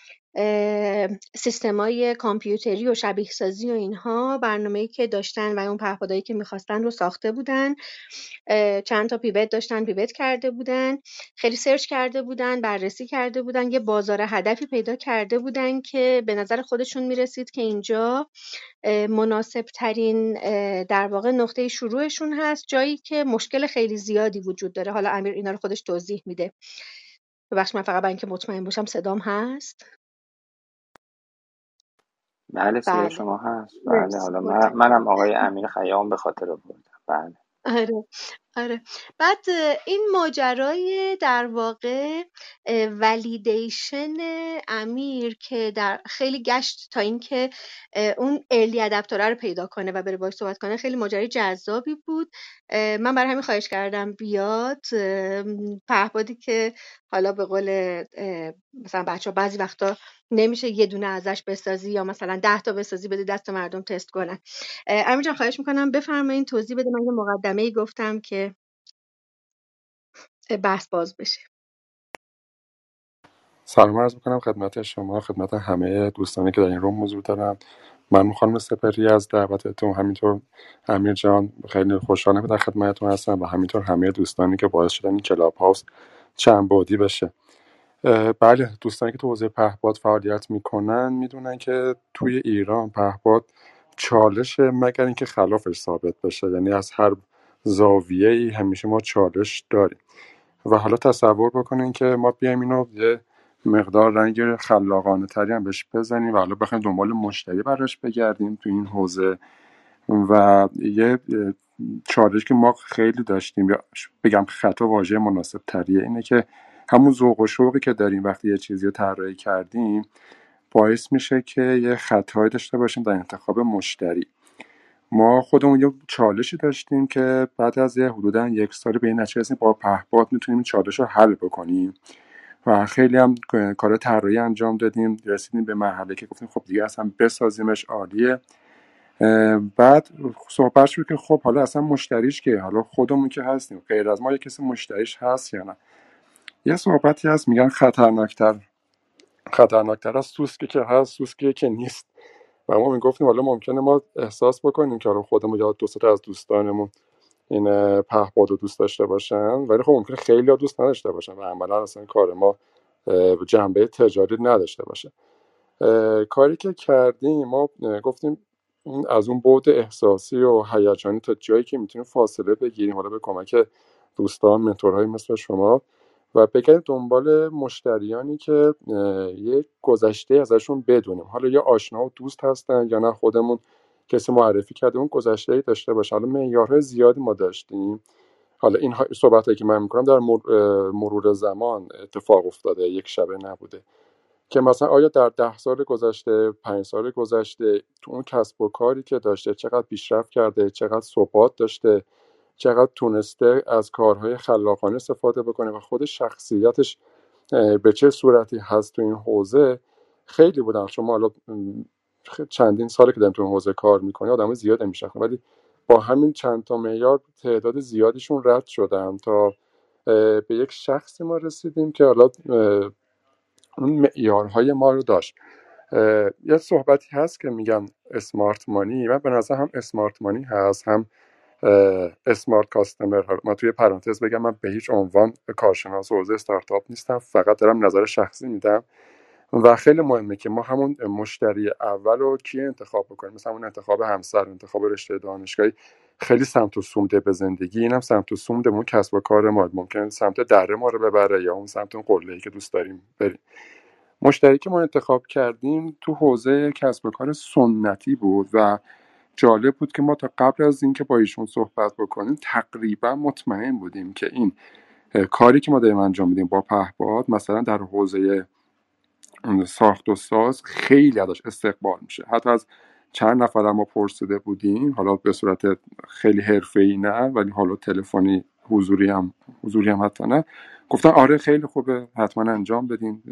سیستمای کامپیوتری و شبیه سازی و اینها برنامه‌ای که داشتن و اون پهپادایی که میخواستن رو ساخته بودن. چند تا پیوت داشتن، پیوت کرده بودن، خیلی سرچ کرده بودن، بررسی کرده بودن، یه بازار هدفی پیدا کرده بودن که به نظر خودشون میرسید که اینجا مناسب ترین در واقع نقطه شروعشون هست، جایی که مشکل خیلی زیادی وجود داره. حالا امیر اینا رو خودش توضیح میده. ببخشید من فقط برای اینکه مطمئن باشم صدام هست. بله صدا بله. شما هست. بله مرسی. حالا من منم آقای امیر خیام به خاطر بردم. بله آره آره. بعد این ماجرای در واقع ولیدیشن امیر که در خیلی گشت تا اینکه اون ارلی ادپتوره رو پیدا کنه و بره باهاش صحبت کنه، خیلی ماجرای جذابی بود. من برای همین خواهش کردم بیاد. پهپادی که حالا به قول مثلا بچه‌ها بعضی وقتا نمیشه یه دونه ازش بسازی یا مثلا ده تا بسازی بدی دست مردم تست کنن. امیر جان خواهش میکنم بفرمایید توضیح بده. من یه مقدمه‌ای گفتم که بحث باز بشه. سلام عرض میکنم خدمت شما، خدمت همه دوستانی که در این روم حضور دارن. من خانم سپری از دعوتتون، همینطور امیر جان خیلی خوشحالم که در خدمتتون هستم و همینطور همه دوستانی که باعث شدن این کلاب هاوس چند بعدی بشه. بله، دوستانی که تو حوزه پهپاد فعالیت میکنن میدونن که توی ایران پهپاد چالشه مگر اینکه خلافش ثابت بشه، یعنی از هر زاویه‌ای همیشه ما چالش داریم. و حالا تصور بکنین که ما بیایم اینو یه مقدار رنگ خلاقانه تری هم بهش بزنیم و حالا بخوایم دنبال مشتری براش بگردیم تو این حوزه. و یه چالش که ما خیلی داشتیم، یا بگم خطا واژه مناسب تریه، اینه که همون ذوق و شوقی که داریم وقتی یه چیزی رو طراحی کردیم باعث میشه که یه خطایی داشته باشیم در انتخاب مشتری. ما خودمون یه چالشی داشتیم که بعد از یه حدوداً یک سالی به این نتیجه رسیدیم با پهپاد میتونیم این چالش رو حل بکنیم و خیلی هم کار طراحی انجام دادیم، رسیدیم به مرحله که گفتیم خب دیگه اصلا بسازیمش، عالیه. بعد صحبت شد که خب حالا اصلا مشتریش که حالا خودمون که هستیم، غیر از ما یه کسی مشتریش هست یا نه. یه صحبتی هست میگن خطرناکتر خطرناکتر از سوسکی که هست سوسکی که نیست. و ما میگفتیم حالا ممکنه ما احساس بکنیم که خودمون یا دو سه از دوستانمون این پهپاد رو دوست داشته باشن، ولی خب ممکنه خیلی ها دوست نداشته باشن و عملا اصلا کار ما جنبه تجاری نداشته باشه. کاری که کردیم ما گفتیم از اون بعد احساسی و هیجانی تا جایی که میتونیم فاصله بگیریم، حالا به کمک دوستان منتورهای مثل شما، و بگردیم دنبال مشتریانی که یک گذشته ازشون بدونیم، حالا یا آشنا و دوست هستن یا نه خودمون کسی معرفی کرده اون گذشته‌ای داشته باشه. حالا معیارهای زیادی ما داشتیم. حالا این صحبتایی که من میکنم در مرور زمان اتفاق افتاده، یک شبه نبوده، که مثلا آیا در ده سال گذشته، پنج سال گذشته تو اون کسب و کاری که داشته چقدر پیشرفت کرده، چقدر ثبات داشته، چقدر تونسته از کارهای خلاقانه استفاده بکنه و خود شخصیتش به چه صورتی هست تو این حوزه. خیلی بودن، شما حالا چندین ساله که داریم تو این حوزه کار میکنه آدم زیاد میشناسن، ولی با همین چند تا معیار تعداد زیادیشون رد شدن تا به یک شخصی ما رسیدیم که حالا اون معیارهای ما رو داشت. یه صحبتی هست که میگن اسمارت مانی، من به نظر هم اسمارت مانی هست هم اسمارت کاستمر. من توی پرانتز بگم من به هیچ عنوان کارشناس حوزه استارتاپ نیستم، فقط دارم نظر شخصی میدم و خیلی مهمه که ما همون مشتری اول رو کی انتخاب بکنیم. مثلا اون انتخاب همسر، انتخاب رشته دانشگاهی خیلی سمت و سمت به زندگی، اینم سمت و سمت اون کسب و کار ما، ممکن سمت دره ما رو ببره یا اون سمت اون قله‌ای که دوست داریم بریم. مشتری که ما انتخاب کردیم تو حوزه کسب و کار سنتی بود و جالب بود که ما تا قبل از اینکه با ایشون صحبت بکنیم تقریبا مطمئن بودیم که این کاری که ما داریم انجام میدیم با پهپاد مثلا در حوزه ساخت و ساز خیلی ازش استقبال میشه. حتی از چند نفر ما پرسیده بودیم، حالا به صورت خیلی حرفه‌ای نه ولی حالا تلفنی حضوری هم حضوری هم حتی نه، گفتن آره خیلی خوبه حتما انجام بدین،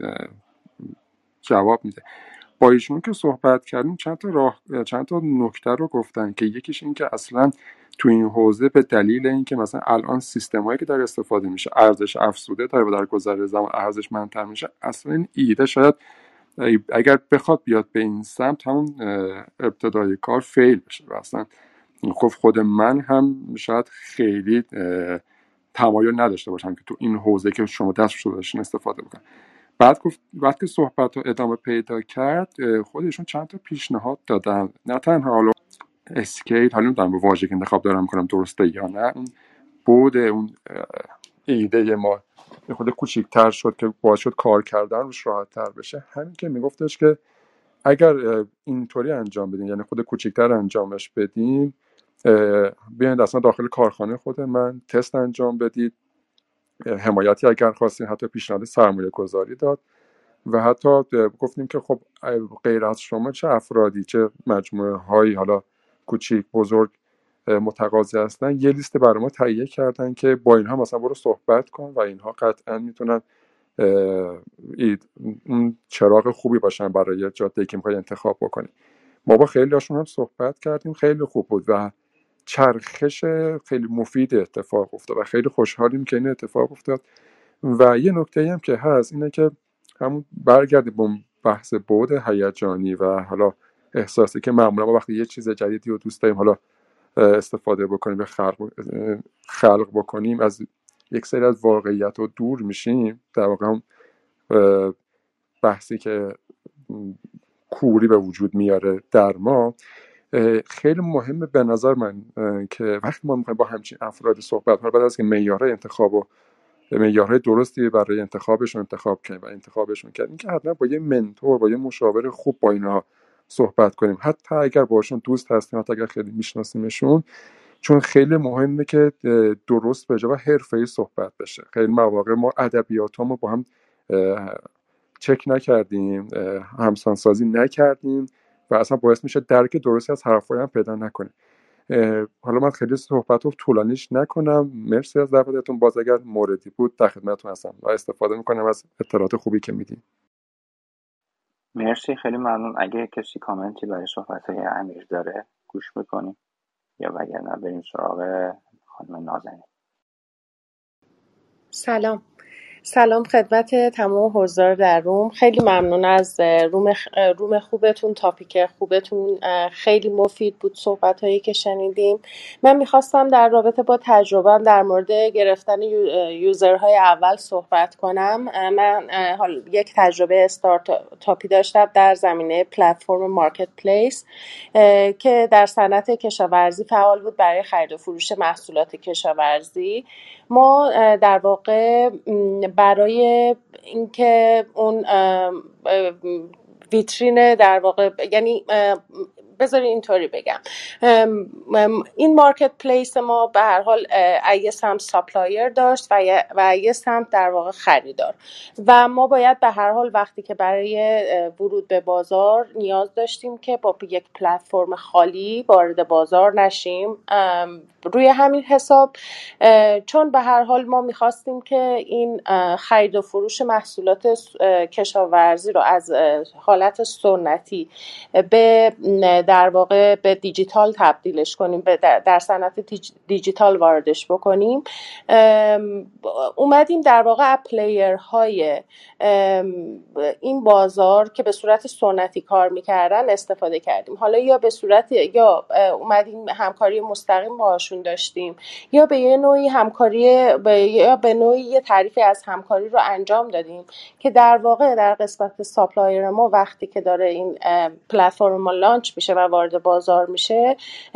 جواب میده. با ایشون که صحبت کردیم چند تا راه چند تا نکته رو گفتن که یکیش این که اصلا تو این حوزه به دلیل اینکه مثلا الان سیستمایی که داره استفاده میشه ارزش افزوده داره و در گذر زمان ارزش منتر میشه، اصلا این ایده شاید اگر بخواد بیاد به این سمت همون ابتدای کار فیل بشه و اصلا خب خود من هم شاید خیلی تمایل نداشته باشم که تو این حوزه که شما دست شده داشتین استفاده بکنم. بعد گفت وقتی صحبت رو ادامه پیدا کرد خودشون چند تا پیشنهاد دادن، نه تنها حالا اسکیل، حالا نمیدونم به واژه که انتخاب دارم کنم درسته یا نه، اون بود اون ایده ما یه خود کوچیک‌تر شد که باعث شد کار کردن روش راحت‌تر بشه. همین که میگفتش که اگر اینطوری انجام بدین، یعنی خود کوچیک‌تر انجامش بدین، بیاین اصلا داخل کارخانه خود من تست انجام بدید، حمایتی اگر خواستین حتی پیشنهاد سرمایه گذاری داد و حتی گفتیم که خب غیر از شما چه افرادی چه مجموعه هایی حالا کوچیک بزرگ متقاضی هستن، یه لیست برای ما تهیه کردن که با اینها مثلا برو صحبت کن و اینها قطعا میتونن اون چراغ خوبی باشن برای جاده‌ای که میخوای انتخاب بکنی. ما با خیلی هاشون هم صحبت کردیم، خیلی خوب بود و چرخش خیلی مفید اتفاق افتاد و خیلی خوشحالیم که این اتفاق افتاد. و یه نکته‌ای هم که هست اینه که همون برگردیم به بحث بعد هیجانی و حالا احساسی که معمولا ما وقتی یه چیز جدیدی رو دوست داریم حالا استفاده بکنیم و خلق خلق بکنیم از یک سری از واقعیت رو دور میشیم، در واقع هم بحثی که کوری به وجود میاره در ما. خیلی مهمه به نظر من که وقتی ما میخوایم با همچین افراد صحبت کنیم، بعد از که معیارهای انتخاب و معیارهای درستی برای انتخابشون انتخاب کنیم و انتخابشون کردیم که حتما با یه منتور با یه مشاور خوب با اینا صحبت کنیم، حتی اگر باشون دوست هستیم، حتی اگر خیلی میشناسیمشون، چون خیلی مهمه که درست به جا و حرفه‌ای صحبت بشه. خیلی مواقع ما ادبیاتامو با هم چک نکردیم، همسانسازی نکردیم و اصلا باعث میشه درک درستی از حرفای هم پیدا نکنیم. حالا من خیلی صحبت رو طولانیش نکنم، مرسی از دعوتتون، باز اگر موردی بود در خدمتتون هستم و استفاده میکنم از اطلاعات خوبی که میدیم. مرسی، خیلی ممنون. اگه کسی کامنتی برای صحبت‌های امیر داره گوش میکنیم یا وگرنه بریم سراغ خانم نازنین. سلام، سلام خدمت تمام حضار در روم. خیلی ممنون از روم خ- روم خوبتون، تاپیک خوبتون. خیلی مفید بود صحبت هایی که شنیدیم. من میخواستم در رابطه با تجربهم در مورد گرفتن یو- یوزرهای اول صحبت کنم. من حال یک تجربه استارتاپی داشتم در زمینه پلتفرم مارکت پلیس که در صنعت کشاورزی فعال بود برای خرید و فروش محصولات کشاورزی. ما در واقع برای اینکه اون ویترین در واقع یعنی بذاری اینطوری بگم، این مارکت پلیس ما به هر حال یه سمت سپلایر داشت و یه سمت در واقع خریدار و ما باید به هر حال وقتی که برای ورود به بازار نیاز داشتیم که با یک پلتفرم خالی وارد بازار نشیم. روی همین حساب چون به هر حال ما میخواستیم که این خرید و فروش محصولات کشاورزی رو از حالت سنتی به در واقع به دیجیتال تبدیلش کنیم، در صنعت دیجیتال واردش بکنیم، اومدیم در واقع پلیرهای این بازار که به صورت سنتی کار میکردن استفاده کردیم. حالا یا به صورت یا اومدیم همکاری مستقیم باهاشون داشتیم یا به یه نوعی همکاری یا به نوعی یه تعریفی از همکاری رو انجام دادیم که در واقع در قسمت سپلایر ما وقتی که داره این پلتفرم ما لانچ میشه و وارد بازار میشه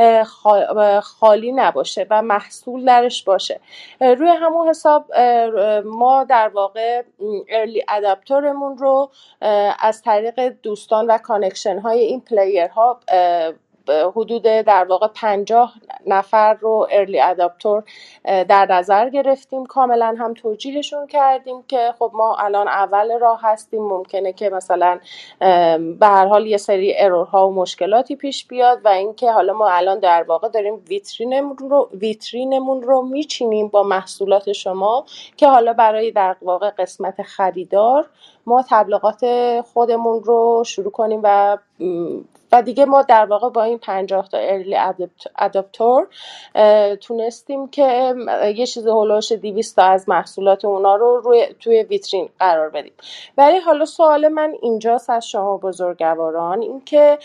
خالی نباشه و محصول درش باشه. روی همون حساب ما در واقع ارلی اداپتورمون رو از طریق دوستان و کانکشن های این پلیر ها حدود در واقع پنجاه نفر رو ارلی اداپتور در نظر گرفتیم، کاملا هم توجیهشون کردیم که خب ما الان اول راه هستیم، ممکنه که مثلا به هر حال یه سری ارورها و مشکلاتی پیش بیاد و اینکه حالا ما الان در واقع داریم ویترینمون رو ویترینمون رو میچینیم با محصولات شما که حالا برای در واقع قسمت خریدار ما تبلیغات خودمون رو شروع کنیم و و دیگه ما در واقع با این پنجاه تا ارلی اداپتور تونستیم که یه چیز هولوش دویست تا از محصولات اونا رو روی توی ویترین قرار بدیم. ولی حالا سوال من اینجاست از شما بزرگواران، این که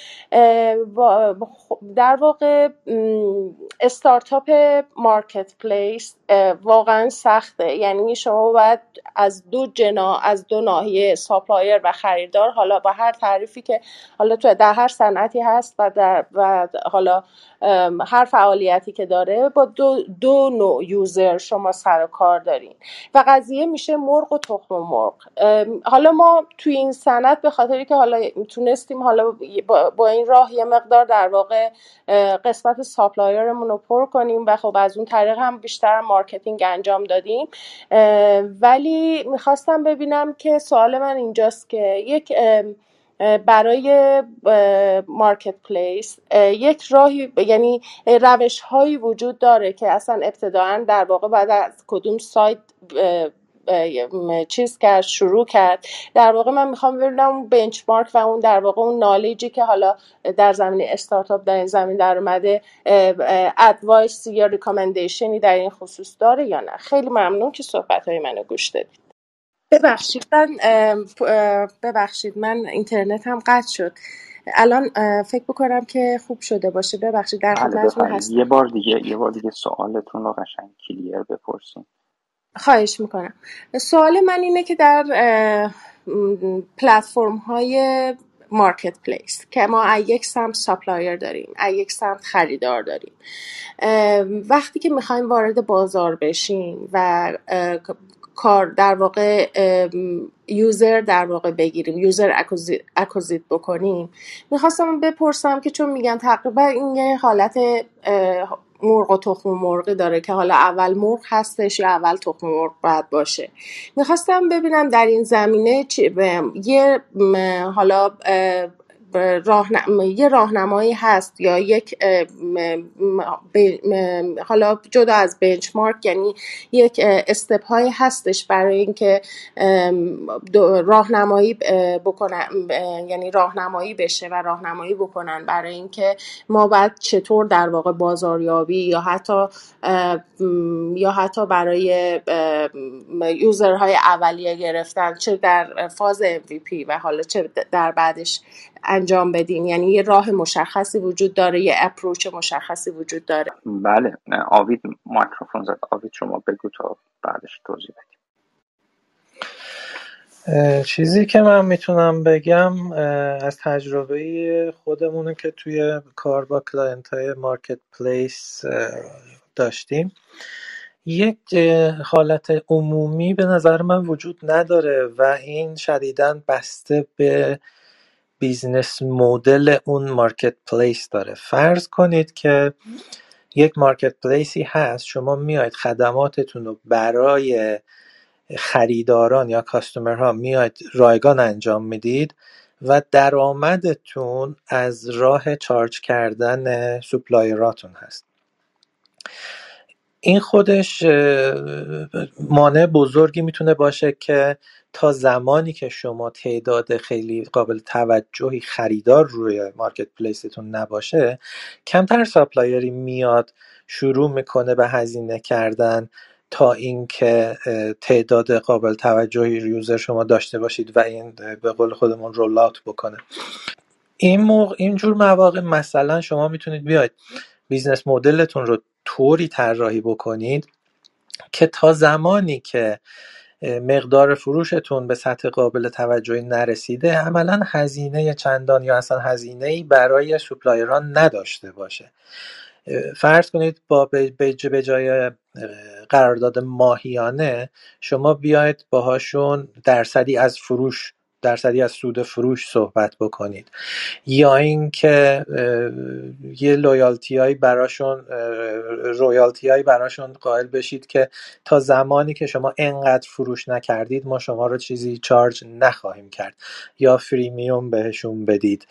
در واقع استارتاپ مارکت پلیس واقعا سخته، یعنی شما باید از دو جنا از دو ناحیه سپلایر و خریدار، حالا با هر تعریفی که حالا تو در هر صنعتی هست و در و حالا هر فعالیتی که داره با دو, دو نوع یوزر شما سر و کار دارین و قضیه میشه مرغ و تخم مرغ. حالا ما توی این صنعت به خاطری که حالا تونستیم حالا با, با این راه یه مقدار در واقع قسمت سپلایرمون رو پر کنیم و خب از اون طریق هم بیشتر مارکتینگ انجام دادیم، ولی میخواستم ببینم که سوال من اینجاست که یک برای مارکت پلیس یک راهی یعنی روش هایی وجود داره که اصلا ابتداعا در واقع بعد از کدوم سایت چیز کرد شروع کرد. در واقع من میخوام ببینم اون بنچمارک و اون در واقع اون نالجی که حالا در زمینه استارتاپ در این زمین در اومده ادوایس یا ریکامندیشنی در این خصوص داره یا نه. خیلی ممنون که صحبت های منو گوش دادید. ببخشید من ببخشید من اینترنتم قطع شد. الان فکر بکنم که خوب شده باشه. ببخشید در خدمتتون هستم. یه بار دیگه یه بار دیگه سوالتون رو قشنگ کلیر بپرسین. خواهش میکنم. سوال من اینه که در پلتفرم های مارکت پلیس که ما یک سمت سپلایر داریم، یک سمت خریدار داریم، وقتی که میخوایم وارد بازار بشیم و کار در واقع یوزر در واقع بگیریم، یوزر اکوزیت بکنیم، میخواستم بپرسم که چون میگن تقریبا این یه حالت مرغ و تخم مرغی داره که حالا اول مرغ هستش یا اول تخم مرغ باید باشه، میخواستم ببینم در این زمینه چی یه حالا راهنم... یه راهنمایی هست یا یک ب... حالا جدا از بنچمارک، یعنی یک استپ هایی هستش برای اینکه راهنمایی بکنن، یعنی راهنمایی بشه و راهنمایی بکنن برای اینکه ما باید چطور در واقع بازاریابی یا حتی یا حتی برای یوزرهای اولیه گرفتن، چه در فاز ام وی پی و حالا چه در بعدش انجام بدیم. یعنی یه راه مشخصی وجود داره، یه اپروچ مشخصی وجود داره. بله، آوید میکروفون زد. آوید شما بگو تا بعدش توضیح بدیم. چیزی که من میتونم بگم از تجربه خودمونه که توی کار با کلاینت های مارکت پلیس داشتیم، یک حالت عمومی به نظر من وجود نداره و این شدیداً بسته به بیزنس مدل اون مارکت پلیس داره. فرض کنید که یک مارکت پلیسی هست، شما میاید خدماتتون رو برای خریداران یا کاستومرها میاید رایگان انجام میدید و درآمدتون از راه چارج کردن سوپلایراتون هست. این خودش مانع بزرگی میتونه باشه که تا زمانی که شما تعداد خیلی قابل توجهی خریدار روی مارکت پلیستون نباشه، کمتر سپلایری میاد شروع میکنه به هزینه کردن تا اینکه تعداد قابل توجهی یوزر شما داشته باشید و این به قول خودمون رول اوت بکنه. این موقع این جور مواقع مثلا شما میتونید بیاید بیزنس مدلتون رو طوری طراحی بکنید که تا زمانی که مقدار فروشتون به سطح قابل توجهی نرسیده، عملاً هزینه چندان یا اصلا هزینه‌ای برای سوپلایران نداشته باشه. فرض کنید با به جای قرارداد ماهیانه شما بیاید باهاشون درصدی از فروش درصدی از سود فروش صحبت بکنید، یا اینکه یه لویالتی هایی براشون رویالتی هایی براشون قائل بشید که تا زمانی که شما انقدر فروش نکردید ما شما رو چیزی چارج نخواهیم کرد، یا فریمیوم بهشون بدید.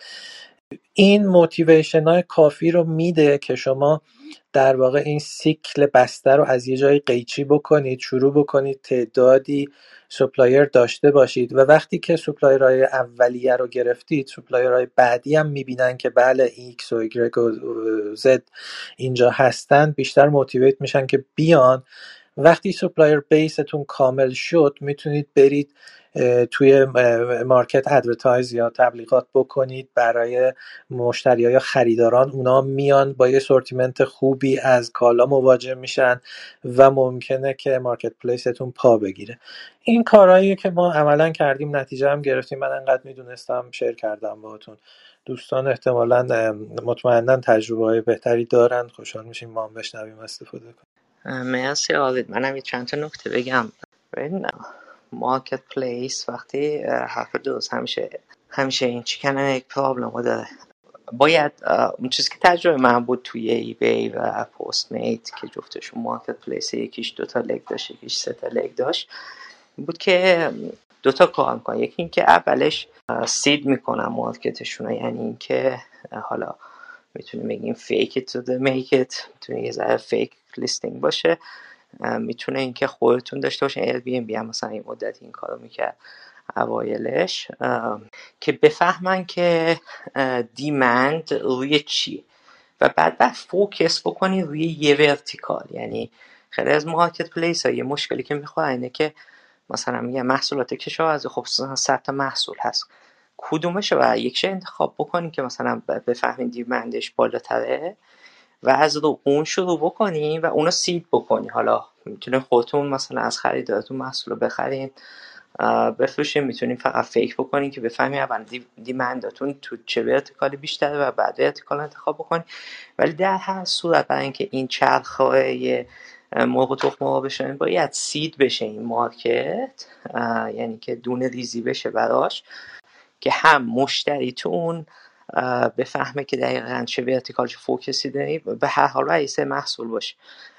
این موتیویشن های کافی رو میده که شما در واقع این سیکل بسته رو از یه جای قیچی بکنید، شروع بکنید تعدادی سپلایر داشته باشید و وقتی که سپلایرهای اولیه رو گرفتید، سپلایرهای بعدی هم میبینن که بله X و Y و Z اینجا هستن، بیشتر موتیویت میشن که بیان. وقتی سپلایر بیستون کامل شد میتونید برید توی مارکت ادورتایز یا تبلیغات بکنید برای مشتری ها یا خریداران. اونا میان با یه سورتیمنت خوبی از کالا مواجه میشن و ممکنه که مارکت پلیستون پا بگیره. این کارهایی که ما عملا کردیم، نتیجه هم گرفتیم. من انقدر میدونستم شیر کردم باهاتون. دوستان احتمالاً مطمئناً تجربه های بهتری دارن، خوشحال میشیم ما هم بشنویم استفاده کنیم. مرسی آلید. منم یه چند تا نکته بگم. ببین مارکت پلیس وقتی حرف درست همیشه همیشه این چیکن یک پرابلم داره. باید اون چیزی که تجربه من بود توی ای بی و پست میت که جفتشون مارکت پلیس، یکیش دوتا لگ داشت یکیش سه تا لگ داشت، این بود که دوتا کار میکنن. یکی این که اولش سید میکنن مارکتشون، یعنی این که حالا میتونیم بگیم fake it to the make it، میتونه یه ذره fake listing باشه، میتونه این که خودتون داشته باشین. ال بی ام بی هم مثلا این مدت این کارو میکرد اوایلش، که بفهمن که دیمند روی چی و بعد بعد فوکس بکنی روی یه ورتیکال. یعنی خیلی از مارکت پلیس ها یه مشکلی که میخواه اینه که مثلا میگه محصولات کشاورزی، خب صد تا محصول هست، کدومش رو یکشه انتخاب بکنین که مثلا بفهمین دیمندش بالاتره و از رو اون شروع بکنی و اونو سید بکنی. حالا میتونین خودتون مثلا از خریدارتون محصول رو بخرین بفروشین، میتونین فقط فیک بکنین که بفهمین اول دیمنداتون تو چه ورتیکالی بیشتره و بعد ورتیکال انتخاب بکنین. ولی در هر صورت برای اینکه این چرخه مرغ و تخم مرغ بشه باید سید بشه این مارکت، یعنی که دونه ریزی بشه براش که هم مشتریتون بفهمه که دقیقاً چه ورتیکال چه فوکسی داری، به هر حال رئیس محصول باشه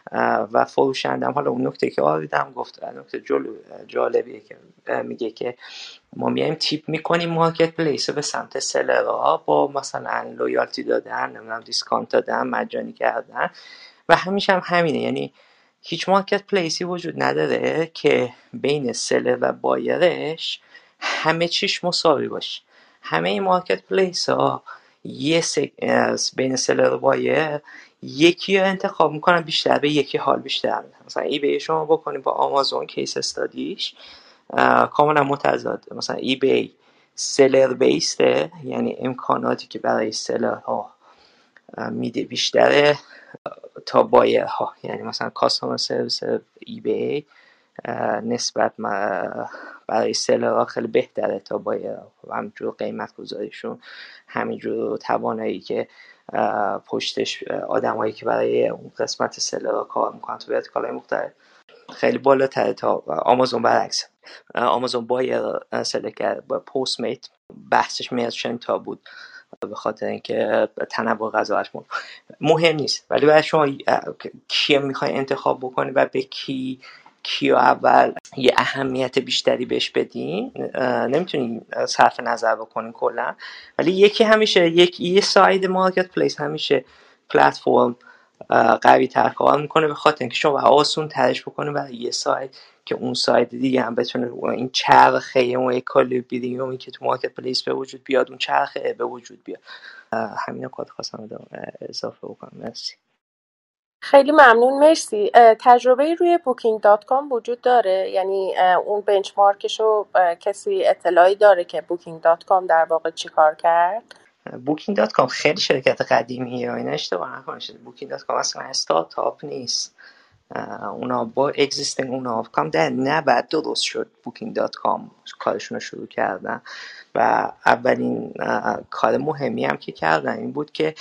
و فروشندم. حالا اون نکته که آویدم گفت نکته جالبیه که میگه که ما میایم تیپ میکنیم مارکت پلیس به سمت سلرها با مثلا لویالتی دادن، نمیدونم دیسکانت دادن، مجانی کردن و همیشه هم همینه. یعنی هیچ مارکت پلیسی وجود نداره که بین سلر و بایرش همه چیش مساوی باشه. همه این مارکت پلیس ها یه سگ... بین سلر و بایر یکی رو انتخاب میکنن بیشتر به یکی حال بیشتر میدن. مثلا ای بی شما بکنیم با آمازون کیس استادیش کاملا متضاد. مثلا ای بی سلر بیسته، یعنی امکاناتی که برای سلر ها میده بیشتره تا بایر ها. یعنی مثلا کاستومر سرویس ای بی نسبت برای سلر ها خیلی بهتره تا بایر ها و همینجور قیمت گذاریشون، همینجور توانایی که پشتش آدمایی که برای اون قسمت سلر ها کار میکنن تو ورتیکال‌های مختلف خیلی بالاتره تا آمازون. برعکس آمازون بایر سلکت کرد با پست میت بحثش مرچنت ها بود به خاطر اینکه تنوع غذاش مهم نیست، ولی برای شما کی میخوای انتخاب بکنی و به کی کیو اول یه اهمیت بیشتری بهش بدین، نمیتونی صرف نظر بکنین کلا. ولی یکی همیشه یک یه ساید مارکت پلیس همیشه پلتفرم قوی تر کار میکنه به خاطر اینکه شما آسون ترش بکنه برای یه ساید که اون ساید دیگه هم بتونه این چرخه اون اکولیبریومی که تو مارکت پلیس به وجود بیاد اون چرخه به وجود بیاد. همین کات خواستم اضافه بکنم. مرسی. خیلی ممنون، مرسی. تجربه روی بوکینگ دات کام وجود داره؟ یعنی اون بنچمارکشو کسی اطلاعی داره که بوکینگ دات کام در واقع چی کار کرد؟ بوکینگ دات کام خیلی شرکت قدیمیه و اینا، اشتباه نکنید. بوکینگ دات کام اصلا استارتاپ نیست. اونا با اگزیستینگ اونا کام در نبرد درست شد. بوکینگ دات کام کارشون رو شروع کردن و اولین کار مهمی هم که کردن این بود که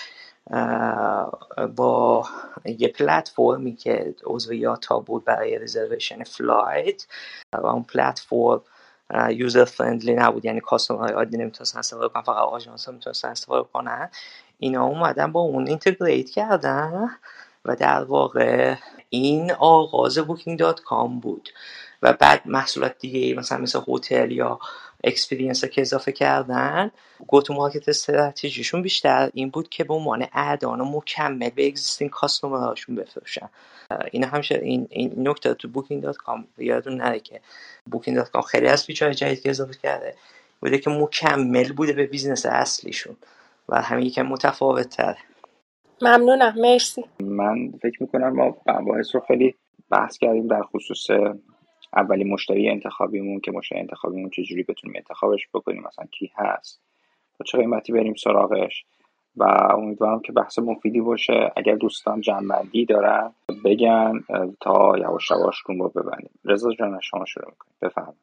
با یه پلتفرمی که عضویات ها بود برای رزرویشن فلایت و اون پلتفرم یوزر فرندلی نبود، یعنی کاستومرهای عادی نمیتونستن استفاده کنن، فقط آژانس ها میتونستن استفاده کنن. اینا اومدن با اون اینتگریت کردن و در واقع این آغاز بوکینگ دات کام بود و بعد محصولات دیگه مثلا مثل هتل یا اکسپریانس که اضافه کردن. گو تو مارکت استراتژیشون بیشتر این بود که به عنوان اعدان مکمل به اگزیستینگ کاستومرهاشون بفروشن. این همیشه این این نکته تو بوکینگ دات کام یادتون نره که بوکینگ دات کام خیلی از فیچرهای جدید که اضافه کرده بوده که مکمل بوده به بیزنس اصلیشون و همین یکم متفاوت تره. ممنونم، مرسی. من فکر میکنم ما مباحث رو خیلی بحث کردیم در خصوص اولی مشتری انتخابیمون که مشتری انتخابیمون چجوری بتونیم انتخابش بکنیم، مثلا کی هست با چه قیمتی بریم سراغش و امیدوارم که بحث مفیدی باشه. اگر دوستان جنبندی دارن بگن تا یواش یواش روم رو ببندیم. رضا جان شما شروع میکنید، بفرمایید.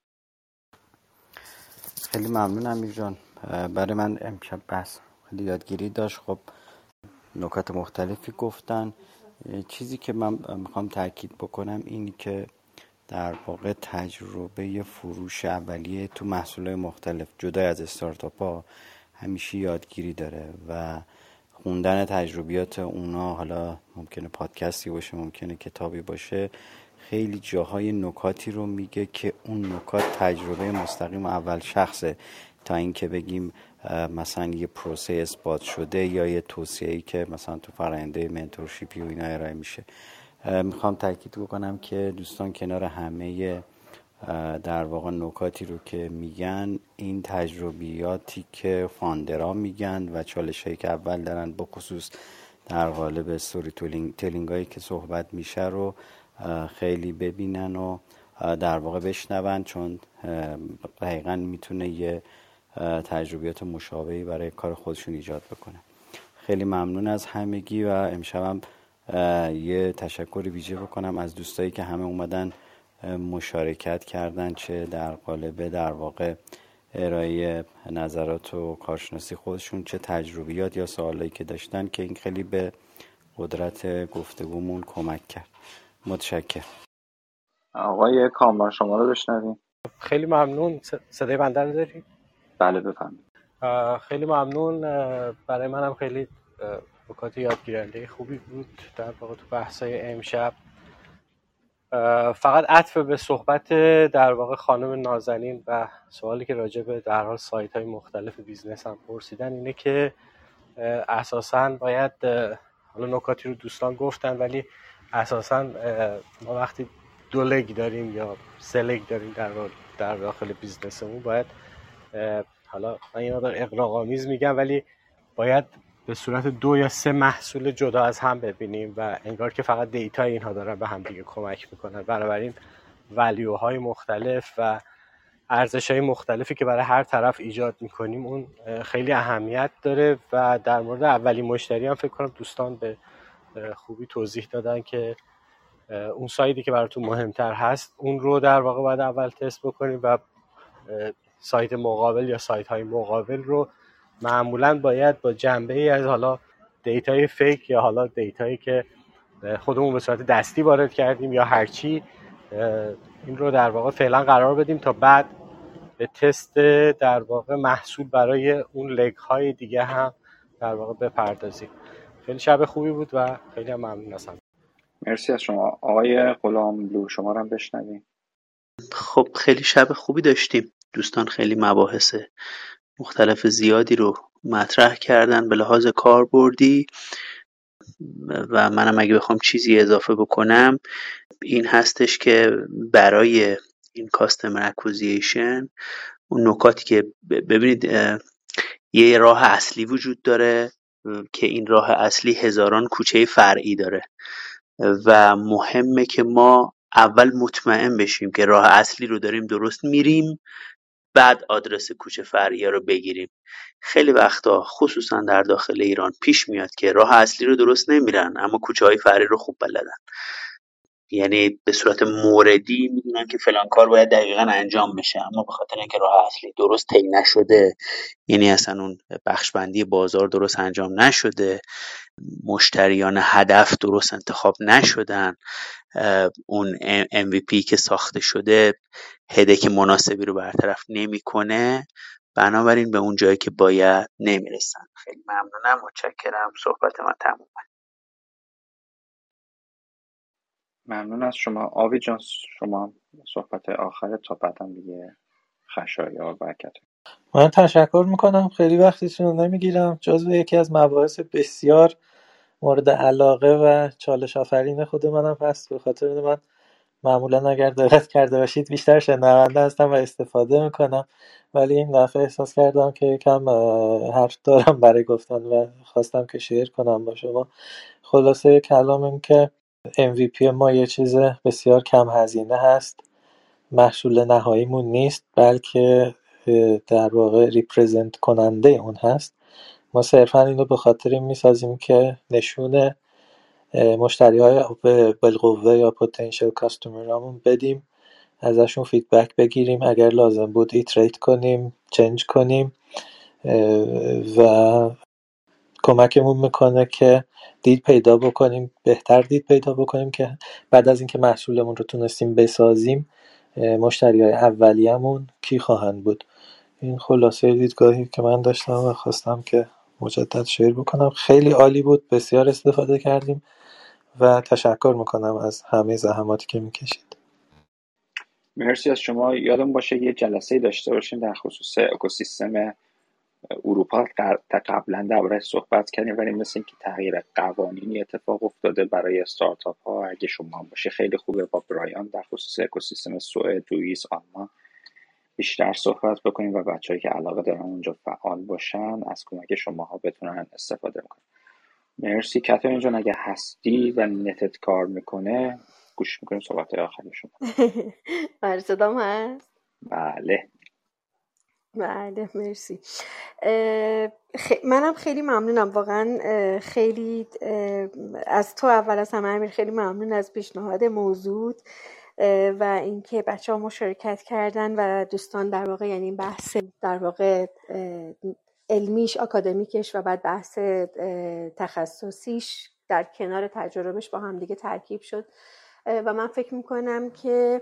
خیلی ممنون امیر جان. برای من امشب بحث خیلی یادگیری داشت. خب نکات مختلفی گفتن. چیزی که من میخوام تاکید بکنم اینی که در واقع تجربه فروش اولیه تو محصولات مختلف جدا از استارتاپ ها همیشه یادگیری داره و خوندن تجربیات اونا، حالا ممکنه پادکستی باشه ممکنه کتابی باشه، خیلی جاهای نکاتی رو میگه که اون نکات تجربه مستقیم اول شخصه تا اینکه بگیم مثلا یه پروسه اثبات شده یا یه توصیه‌ای که مثلا تو فرآیند منتورشیپی و اینا ارائه میشه. میخوام تاکید بکنم که دوستان کنار همه در واقع نکاتی رو که میگن، این تجربیاتی که فاندرها میگن و چالشایی که اول دارن با خصوص در قالب استوری تلینگ هایی که صحبت میشه رو خیلی ببینن و در واقع بشنون، چون دقیقاً میتونه یه تجربیات مشابهی برای کار خودشون ایجاد بکنه. خیلی ممنون از همگی و امشبم یه تشکر ویژه بکنم از دوستایی که همه اومدن مشارکت کردن، چه در قالب در واقع ارائه نظرات و کارشناسی خودشون، چه تجربیات یا سوالایی که داشتن، که این خیلی به قدرت گفتگومون کمک کرد. متشکرم. آقای کامران شما رو بشنویم. خیلی ممنون. صدای بنده رو داری؟ بله بفرمایید. خیلی ممنون. برای منم خیلی نکات یادگیرنده خوبی بود در واقع تو بحثای امشب. فقط عطف به صحبت در واقع خانم نازنین و سوالی که راجع به در حال سایت های مختلف بیزنس هم پرسیدن اینه که اساساً باید، حالا نکاتی رو دوستان گفتن، ولی اساساً ما وقتی دو لگ داریم یا سه لگ داریم در در داخل بیزنسمون، باید، حالا من این مقدار اغراق‌آمیز میگم، ولی باید به صورت دو یا سه محصول جدا از هم ببینیم و انگار که فقط دیتا اینها دارن به هم دیگه کمک میکنن. بنابراین ولیوهای مختلف و ارزش‌های مختلفی که برای هر طرف ایجاد میکنیم اون خیلی اهمیت داره و در مورد اولین مشتری هم فکر کنم دوستان به خوبی توضیح دادن که اون سایدی که براتون مهمتر هست اون رو در واقع باید اول تست بکنیم و سایت مقابل یا سایت های مقابل رو معمولاً باید با جنبه‌ای از حالا دیتای فیک یا حالا دیتایی که خودمون به صورت دستی وارد کردیم یا هرچی، این رو در واقع فعلا قرار بدیم تا بعد به تست در واقع محصول برای اون لگ های دیگه هم در واقع بپردازیم. خیلی شب خوبی بود و خیلی هم ممنون هستم. مرسی از شما. آقای غلاملو شما رو هم بشنویم. خب خیلی شب خوبی داشتیم. دوستان خیلی مباحث مختلف زیادی رو مطرح کردن به لحاظ کاربردی و منم اگه بخوام چیزی اضافه بکنم این هستش که برای این کاستمر اکوزیشن اون نکاتی که ببینید یه راه اصلی وجود داره که این راه اصلی هزاران کوچه فرعی داره و مهمه که ما اول مطمئن بشیم که راه اصلی رو داریم درست میریم، بعد آدرس کوچه فرعی رو بگیریم. خیلی وقتا خصوصا در داخل ایران پیش میاد که راه اصلی رو درست نمیرن اما کوچه های فرعی رو خوب بلدن، یعنی به صورت موردی میدونن که فلان کار باید دقیقاً انجام بشه اما به خاطر اینکه راه اصلی درست طی نشده، یعنی اصلا اون بخش بندی بازار درست انجام نشده، مشتریان هدف درست انتخاب نشدن، اون ام وی پی که ساخته شده هدک مناسبی رو برطرف نمیکنه، بنابراین به اون جایی که باید نمیرسن. خیلی ممنونم، متشکرم. صحبت من تموم. ممنون از شما. آوی جان شما صحبت آخر تا بعدم دیگه خشایار برکت. من تشکر میکنم، خیلی وقتتون رو نمیگیرم. جزو یکی از مباحث بسیار مورد علاقه و چالش آفرین خود منم هست، به خاطر اینه من معمولا اگر دقت کرده باشید بیشتر شنونده هستم و استفاده میکنم، ولی این دفعه احساس کردم که یکم حرف دارم برای گفتن و خواستم که شیر کنم با شما. خلاصه کلام این که ام وی پی ما یه چیز بسیار کم هزینه هست، محصول نهاییمون نیست بلکه در واقع ریپرزنت کننده اون هست. ما صرفا اینو به خاطر این میسازیم که نشونه مشتری های بالقوه یا پتانسیل کاستومرامون بدیم، ازشون فیدبک بگیریم، اگر لازم بود ایتریت کنیم، چنج کنیم و کمکمون میکنه که دید پیدا بکنیم، بهتر دید پیدا بکنیم که بعد از اینکه محصولمون رو تونستیم بسازیم مشتری های اولیه‌مون کی خواهند بود. این خلاصه دیدگاهی که من داشتم و خواستم که مجدد شیر بکنم. خیلی عالی بود، بسیار استفاده کردیم و تشکر میکنم از همه زحماتی که میکشید. مرسی از شما. یادم باشه یه جلسه داشته باشیم در خصوص اکوسیستم اروپا. قبلا درباره‌اش صحبت کردیم ولی مثل اینکه تغییر قوانینی اتفاق افتاده برای استارتاپ ها. اگه شما هم باشه خیلی خوبه با برایان در خصوص اکوسیستم سوئد، سوئیس، آلمان بیشتر صحبت بکنیم و بچه‌ای که علاقه دارن اونجا فعال باشن از کمک شماها بتونن استفاده کنن. مرسی کاترین جان، اگه هستی و نتت کار میکنه گوش میکنیم صحبت آخری شما. آره صدام هست؟ بله بله مرسی. خ... منم خیلی ممنونم واقعا، خیلی از تو اول از همه امیر خیلی ممنون از پیشنهاد موضوع و اینکه بچه ها مشارکت کردن و دوستان در واقع، یعنی بحث در واقع علمیش، آکادمیکش و بعد بحث تخصصیش در کنار تجربهش با هم دیگه ترکیب شد و من فکر میکنم که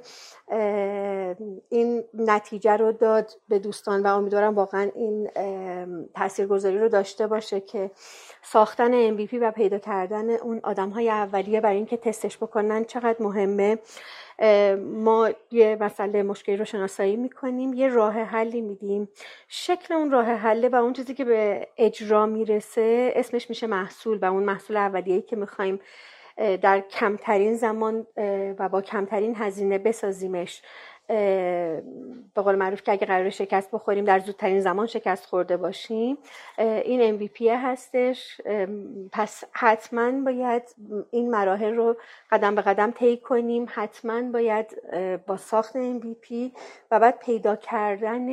این نتیجه رو داد به دوستان و امیدوارم واقعا این تاثیرگذاری رو داشته باشه که ساختن ام وی پی و پیدا کردن اون آدم‌های اولیه برای اینکه تستش بکنن چقدر مهمه. ما یه مسئله مشکلی رو شناسایی میکنیم، یه راه حلی میدیم، شکل اون راه حله و اون چیزی که به اجرا میرسه اسمش میشه محصول و اون محصول اولیه‌ای که میخوایم در کمترین زمان و با کمترین هزینه بسازیمش. به قول معروف که اگه قرار شکست بخوریم در زودترین زمان شکست خورده باشیم، این ام وی پی هستش. پس حتما باید این مراحل رو قدم به قدم طی کنیم، حتما باید با ساخت ام وی پی و بعد پیدا کردن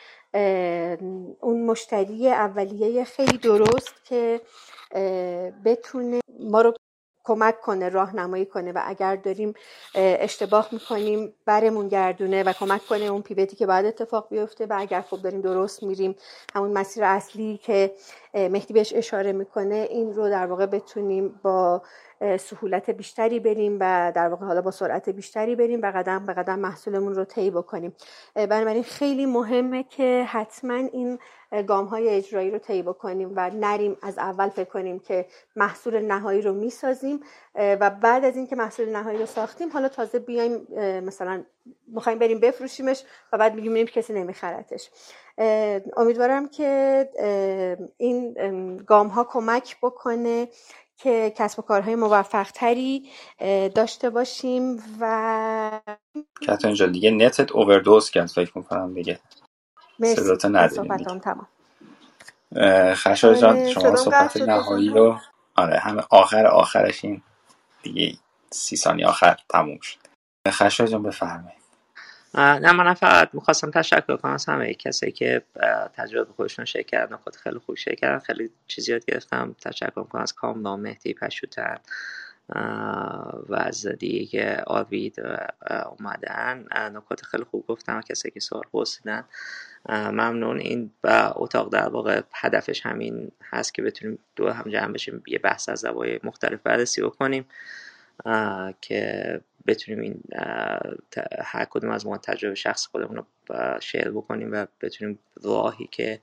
اون مشتری اولیه خیلی درست که بتونه ما رو کمک کنه، راهنمایی کنه و اگر داریم اشتباه میکنیم برمون گردونه و کمک کنه اون پیوتی که باید اتفاق بیفته و اگر خب داریم درست میریم همون مسیر اصلی که مهدی بهش اشاره میکنه این رو در واقع بتونیم با سهولت بیشتری بریم و در واقع حالا با سرعت بیشتری بریم و قدم به قدم محصولمون رو طی بکنیم. بنابراین خیلی مهمه که حتما این گام‌های اجرایی رو طی بکنیم و نریم از اول فکر کنیم که محصول نهایی رو میسازیم و بعد از اینکه محصول نهایی رو ساختیم حالا تازه بیایم مثلا می‌خوایم بریم بفروشیمش و بعد میگیم می‌بینیم کسی نمیخرتش. امیدوارم که این گام‌ها کمک بکنه که کسب و کارهای موفق تری داشته باشیم. و کاترین جان دیگه نتت اووردوز کرد فکر میکنم دیگه. مرسی. نداریم تمام. خشایار جان شما صحبت نهایی رو آره همه آخر آخرش این دیگه سی ثانیه آخر تموم شد. خشایار جان بفرمایید. نه من فقط میخواستم تشکر کنم از همه کسی که تجربه خودشون شیر کردن، خود خیلی خوب شیر کردن، خیلی چیزی یاد گرفتم. تشکر کنم از کامران، مهدی پشوتن و از دیگه که آوید اومدن، نکات خیلی خوب گفتن و کسی که سوال پرسیدن. ممنون. این با اتاق در واقع هدفش همین هست که بتونیم دور هم جمع بشیم، یه بحث از زوایای مختلف بررسی بکنیم که بتونیم این هر کدوم از ما تجربه شخص خودمون رو شیر بکنیم و بتونیم راهی که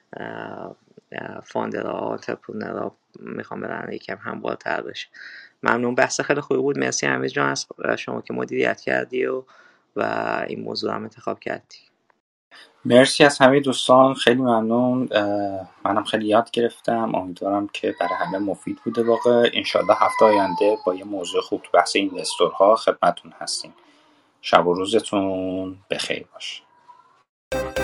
فاندرها و انترپرنرها میخوام برن یکم هموارتر بشه. ممنون، بحث خیلی خوبی بود. مرسی امیر جان از شما که مدیریت کردی و و این موضوع هم انتخاب کردی. مرسی از همه دوستان، خیلی ممنون. منم خیلی یاد گرفتم، امیدوارم که برای همه مفید بوده. واقع انشالله هفته آینده با یه موضوع خوب تو بحث اینوستورها خدمتتون هستیم. شب و روزتون بخیر باشه.